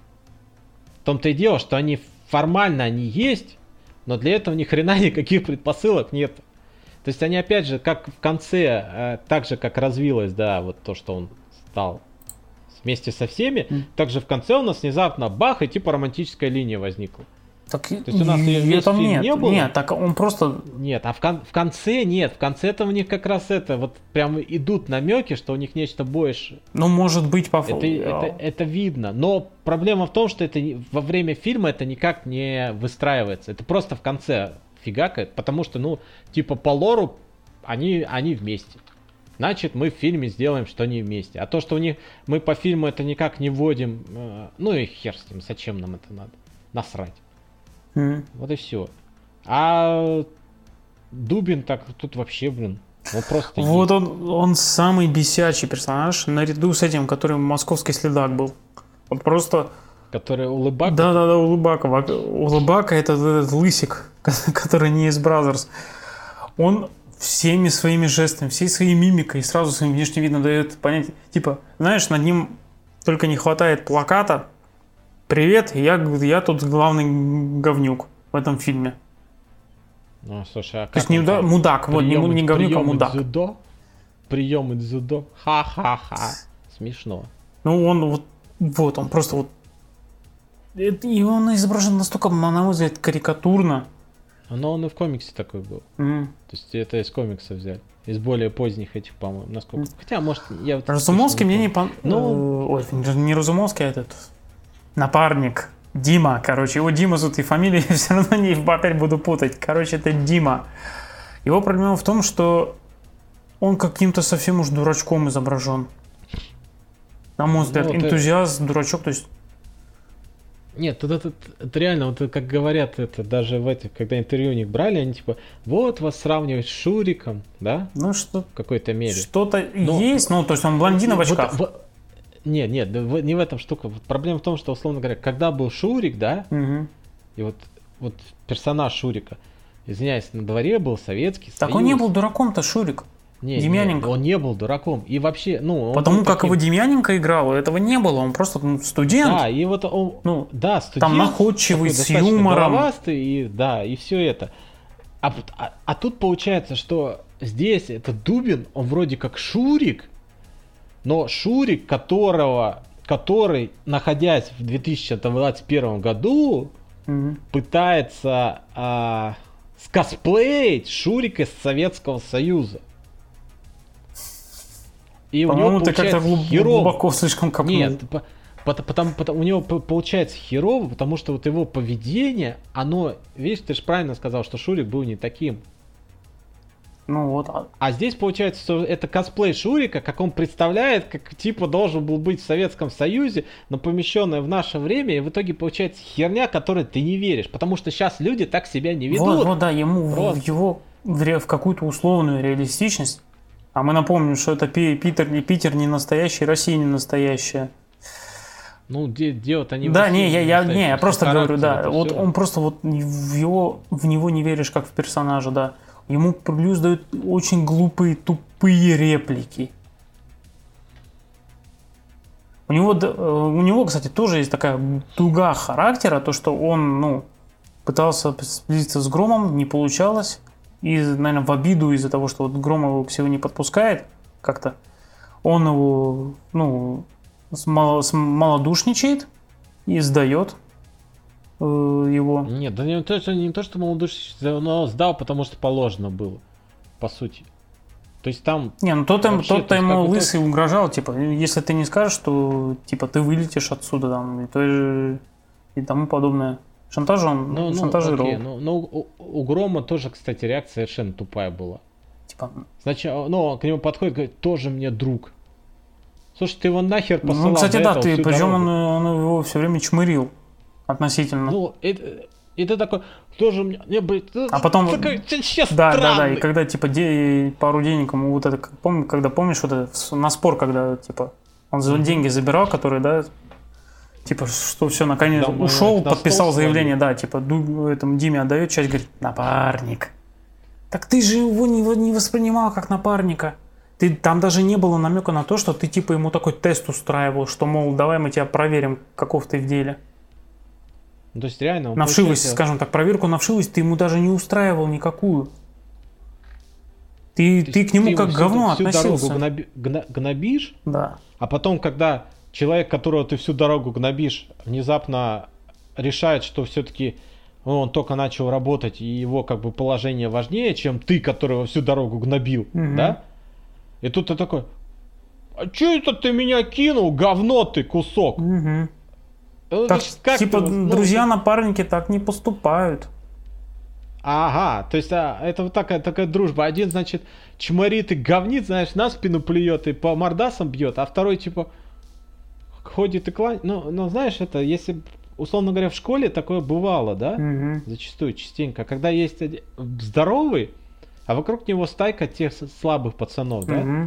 В том-то и дело, что они формально есть, но для этого ни хрена никаких предпосылок нет. То есть они опять же, как в конце, так же как развилось, да, вот то, что он стал вместе со всеми, так же в конце у нас внезапно бах, и типа романтическая линия возникла. Так, то есть у нас весь фильм нет, не было. Нет, так он просто... Нет, а в конце нет. В конце-то у них как раз это, вот прям идут намеки, что у них нечто больше. Ну, может быть, это видно. Но проблема в том, что это во время фильма это никак не выстраивается. Это просто в конце фигакает, потому что, ну, типа по лору они вместе. Значит, мы в фильме сделаем, что они вместе. А то, что у них мы по фильму это никак не вводим, ну и хер с ним, зачем нам это надо? Насрать. Вот и все. А Дубин так тут вообще, блин, он просто... Вот он самый бесячий персонаж, наряду с этим, который московский следак был. Он просто... Который Улыбака? Да, Улыбака. Улыбака это этот лысик, который не из Бразерс. Он всеми своими жестами, всей своей мимикой, сразу своим внешним видом дает понять, типа, знаешь, над ним только не хватает плаката «Привет, я тут главный говнюк в этом фильме». Ну, слушай, а как... То есть не мудак, вот, не говнюк, а мудак. Прием из дзюдо. Ха-ха-ха. Смешно. Ну, он он просто вот... И он изображен настолько, на мой взгляд, карикатурно. Но он и в комиксе такой был. То есть это из комикса взяли. Из более поздних этих, по-моему, насколько. Хотя, может, я вот... Разумовский мне не понравился. Ой, не Разумовский, а этот... Напарник. Дима, короче. Его Дима зовут, и фамилию я все равно опять буду путать. Короче, это Дима. Его проблема в том, что он каким-то совсем уж дурачком изображен. На мой взгляд, энтузиаст, дурачок, то есть... Нет, это реально, вот как говорят, это даже в этих, когда интервью у них брали, они типа, вот вас сравнивают с Шуриком, да? Ну что, в какой-то мере. Что-то есть, ну то есть он блондин в очках. Нет, не в этом штука. Проблема в том, что, условно говоря, когда был Шурик, да, и вот персонаж Шурика, извиняюсь, на дворе был Советский Союз. Так он не был дураком-то, Шурик. Демьяненко. Он не был дураком. И вообще, потому как его Демьяненко играл, этого не было. Он просто студент. Да, и вот он, студент. Там находчивый, с юмором. И все это. А тут получается, что здесь этот Дубин, он вроде как Шурик, но Шурик, который, находясь в 2021 году, пытается скосплеить Шурика из Советского Союза. И у него ты как-то глубоко слишком копнул. Нет, потому у него получается херово, потому что вот его поведение, оно, видишь, ты же правильно сказал, что Шурик был не таким. А здесь получается, что это косплей Шурика, как он представляет, как типа должен был быть в Советском Союзе, но помещенное в наше время, и в итоге получается херня, которой ты не веришь, потому что сейчас люди так себя не ведут. Ему в какую-то условную реалистичность. А мы напомним, что это Питер не настоящий, Россия не настоящая. Дело-то не да, я просто говорю, да. Вот он просто в него не веришь, как в персонажа, да. Ему плюс дают очень глупые, тупые реплики. У него, кстати, тоже есть такая дуга характера, то, что он, пытался сблизиться с Громом, не получалось. И, наверное, в обиду из-за того, что Гром его к себе не подпускает как-то, он его, смалодушничает и сдает его. Нет, да не то, что малодушничает, но сдал, потому что положено было, по сути. То есть там... Тот-то ему лысый угрожал, типа, если ты не скажешь, то, типа, ты вылетишь отсюда, там, и тому подобное. Шантаж он шантажировал. У Грома тоже, кстати, реакция совершенно тупая была. Типа... Сначала, к нему подходит, говорит, тоже мне друг. Слушай, ты его нахер посылал. Кстати, да, причем он его все время чмырил относительно. И ты такой, тоже мне... А потом... Да, и когда, типа, пару денег ему вот это... Помнишь, вот это, на спор, когда, типа, он деньги забирал, которые, да... Типа, что все, наконец ушел, подписал заявление, да, типа, этому Диме отдает часть, говорит, напарник. Так ты же его не воспринимал как напарника. Там даже не было намека на то, что ты, типа, ему такой тест устраивал, что, мол, давай мы тебя проверим, каков ты в деле. То есть реально... На вшивость, скажем так, проверку на вшивость ты ему даже не устраивал никакую. Ты к нему как говно относился. Всю дорогу гнобишь, да. А потом, когда... Человек, которого ты всю дорогу гнобишь, внезапно решает, что все-таки он только начал работать, и его как бы положение важнее, чем ты, которого всю дорогу гнобил, да? И тут ты такой, а че это ты меня кинул, говно ты, кусок? Друзья-напарники так не поступают. Ага, то есть это вот такая дружба. Один, значит, чморит и говнит, знаешь, на спину плюет и по мордасам бьет, а второй, типа... ходит и кланяется. Ну, знаешь, это, если, условно говоря, в школе такое бывало, да? Зачастую, частенько. Когда есть здоровый, а вокруг него стайка тех слабых пацанов, да?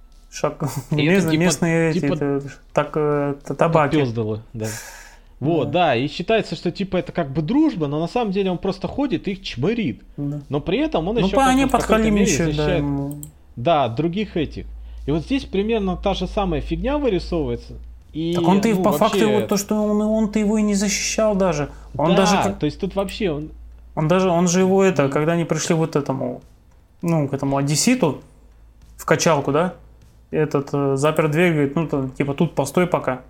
Местные табаки. Да. Вот, да, и считается, что типа это как бы дружба, но на самом деле он просто ходит и их чмырит. Но при этом он еще они подхалимища, защищает, да, других этих. И вот здесь примерно та же самая фигня вырисовывается. И, так он-то по факту то, что он-то его и не защищал даже. Он даже то есть тут вообще он же его когда они пришли вот этому, к этому одесситу в качалку, да, запер дверь, говорит, типа тут постой пока.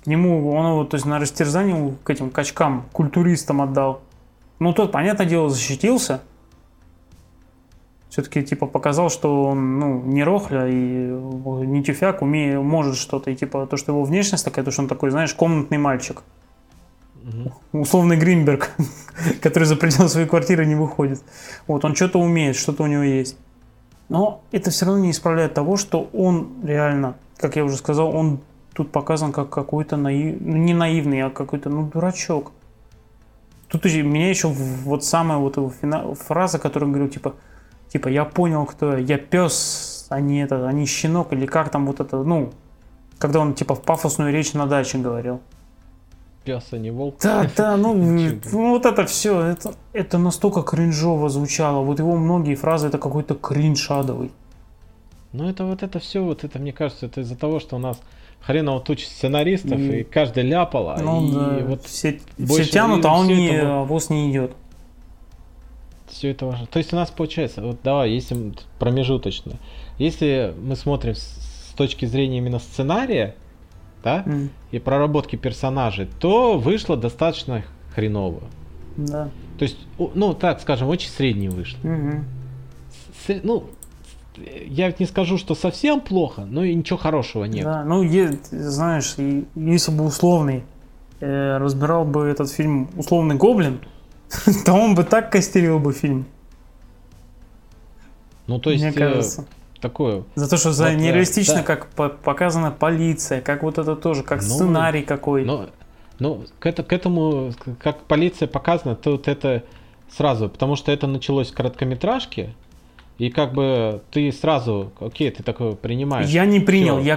К нему, он его, то есть на растерзание к этим качкам, культуристам отдал. Ну, тот, понятное дело, защитился. Все-таки, типа, показал, что он, ну, не рохля и не тюфяк, может что-то. И, типа, то, что его внешность такая, то, что он такой, знаешь, комнатный мальчик. Условный Гринберг, который за пределы своей квартиры не выходит. Вот, он что-то умеет, что-то у него есть. Но это все равно не исправляет того, что он реально, как я уже сказал, он тут показан как какой-то не наивный, а какой-то, ну, дурачок. Тут меня еще вот самая вот его фраза, которую он говорил, типа, я понял, кто я пес, а не щенок, или как там вот это, ну, когда он, типа, в пафосную речь на даче говорил. Пес, а не волк. Да, ну вот это все, это настолько кринжово звучало. Вот его многие фразы, это какой-то кринж адовый. Ну это вот это все, вот это, мне кажется, это из-за того, что у нас хреново туча сценаристов, и каждый ляпал, ну, и да, вот все тянут, а он ВОЗ не идет. Все это важно. То есть у нас получается, вот давай, если промежуточно, если мы смотрим с точки зрения именно сценария, да, и проработки персонажей, то вышло достаточно хреново. Да. То есть, ну, так скажем, очень средний вышло. Ну, я не скажу, что совсем плохо, но и ничего хорошего нет. Да, ну, знаешь, если бы условный разбирал бы этот фильм «Условный гоблин», то он бы так костерил бы фильм. Ну, то есть, мне кажется. Такое. За то, что вот, нереалистично, да. Как показана полиция, как вот это тоже, как сценарий какой. Ну, к этому, как полиция показана, то вот это сразу, потому что это началось с короткометражки, и как бы ты сразу, окей, ты такое принимаешь. Я не принял, я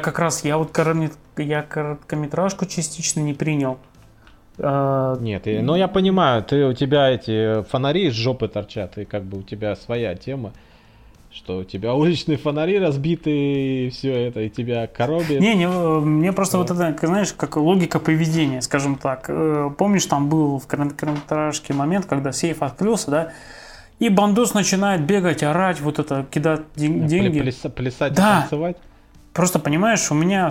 короткометражку частично не принял. Нет, но я понимаю, у тебя эти фонари из жопы торчат, и как бы у тебя своя тема. Что у тебя уличные фонари разбиты, и все это, и тебя коробит. Мне просто вот это, знаешь, как логика поведения, скажем так. Помнишь, там был в короткометражке момент, когда сейф открылся, да, и бандос начинает бегать, орать, вот это, кидать деньги. Плясать, да. Танцевать. Просто, понимаешь, у меня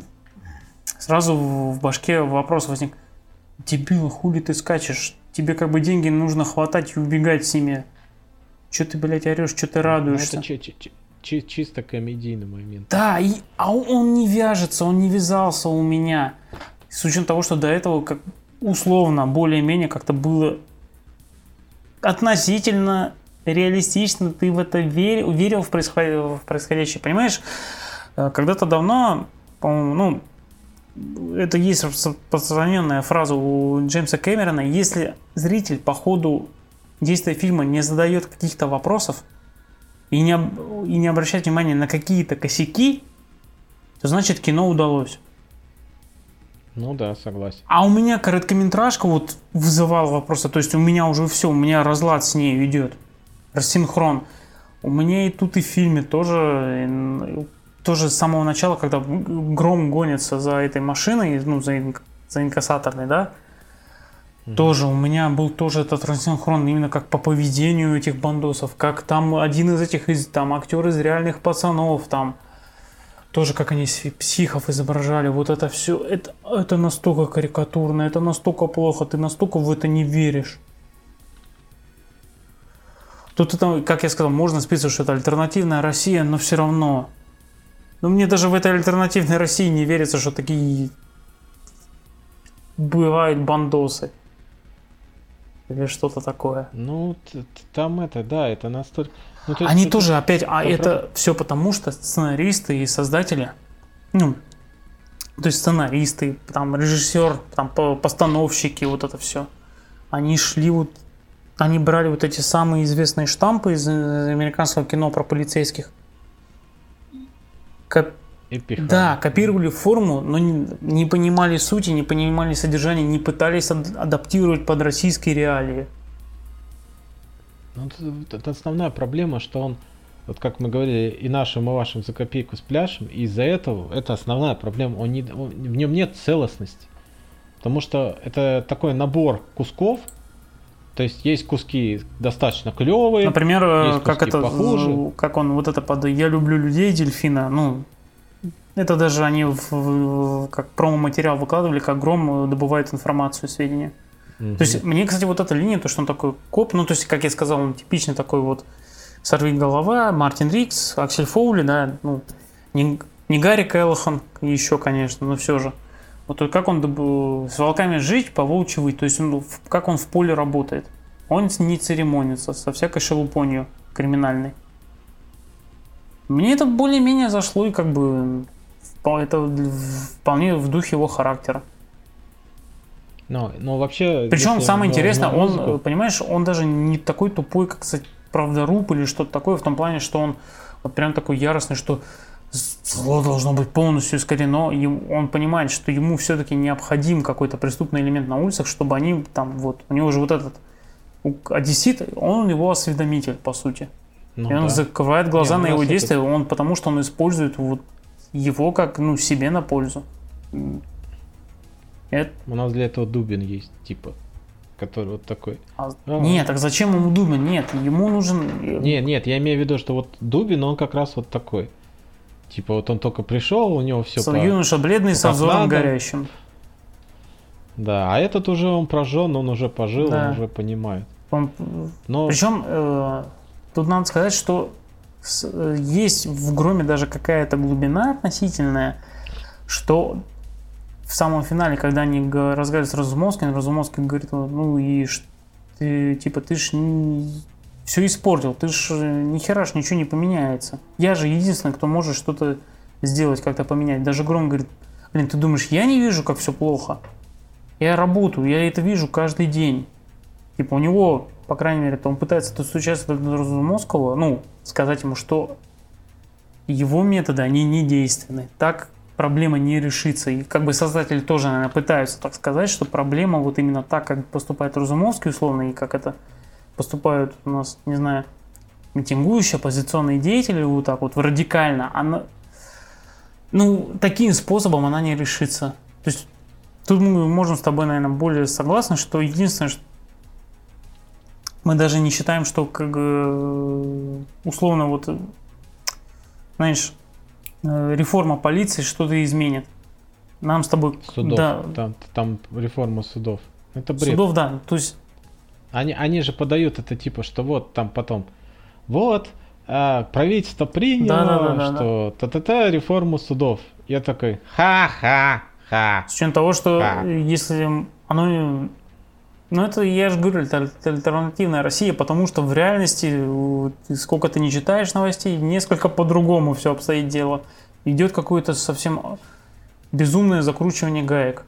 сразу в башке вопрос возник. Дебил, хули ты скачешь? Тебе как бы деньги нужно хватать и убегать с ними. Че ты, блядь, орешь, че ты радуешься? Это чисто комедийный момент. Да, а он не вяжется, он не вязался у меня. С учетом того, что до этого как условно, более-менее как-то было относительно реалистично, ты в это верил в происходящее. Понимаешь, когда-то давно, по-моему, это есть распространенная фраза у Джеймса Кэмерона: если зритель по ходу действие фильма не задает каких-то вопросов и не обращает внимания на какие-то косяки, то значит кино удалось. Ну да, согласен. А у меня короткометражка вот вызывала вопросы. То есть у меня уже все, у меня разлад с ней идет. Рассинхрон. У меня и тут и в фильме тоже с самого начала, когда Гром гонится за этой машиной, ну, за инкассаторной, да, тоже у меня был тоже этот рассинхрон именно как по поведению этих бандосов, как там один из этих там актер из «Реальных пацанов», там тоже как они психов изображали, вот это все, это настолько карикатурно, это настолько плохо, ты настолько в это не веришь. Тут это, как я сказал, можно списывать, что это альтернативная Россия, но все равно. Но мне даже в этой альтернативной России не верится, что такие бывают бандосы. Или что-то такое. Ну, там это настолько... Ну, они тоже опять... это все потому, что сценаристы и создатели... Ну, то есть сценаристы, там, режиссер, там, постановщики, вот это все. Они шли вот... Они брали вот эти самые известные штампы из американского кино про полицейских. Да, копировали форму, но не понимали сути, не понимали содержания, не пытались адаптировать под российские реалии. Ну, это основная проблема, что он, вот как мы говорили, и нашим, и вашим за копейку спляшем, и из-за этого это основная проблема, в нем нет целостности. Потому что это такой набор кусков, то есть есть куски достаточно клевые, например, есть куски как это, похуже. как он вот это под «Я люблю людей» дельфина, ну, Это даже они как промо-материал выкладывали, как Гром добывает информацию, сведения. То есть мне, кстати, вот эта линия, то, что он такой коп, ну, то есть, как я сказал, он типичный такой вот сорвиголова, Мартин Рикс, Аксель Фоули, да, ну, не Гарри Келлахан еще, конечно, но все же. Вот как он с волками жить, по волчьи выть, то есть как он в поле работает. Он не церемонится со всякой шелупонью криминальной. Мне это более-менее зашло, и как бы это вполне в духе его характера. Но вообще... Причем самое интересное, он, понимаешь, он даже не такой тупой, как правдоруб или что-то такое, в том плане, что он вот прям такой яростный, что зло должно быть полностью искорено. Он понимает, что ему все-таки необходим какой-то преступный элемент на улицах, чтобы они там, вот, у него же вот этот одессит, он его осведомитель, по сути. Ну, и он закрывает глаза на его действия, потому что он использует вот его как, ну, себе на пользу. У нас для этого Дубин есть, типа, который вот такой. Нет, так зачем ему Дубин? Нет, ему нужен... Нет, я имею в виду, что вот Дубин, он как раз вот такой. Типа, вот он только пришел, у него все юноша бледный, со взором горящим. Да, а этот уже он прожжен, он уже пожил, да. Он уже понимает. Причем, тут надо сказать, что есть в Громе даже какая-то глубина относительная, что в самом финале, когда они разговаривают с Разумовским говорит, ну и ты ж все испортил, ты ж ни хера ж ничего не поменяется. Я же единственный, кто может что-то сделать, как-то поменять. Даже Гром говорит, блин, ты думаешь, я не вижу, как все плохо? Я работаю, я это вижу каждый день. Типа у него, по крайней мере, он пытается достучаться до Разумовского, ну, сказать ему, что его методы, они не действенны. Так проблема не решится. И как бы создатели тоже, наверное, пытаются так сказать, что проблема вот именно так, как поступает Разумовский, условно, и как это поступают у нас, не знаю, митингующие, оппозиционные деятели, вот так вот радикально, она, ну, таким способом она не решится. То есть тут мы можем с тобой, наверное, более согласны, что единственное, что мы даже не считаем, что как условно вот, знаешь, реформа полиции что-то изменит. Нам с тобой... Судов. Да, там реформа судов. Это бред. Судов, да. То есть... Они же подают это типа, что вот там потом... Вот, правительство приняло, что та-та-та, реформу судов. Я такой, ха-ха-ха. С учетом того, что если оно... Ну, это, я же говорю, это альтернативная Россия, потому что в реальности, сколько ты не читаешь новостей, несколько по-другому все обстоит дело. Идет какое-то совсем безумное закручивание гаек.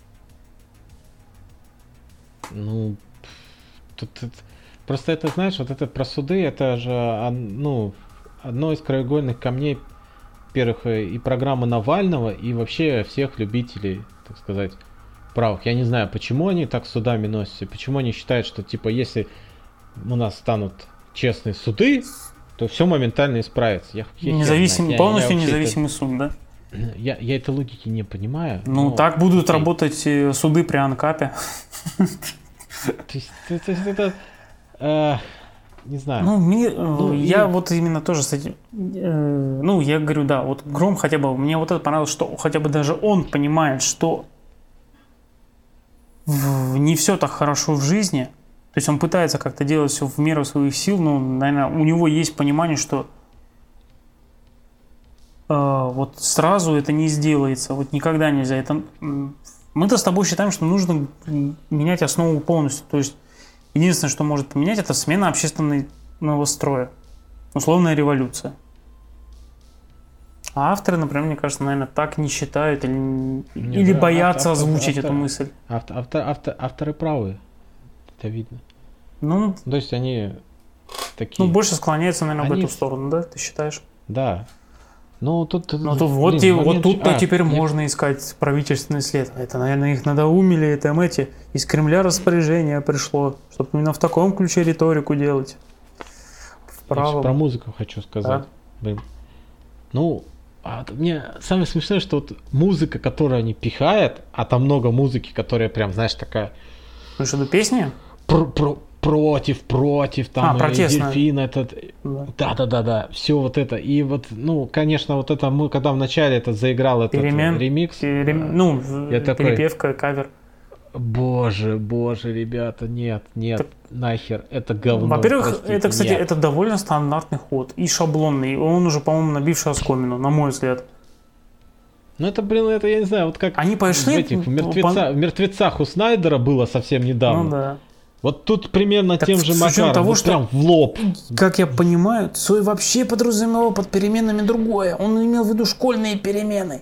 Ну, тут просто это, знаешь, вот это про суды, это же, ну, одно из краеугольных камней, во-первых, и программы Навального, и вообще всех любителей, так сказать, правых. Я не знаю, почему они так судами носятся, почему они считают, что типа если у нас станут честные суды, то все моментально исправится. Полностью независимый суд, да? Я этой логики не понимаю. Ну, так будут работать суды при Анкапе. То есть это... Не знаю. Я вот именно тоже с этим... Ну, я говорю, да, вот Гром хотя бы... Мне вот это понравилось, что хотя бы даже он понимает, что не все так хорошо в жизни. То есть он пытается как-то делать все в меру своих сил, но, наверное, у него есть понимание, что вот сразу это не сделается, вот никогда нельзя. Это... Мы-то с тобой считаем, что нужно менять основу полностью. То есть единственное, что может поменять, это смена общественного строя. Условная революция. А авторы, например, мне кажется, наверное, так не считают или боятся озвучить эту мысль. Авторы правы. Это видно. Ну, то есть они такие... Ну, больше склоняются, наверное, в эту сторону, да? Ты считаешь? Да. Ну, тут тут-то теперь можно искать правительственный след. Это, наверное, их надоумили, это им из Кремля распоряжение пришло, чтобы именно в таком ключе риторику делать. Я про музыку хочу сказать. Да? Ну, мне самое смешное, что вот музыка, которую они пихают, а там много музыки, которая прям, знаешь, такая... Ну что, песни? Против, там, протестная. Дельфин этот... Да. Все вот это. И вот, ну, конечно, вот это мы, когда вначале это заиграл этот ремикс. Перепевка, кавер. Боже, ребята, нет, нахер, это говно. Во-первых, простите, это, кстати, нет. это довольно стандартный ход и шаблонный. Он уже, по-моему, набивший оскомину, на мой взгляд. Ну это, это я не знаю, вот как они пошли в мертвецах у Снайдера было совсем недавно. Ну да. Вот тут примерно так тем же макаром, того, вот что, прям в лоб. Как я понимаю, Цой вообще подразумевал под переменами другое. Он имел в виду школьные перемены.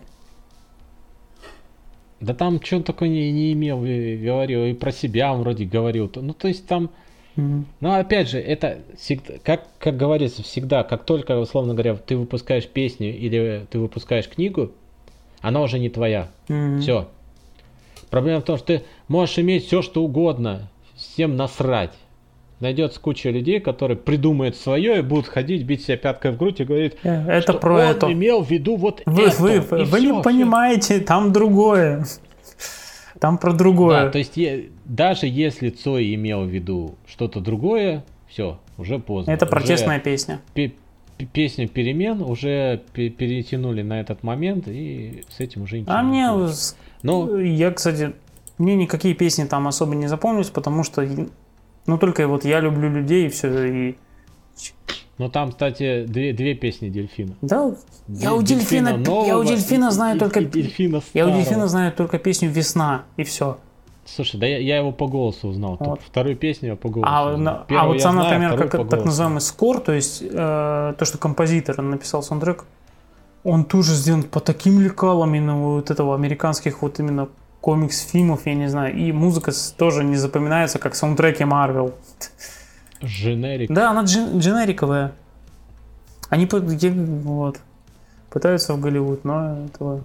Да там что он такое не имел, говорил, и про себя он вроде говорил. Ну то есть там, ну опять же, это всегда, как говорится, всегда, как только, условно говоря, ты выпускаешь песню или ты выпускаешь книгу, она уже не твоя. Все. Проблема в том, что ты можешь иметь все, что угодно, всем насрать. Найдется куча людей, которые придумают свое и будут ходить, бить себя пяткой в грудь и говорить, это что про он это. имел в виду вот вы это. Вы не понимаете, там другое. Там про другое. Да, то есть даже если Цой имел в виду что-то другое, все, уже поздно. Это протестная уже песня. Песню перемен уже перетянули на этот момент, и с этим уже ничего не будет. Но... Я, кстати, мне никакие песни там особо не запомнились, потому что, ну, только вот я люблю людей и все, и... Ну, там, кстати, две песни Дельфина. Да, я у Дельфина знаю только... Я у Дельфина знаю только песню «Весна», и все. Слушай, да я его по голосу узнал. Вот. Вторую песню я по голосу узнал. А вот сам, например, как так называемый скор, то есть то, что композитор написал саундтрек, он тоже сделан по таким лекалам именно вот этого американских вот именно комикс-фильмов, я не знаю. И музыка тоже не запоминается, как саундтреки Marvel. Дженерик. Да, она дженериковая. Они вот, пытаются в Голливуд, но этого...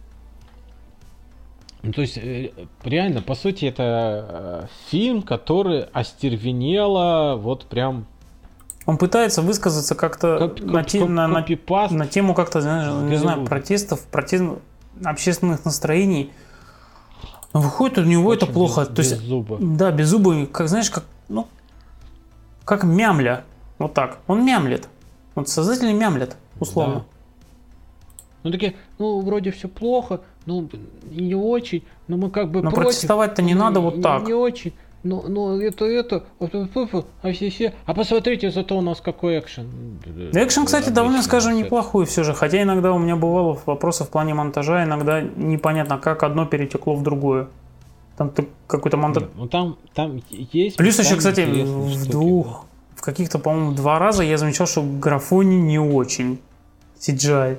Ну, то есть, реально, по сути, это фильм, который остервенело вот прям... Он пытается высказаться как-то на тему как-то, знаешь, не знаю, протестов, общественных настроений. Но выходит у него очень это плохо. Беззубо. Да, беззубый, как, знаешь, как, ну, как мямля. Вот так. Он мямлет. Вот создатели мямлят, условно. Да. Ну, такие, ну, вроде все плохо, ну, не очень, но мы как бы но против. Протестовать-то не надо вот так. Не очень, но это, а все, а посмотрите, зато у нас какой экшен. Экшен, кстати, довольно, скажем, неплохой все же, хотя иногда у меня бывало вопросы в плане монтажа, иногда непонятно, как одно перетекло в другое. Там какой-то монтаж... Ну, там есть... Плюс еще, кстати, в каких-то, по-моему, 2 раза я замечал, что графони не очень. CGI.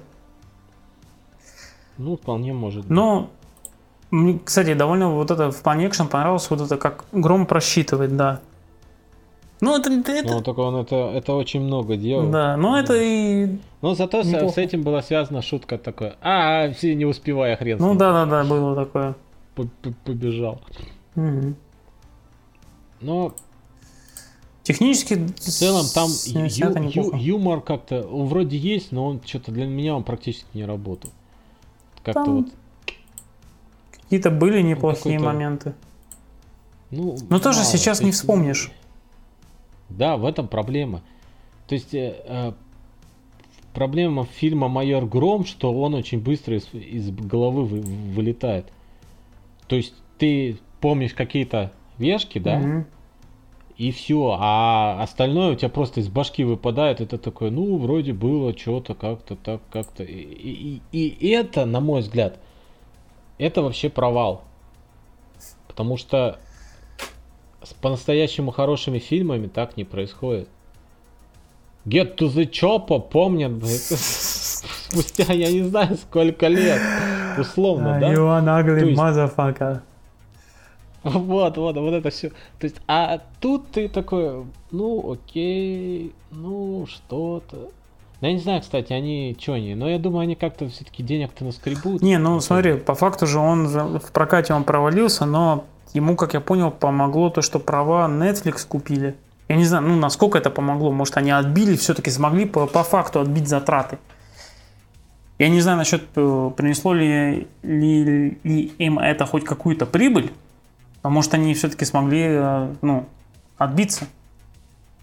Ну, вполне может быть. Но мне, кстати, довольно вот это в плане экшен понравилось, вот это как Гром просчитывает, да. Ну, это... Ну, только он это очень много делал. Да, но это и... Но зато с этим была связана шутка такая. Все не успевая, хрен. Ну, да, было такое. Побежал. Угу. Но... Технически... В целом там юмор как-то вроде есть, но он что-то для меня он практически не работал. Как-то там вот... Какие-то были неплохие моменты. Но тоже мало, сейчас не вспомнишь. Да, в этом проблема. То есть проблема фильма «Майор Гром», что он очень быстро из головы вылетает. То есть ты помнишь какие-то вешки, да? И все, а остальное у тебя просто из башки выпадает, это такое, ну, вроде было что-то, как-то так, как-то. И это, на мой взгляд, это вообще провал. Потому что с по-настоящему хорошими фильмами так не происходит. Get to the Chopper помнят, спустя я не знаю сколько лет, условно, да? You an ugly motherfucker. Вот это все. То есть, а тут ты такой, ну окей, ну что-то. Я не знаю, кстати, но я думаю, они как-то все-таки денег-то наскребут. Не, ну смотри, по факту же он в прокате он провалился, но ему, как я понял, помогло то, что права Netflix купили. Я не знаю, насколько это помогло. Может, они отбили, все-таки смогли по факту отбить затраты. Я не знаю насчет, принесло ли им это хоть какую-то прибыль. А может, они все-таки смогли, отбиться?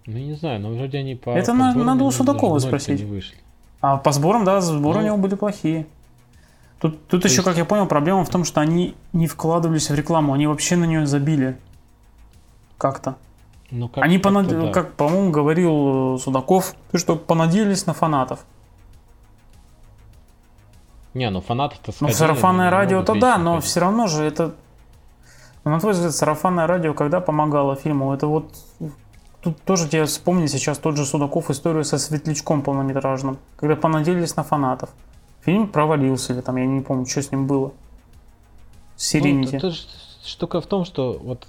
Ну, не знаю, но вроде они по... Это по сборам надо у даже Судакова ноль-то спросить. не вышли. А по сборам, да, сборы у Ну, него были плохие. Тут то еще, есть- как я понял, проблема в том, что они не вкладывались в рекламу, они вообще на нее забили. Как-то. Ну, как, Они, как-то да. как, по-моему, говорил Судаков, что понадеялись на фанатов. Не, ну фанаты-то Ну, сходили, сарафанное но не радио-то могут да, вечно но ходить. все равно же это... Ну, на твой взгляд, сарафанное радио когда помогало фильму? Это вот... Тут тоже тебе вспомни сейчас тот же Судаков историю со Светлячком полнометражным, когда понадеялись на фанатов. Фильм провалился, или там, я не помню, что с ним было. Сиренити. Ну, тут штука в том, что вот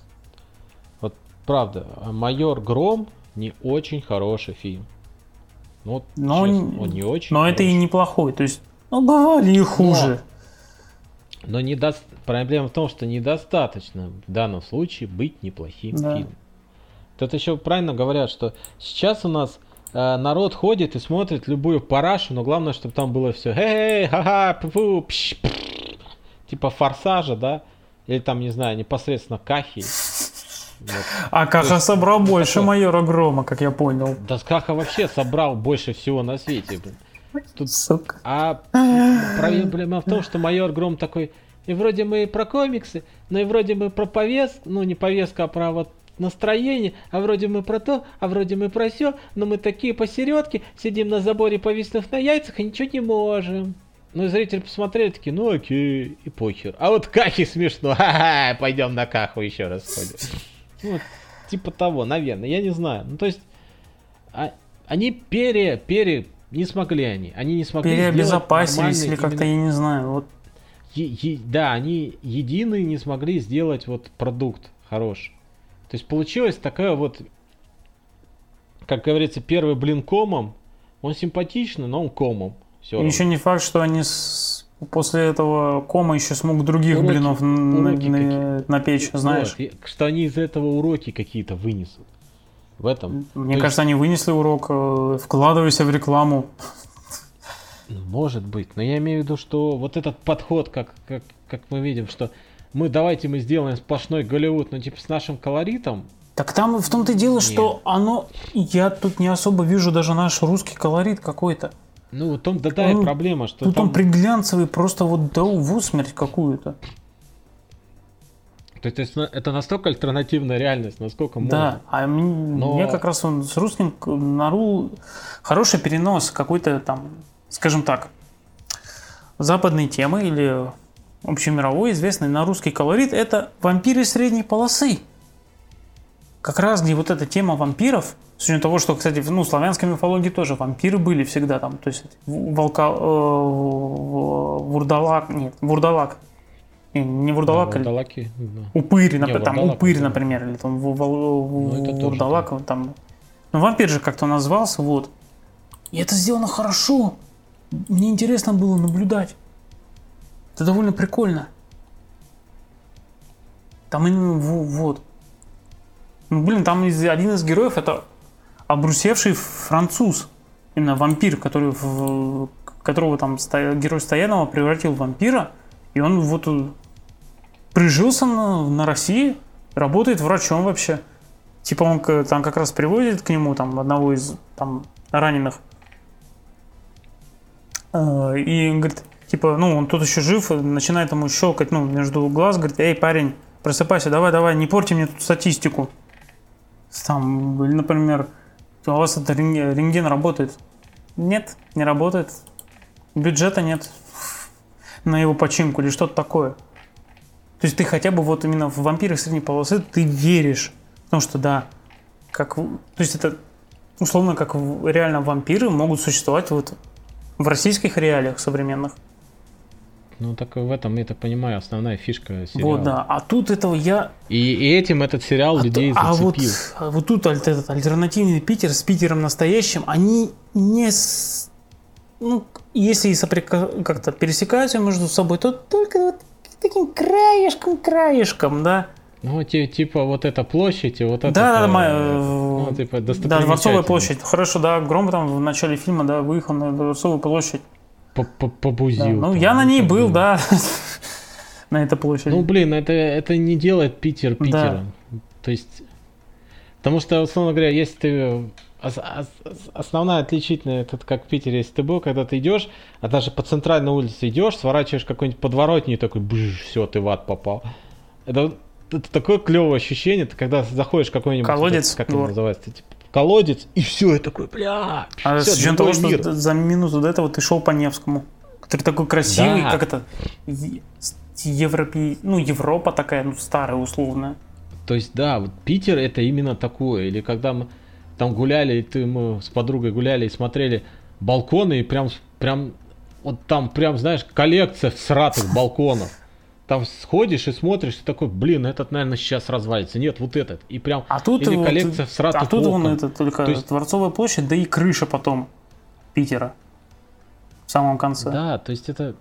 правда, «Майор Гром» не очень хороший фильм. Ну, вот, Но честно, он не очень Но это и хороший. неплохой. То есть, ну, бывали и хуже. Но проблема в том, что недостаточно в данном случае быть неплохим Да. фильмом. Тут еще правильно говорят, что сейчас у нас народ ходит и смотрит любую парашу, но главное, чтобы там было все ха-ха, пу-пу, пш, пш, типа «Форсажа», да? Или там, не знаю, непосредственно «Кахи». Вот. А Каха есть, собрал больше такое. майора Грома, как я понял. Да Каха вообще собрал больше всего на свете. Блин. Тут... Сука. А проблема в том, что «Майор Гром» такой, и вроде мы про комиксы, но и вроде мы про повестку, ну не повестку, а про вот настроение, а вроде мы про то, а вроде мы про сё, но мы такие посередке, сидим на заборе, повиснув на яйцах, и ничего не можем. Ну и зрители посмотрели, такие, ну окей, и похер. А вот Кахи смешно, ха-ха, пойдем на Каху еще раз сходим. Ну, вот, типа того, наверное, я не знаю. Ну то есть, они не смогли они не смогли Переобезопасились сделать или как-то, именно... я не знаю. Вот. Да, они единые не смогли сделать вот продукт хороший. То есть получилось такая вот, как говорится, первый блин комом. Он симпатичный, но он комом. И еще не факт, что они после этого кома еще смогут других Уроки- блинов уроки напечь, знаешь. Вот, что они из этого уроки какие-то вынесут. В этом. Мне То кажется, они вынесли урок, вкладывайся в рекламу. Может быть, но я имею в виду, что вот этот подход, как мы видим, что давайте мы сделаем сплошной Голливуд, но типа с нашим колоритом. Так там в том-то и дело, Нет. что я тут не особо вижу даже наш русский колорит какой-то. Ну, в том-то да и проблема, что Тут там... он приглянцевый, просто вот да в усмерть какую-то. То есть это настолько альтернативная реальность, насколько можно. Да, а мне как раз он с русским хороший перенос какой-то там, скажем так, западной темы или общемировой, известный на русский колорит, это вампиры средней полосы. Как раз где вот эта тема вампиров, с учетом того, что, кстати, в славянской мифологии тоже вампиры были всегда там, то есть вурдалак, не вурдалак, Да, вурдалаки, да. упырь, Не, там вурдалак, упырь, да. например, или там это тоже вурдалак, там, ну вампир же как-то назвался, вот. И это сделано хорошо, мне интересно было наблюдать, это довольно прикольно. Там именно вот. Ну, блин, там один из героев это обрусевший француз. Именно вампир, которого там герой Стоянова превратил в вампира. И он вот прижился на России, работает врачом вообще. Типа он там как раз приводит к нему там одного из там раненых. И он говорит, типа, ну он тут еще жив, начинает ему щелкать, ну, между глаз, говорит, эй, парень, просыпайся, давай, не порти мне тут статистику. Там, или, например, у вас это рентген работает? Нет, не работает. Бюджета нет на его починку или что-то такое. То есть ты хотя бы вот именно в вампирах средней полосы ты веришь. Потому что да, то есть это условно как реально вампиры могут существовать вот в российских реалиях современных. Ну, так в этом, я так понимаю, основная фишка сериала. Вот, да. А тут этого И этим этот сериал людей зацепил. Вот тут этот альтернативный Питер с Питером настоящим, они не... Ну, если как-то пересекаются между собой, то только вот таким краешком, да. Ну, типа вот эта площадь и вот это... Да, типа да, Дворцовая площадь. Хорошо, да, Гром там в начале фильма, да, выехал на Дворцовую площадь. Побузил. Да, ну, я на ней был, да, на этой площади. Ну, блин, это не делает Питер Питером. То есть, Потому что, условно говоря, если ты... Основная отличительная, это как в Питере, если ты был, когда ты идешь, а даже по центральной улице идешь, сворачиваешь какой-нибудь подворотни и такой, все, ты в ад попал. Это такое клевое ощущение, ты когда заходишь в какой-нибудь... Колодец. Как это называется? Типа, колодец, и все, и такой, бля... А с учетом того, что за минуту до этого ты шел по Невскому, который такой красивый, да. как это... Европа такая, ну, старая, условная. То есть, да, вот Питер это именно такое. Или когда мы там гуляли, и мы с подругой гуляли и смотрели балконы, и прям вот там прям, знаешь, коллекция всратых балконов. Там сходишь и смотришь, и такой, блин, этот, наверное, сейчас развалится. Нет, вот этот. И прям, или вот, коллекция всратых тут окон. это только То есть... Дворцовая площадь, да и крыша потом Питера в самом конце. Да, то есть это...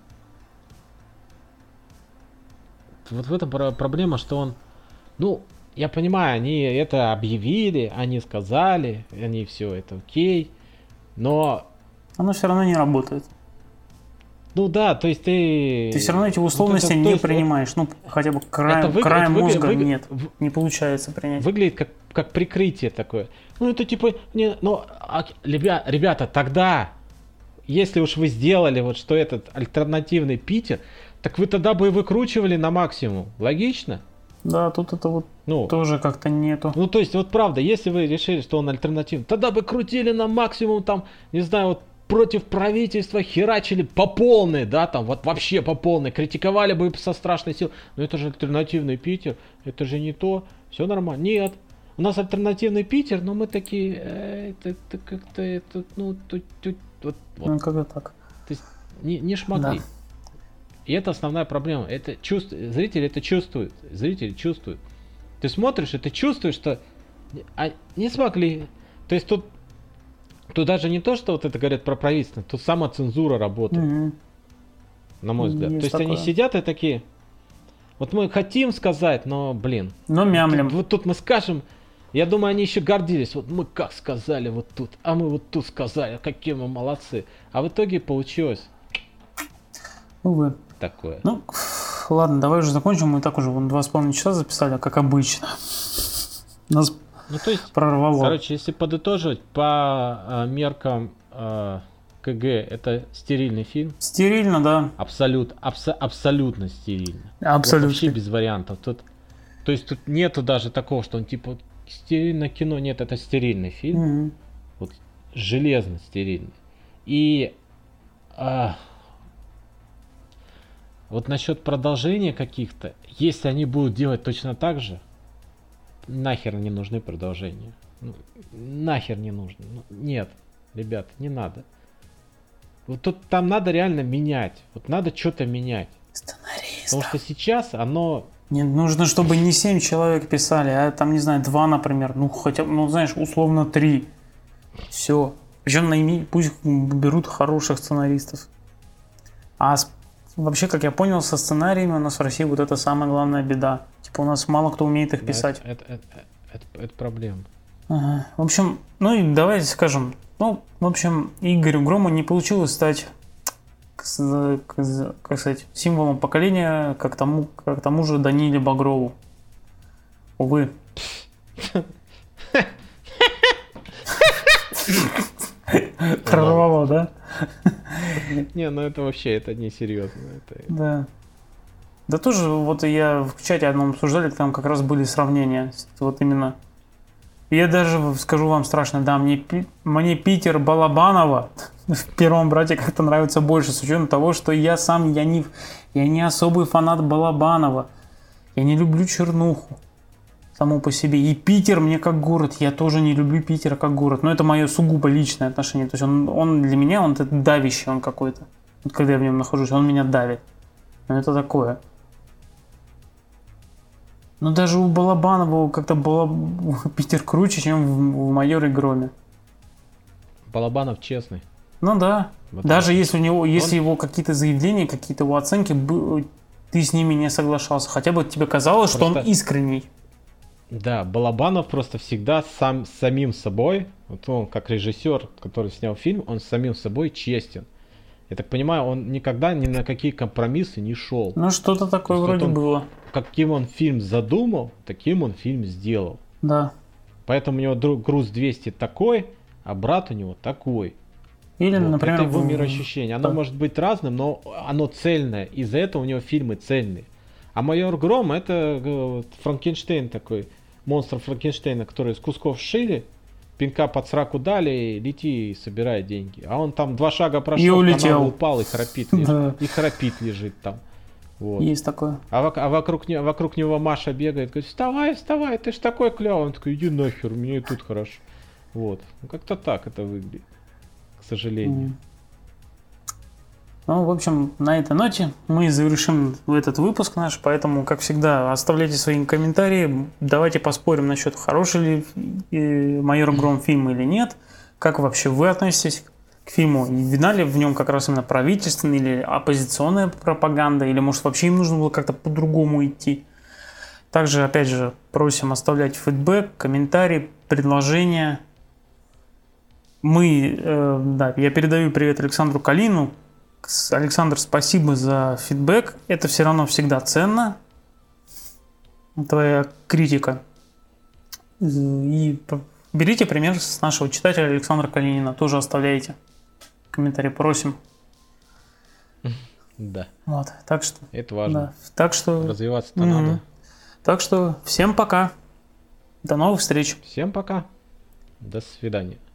Вот в этом проблема, что он... Ну, я понимаю, они это объявили, они сказали, они все, это окей, но... Оно все равно не работает. Ну да, то есть ты... Ты все равно эти условности не принимаешь. Ну, хотя бы краем мозга нет. Не получается принять. Выглядит как прикрытие такое. Ну это типа... Ребята, тогда, если уж вы сделали вот что этот альтернативный Питер, так вы тогда бы и выкручивали на максимум. Логично? Да, тут это вот тоже как-то нету. Ну, то есть, вот правда, если вы решили, что он альтернативный, тогда бы крутили на максимум, там, не знаю, вот против правительства херачили по полной, да, там, вот вообще по полной, критиковали бы со страшной силой. Но это же альтернативный Питер, это же не то, все нормально. Нет, у нас альтернативный Питер, но мы такие, это как-то, это, ну, тут, вот. Ну, как-то так. То есть, не шмогли. Да. И это основная проблема. Это зрители это чувствуют. Зрители чувствуют. Ты смотришь, и ты чувствуешь, что не смогли. То есть тут даже не то, что вот это говорят про правительство, тут сама цензура работает. Mm-hmm. На мой взгляд. Есть то есть такое. Они сидят и такие, вот мы хотим сказать, но, блин. Но мямлем. Вот тут мы скажем, я думаю, они еще гордились. Вот мы как сказали вот тут, а мы вот тут сказали, какие мы молодцы. А в итоге получилось. Увы. Такое. Ну, ладно, давай уже закончим. Мы так уже 2,5 часа записали, как обычно. Нас прорвало. Короче, если подытоживать, по меркам КГ, это стерильный фильм. Стерильно, да. Абсолютно стерильно. Абсолютно. Вот вообще без вариантов. То есть тут нету даже такого, что он типа стерильное кино. Нет, это стерильный фильм. Mm-hmm. Вот, железно стерильный. И... Вот насчет продолжения каких-то, если они будут делать точно так же, нахер не нужны продолжения. Нахер не нужно. Нет, ребят, не надо. Вот тут там надо реально менять. Вот надо что-то менять. Сценаристов. Потому что сейчас оно... Не нужно, чтобы не 7 человек писали, а там, не знаю, 2, например. Ну, хотя бы, знаешь, условно 3. Все. Причем пусть берут хороших сценаристов. А вообще, как я понял, со сценариями у нас в России вот это самая главная беда. Типа у нас мало кто умеет их писать. Это проблема. Ага. В общем, ну и давайте скажем. Ну, в общем, Игорю Грому не получилось стать, как сказать, символом поколения, как тому же Даниле Багрову. Увы. Прорвало, да? Не, ну это вообще, это не серьезно. Да. Да тоже, вот я в чате одном обсуждали, там как раз были сравнения. Вот именно. Я даже скажу вам страшно, да, мне Питер Балабанова в «Первом брате» как-то нравится больше, с учетом того, что я не особый фанат Балабанова. Я не люблю чернуху само по себе. И Питер мне как город, я тоже не люблю Питер как город. Но это мое сугубо личное отношение. То есть он для меня, он давящий он какой-то. Вот когда я в нем нахожусь, он меня давит. Но это такое. Но даже у Балабанова как-то Питер круче, чем в «Майоре Громе». Балабанов честный. Ну да. Вот даже если его какие-то заявления, какие-то его оценки, ты с ними не соглашался. Хотя бы тебе казалось, что он искренний. Да, Балабанов просто всегда самим собой, вот он как режиссер, который снял фильм, он с самим собой честен. Я так понимаю, он никогда ни на какие компромиссы не шел. Ну что-то такое вроде было. Каким он фильм задумал, таким он фильм сделал. Да. Поэтому у него груз 200 такой, а брат у него такой. Или, вот. например... Это его мироощущение. Оно может быть разным, но оно цельное. Из-за этого у него фильмы цельные. А «Майор Гром» — это Франкенштейн такой, монстр Франкенштейна, который из кусков сшили, пинка под сраку дали, лети и собирай деньги. А он там 2 шага прошел, и улетел. В канал упал и храпит лежит. Да. И храпит лежит там. Вот. Есть такое. А вокруг него Маша бегает, говорит: вставай, вставай, ты ж такой клевый. Он такой: иди нахер, мне и тут хорошо. Вот. Ну как-то так это выглядит, к сожалению. Ну, в общем, на этой ноте мы завершим этот выпуск наш, поэтому, как всегда, оставляйте свои комментарии, давайте поспорим насчет, хороший ли «Майор Гром» фильм или нет, как вообще вы относитесь к фильму, видна ли в нем как раз именно правительственная или оппозиционная пропаганда, или, может, вообще им нужно было как-то по-другому идти. Также, опять же, просим оставлять фидбэк, комментарии, предложения. Я передаю привет Александру Калину. Александр, спасибо за фидбэк. Это все равно всегда ценно. Твоя критика. И берите пример с нашего читателя Александра Калинина. Тоже оставляйте комментарии, просим. Да. Вот, так что... Это важно. Да, так что... Развиваться-то надо. Так что всем пока. До новых встреч. Всем пока. До свидания.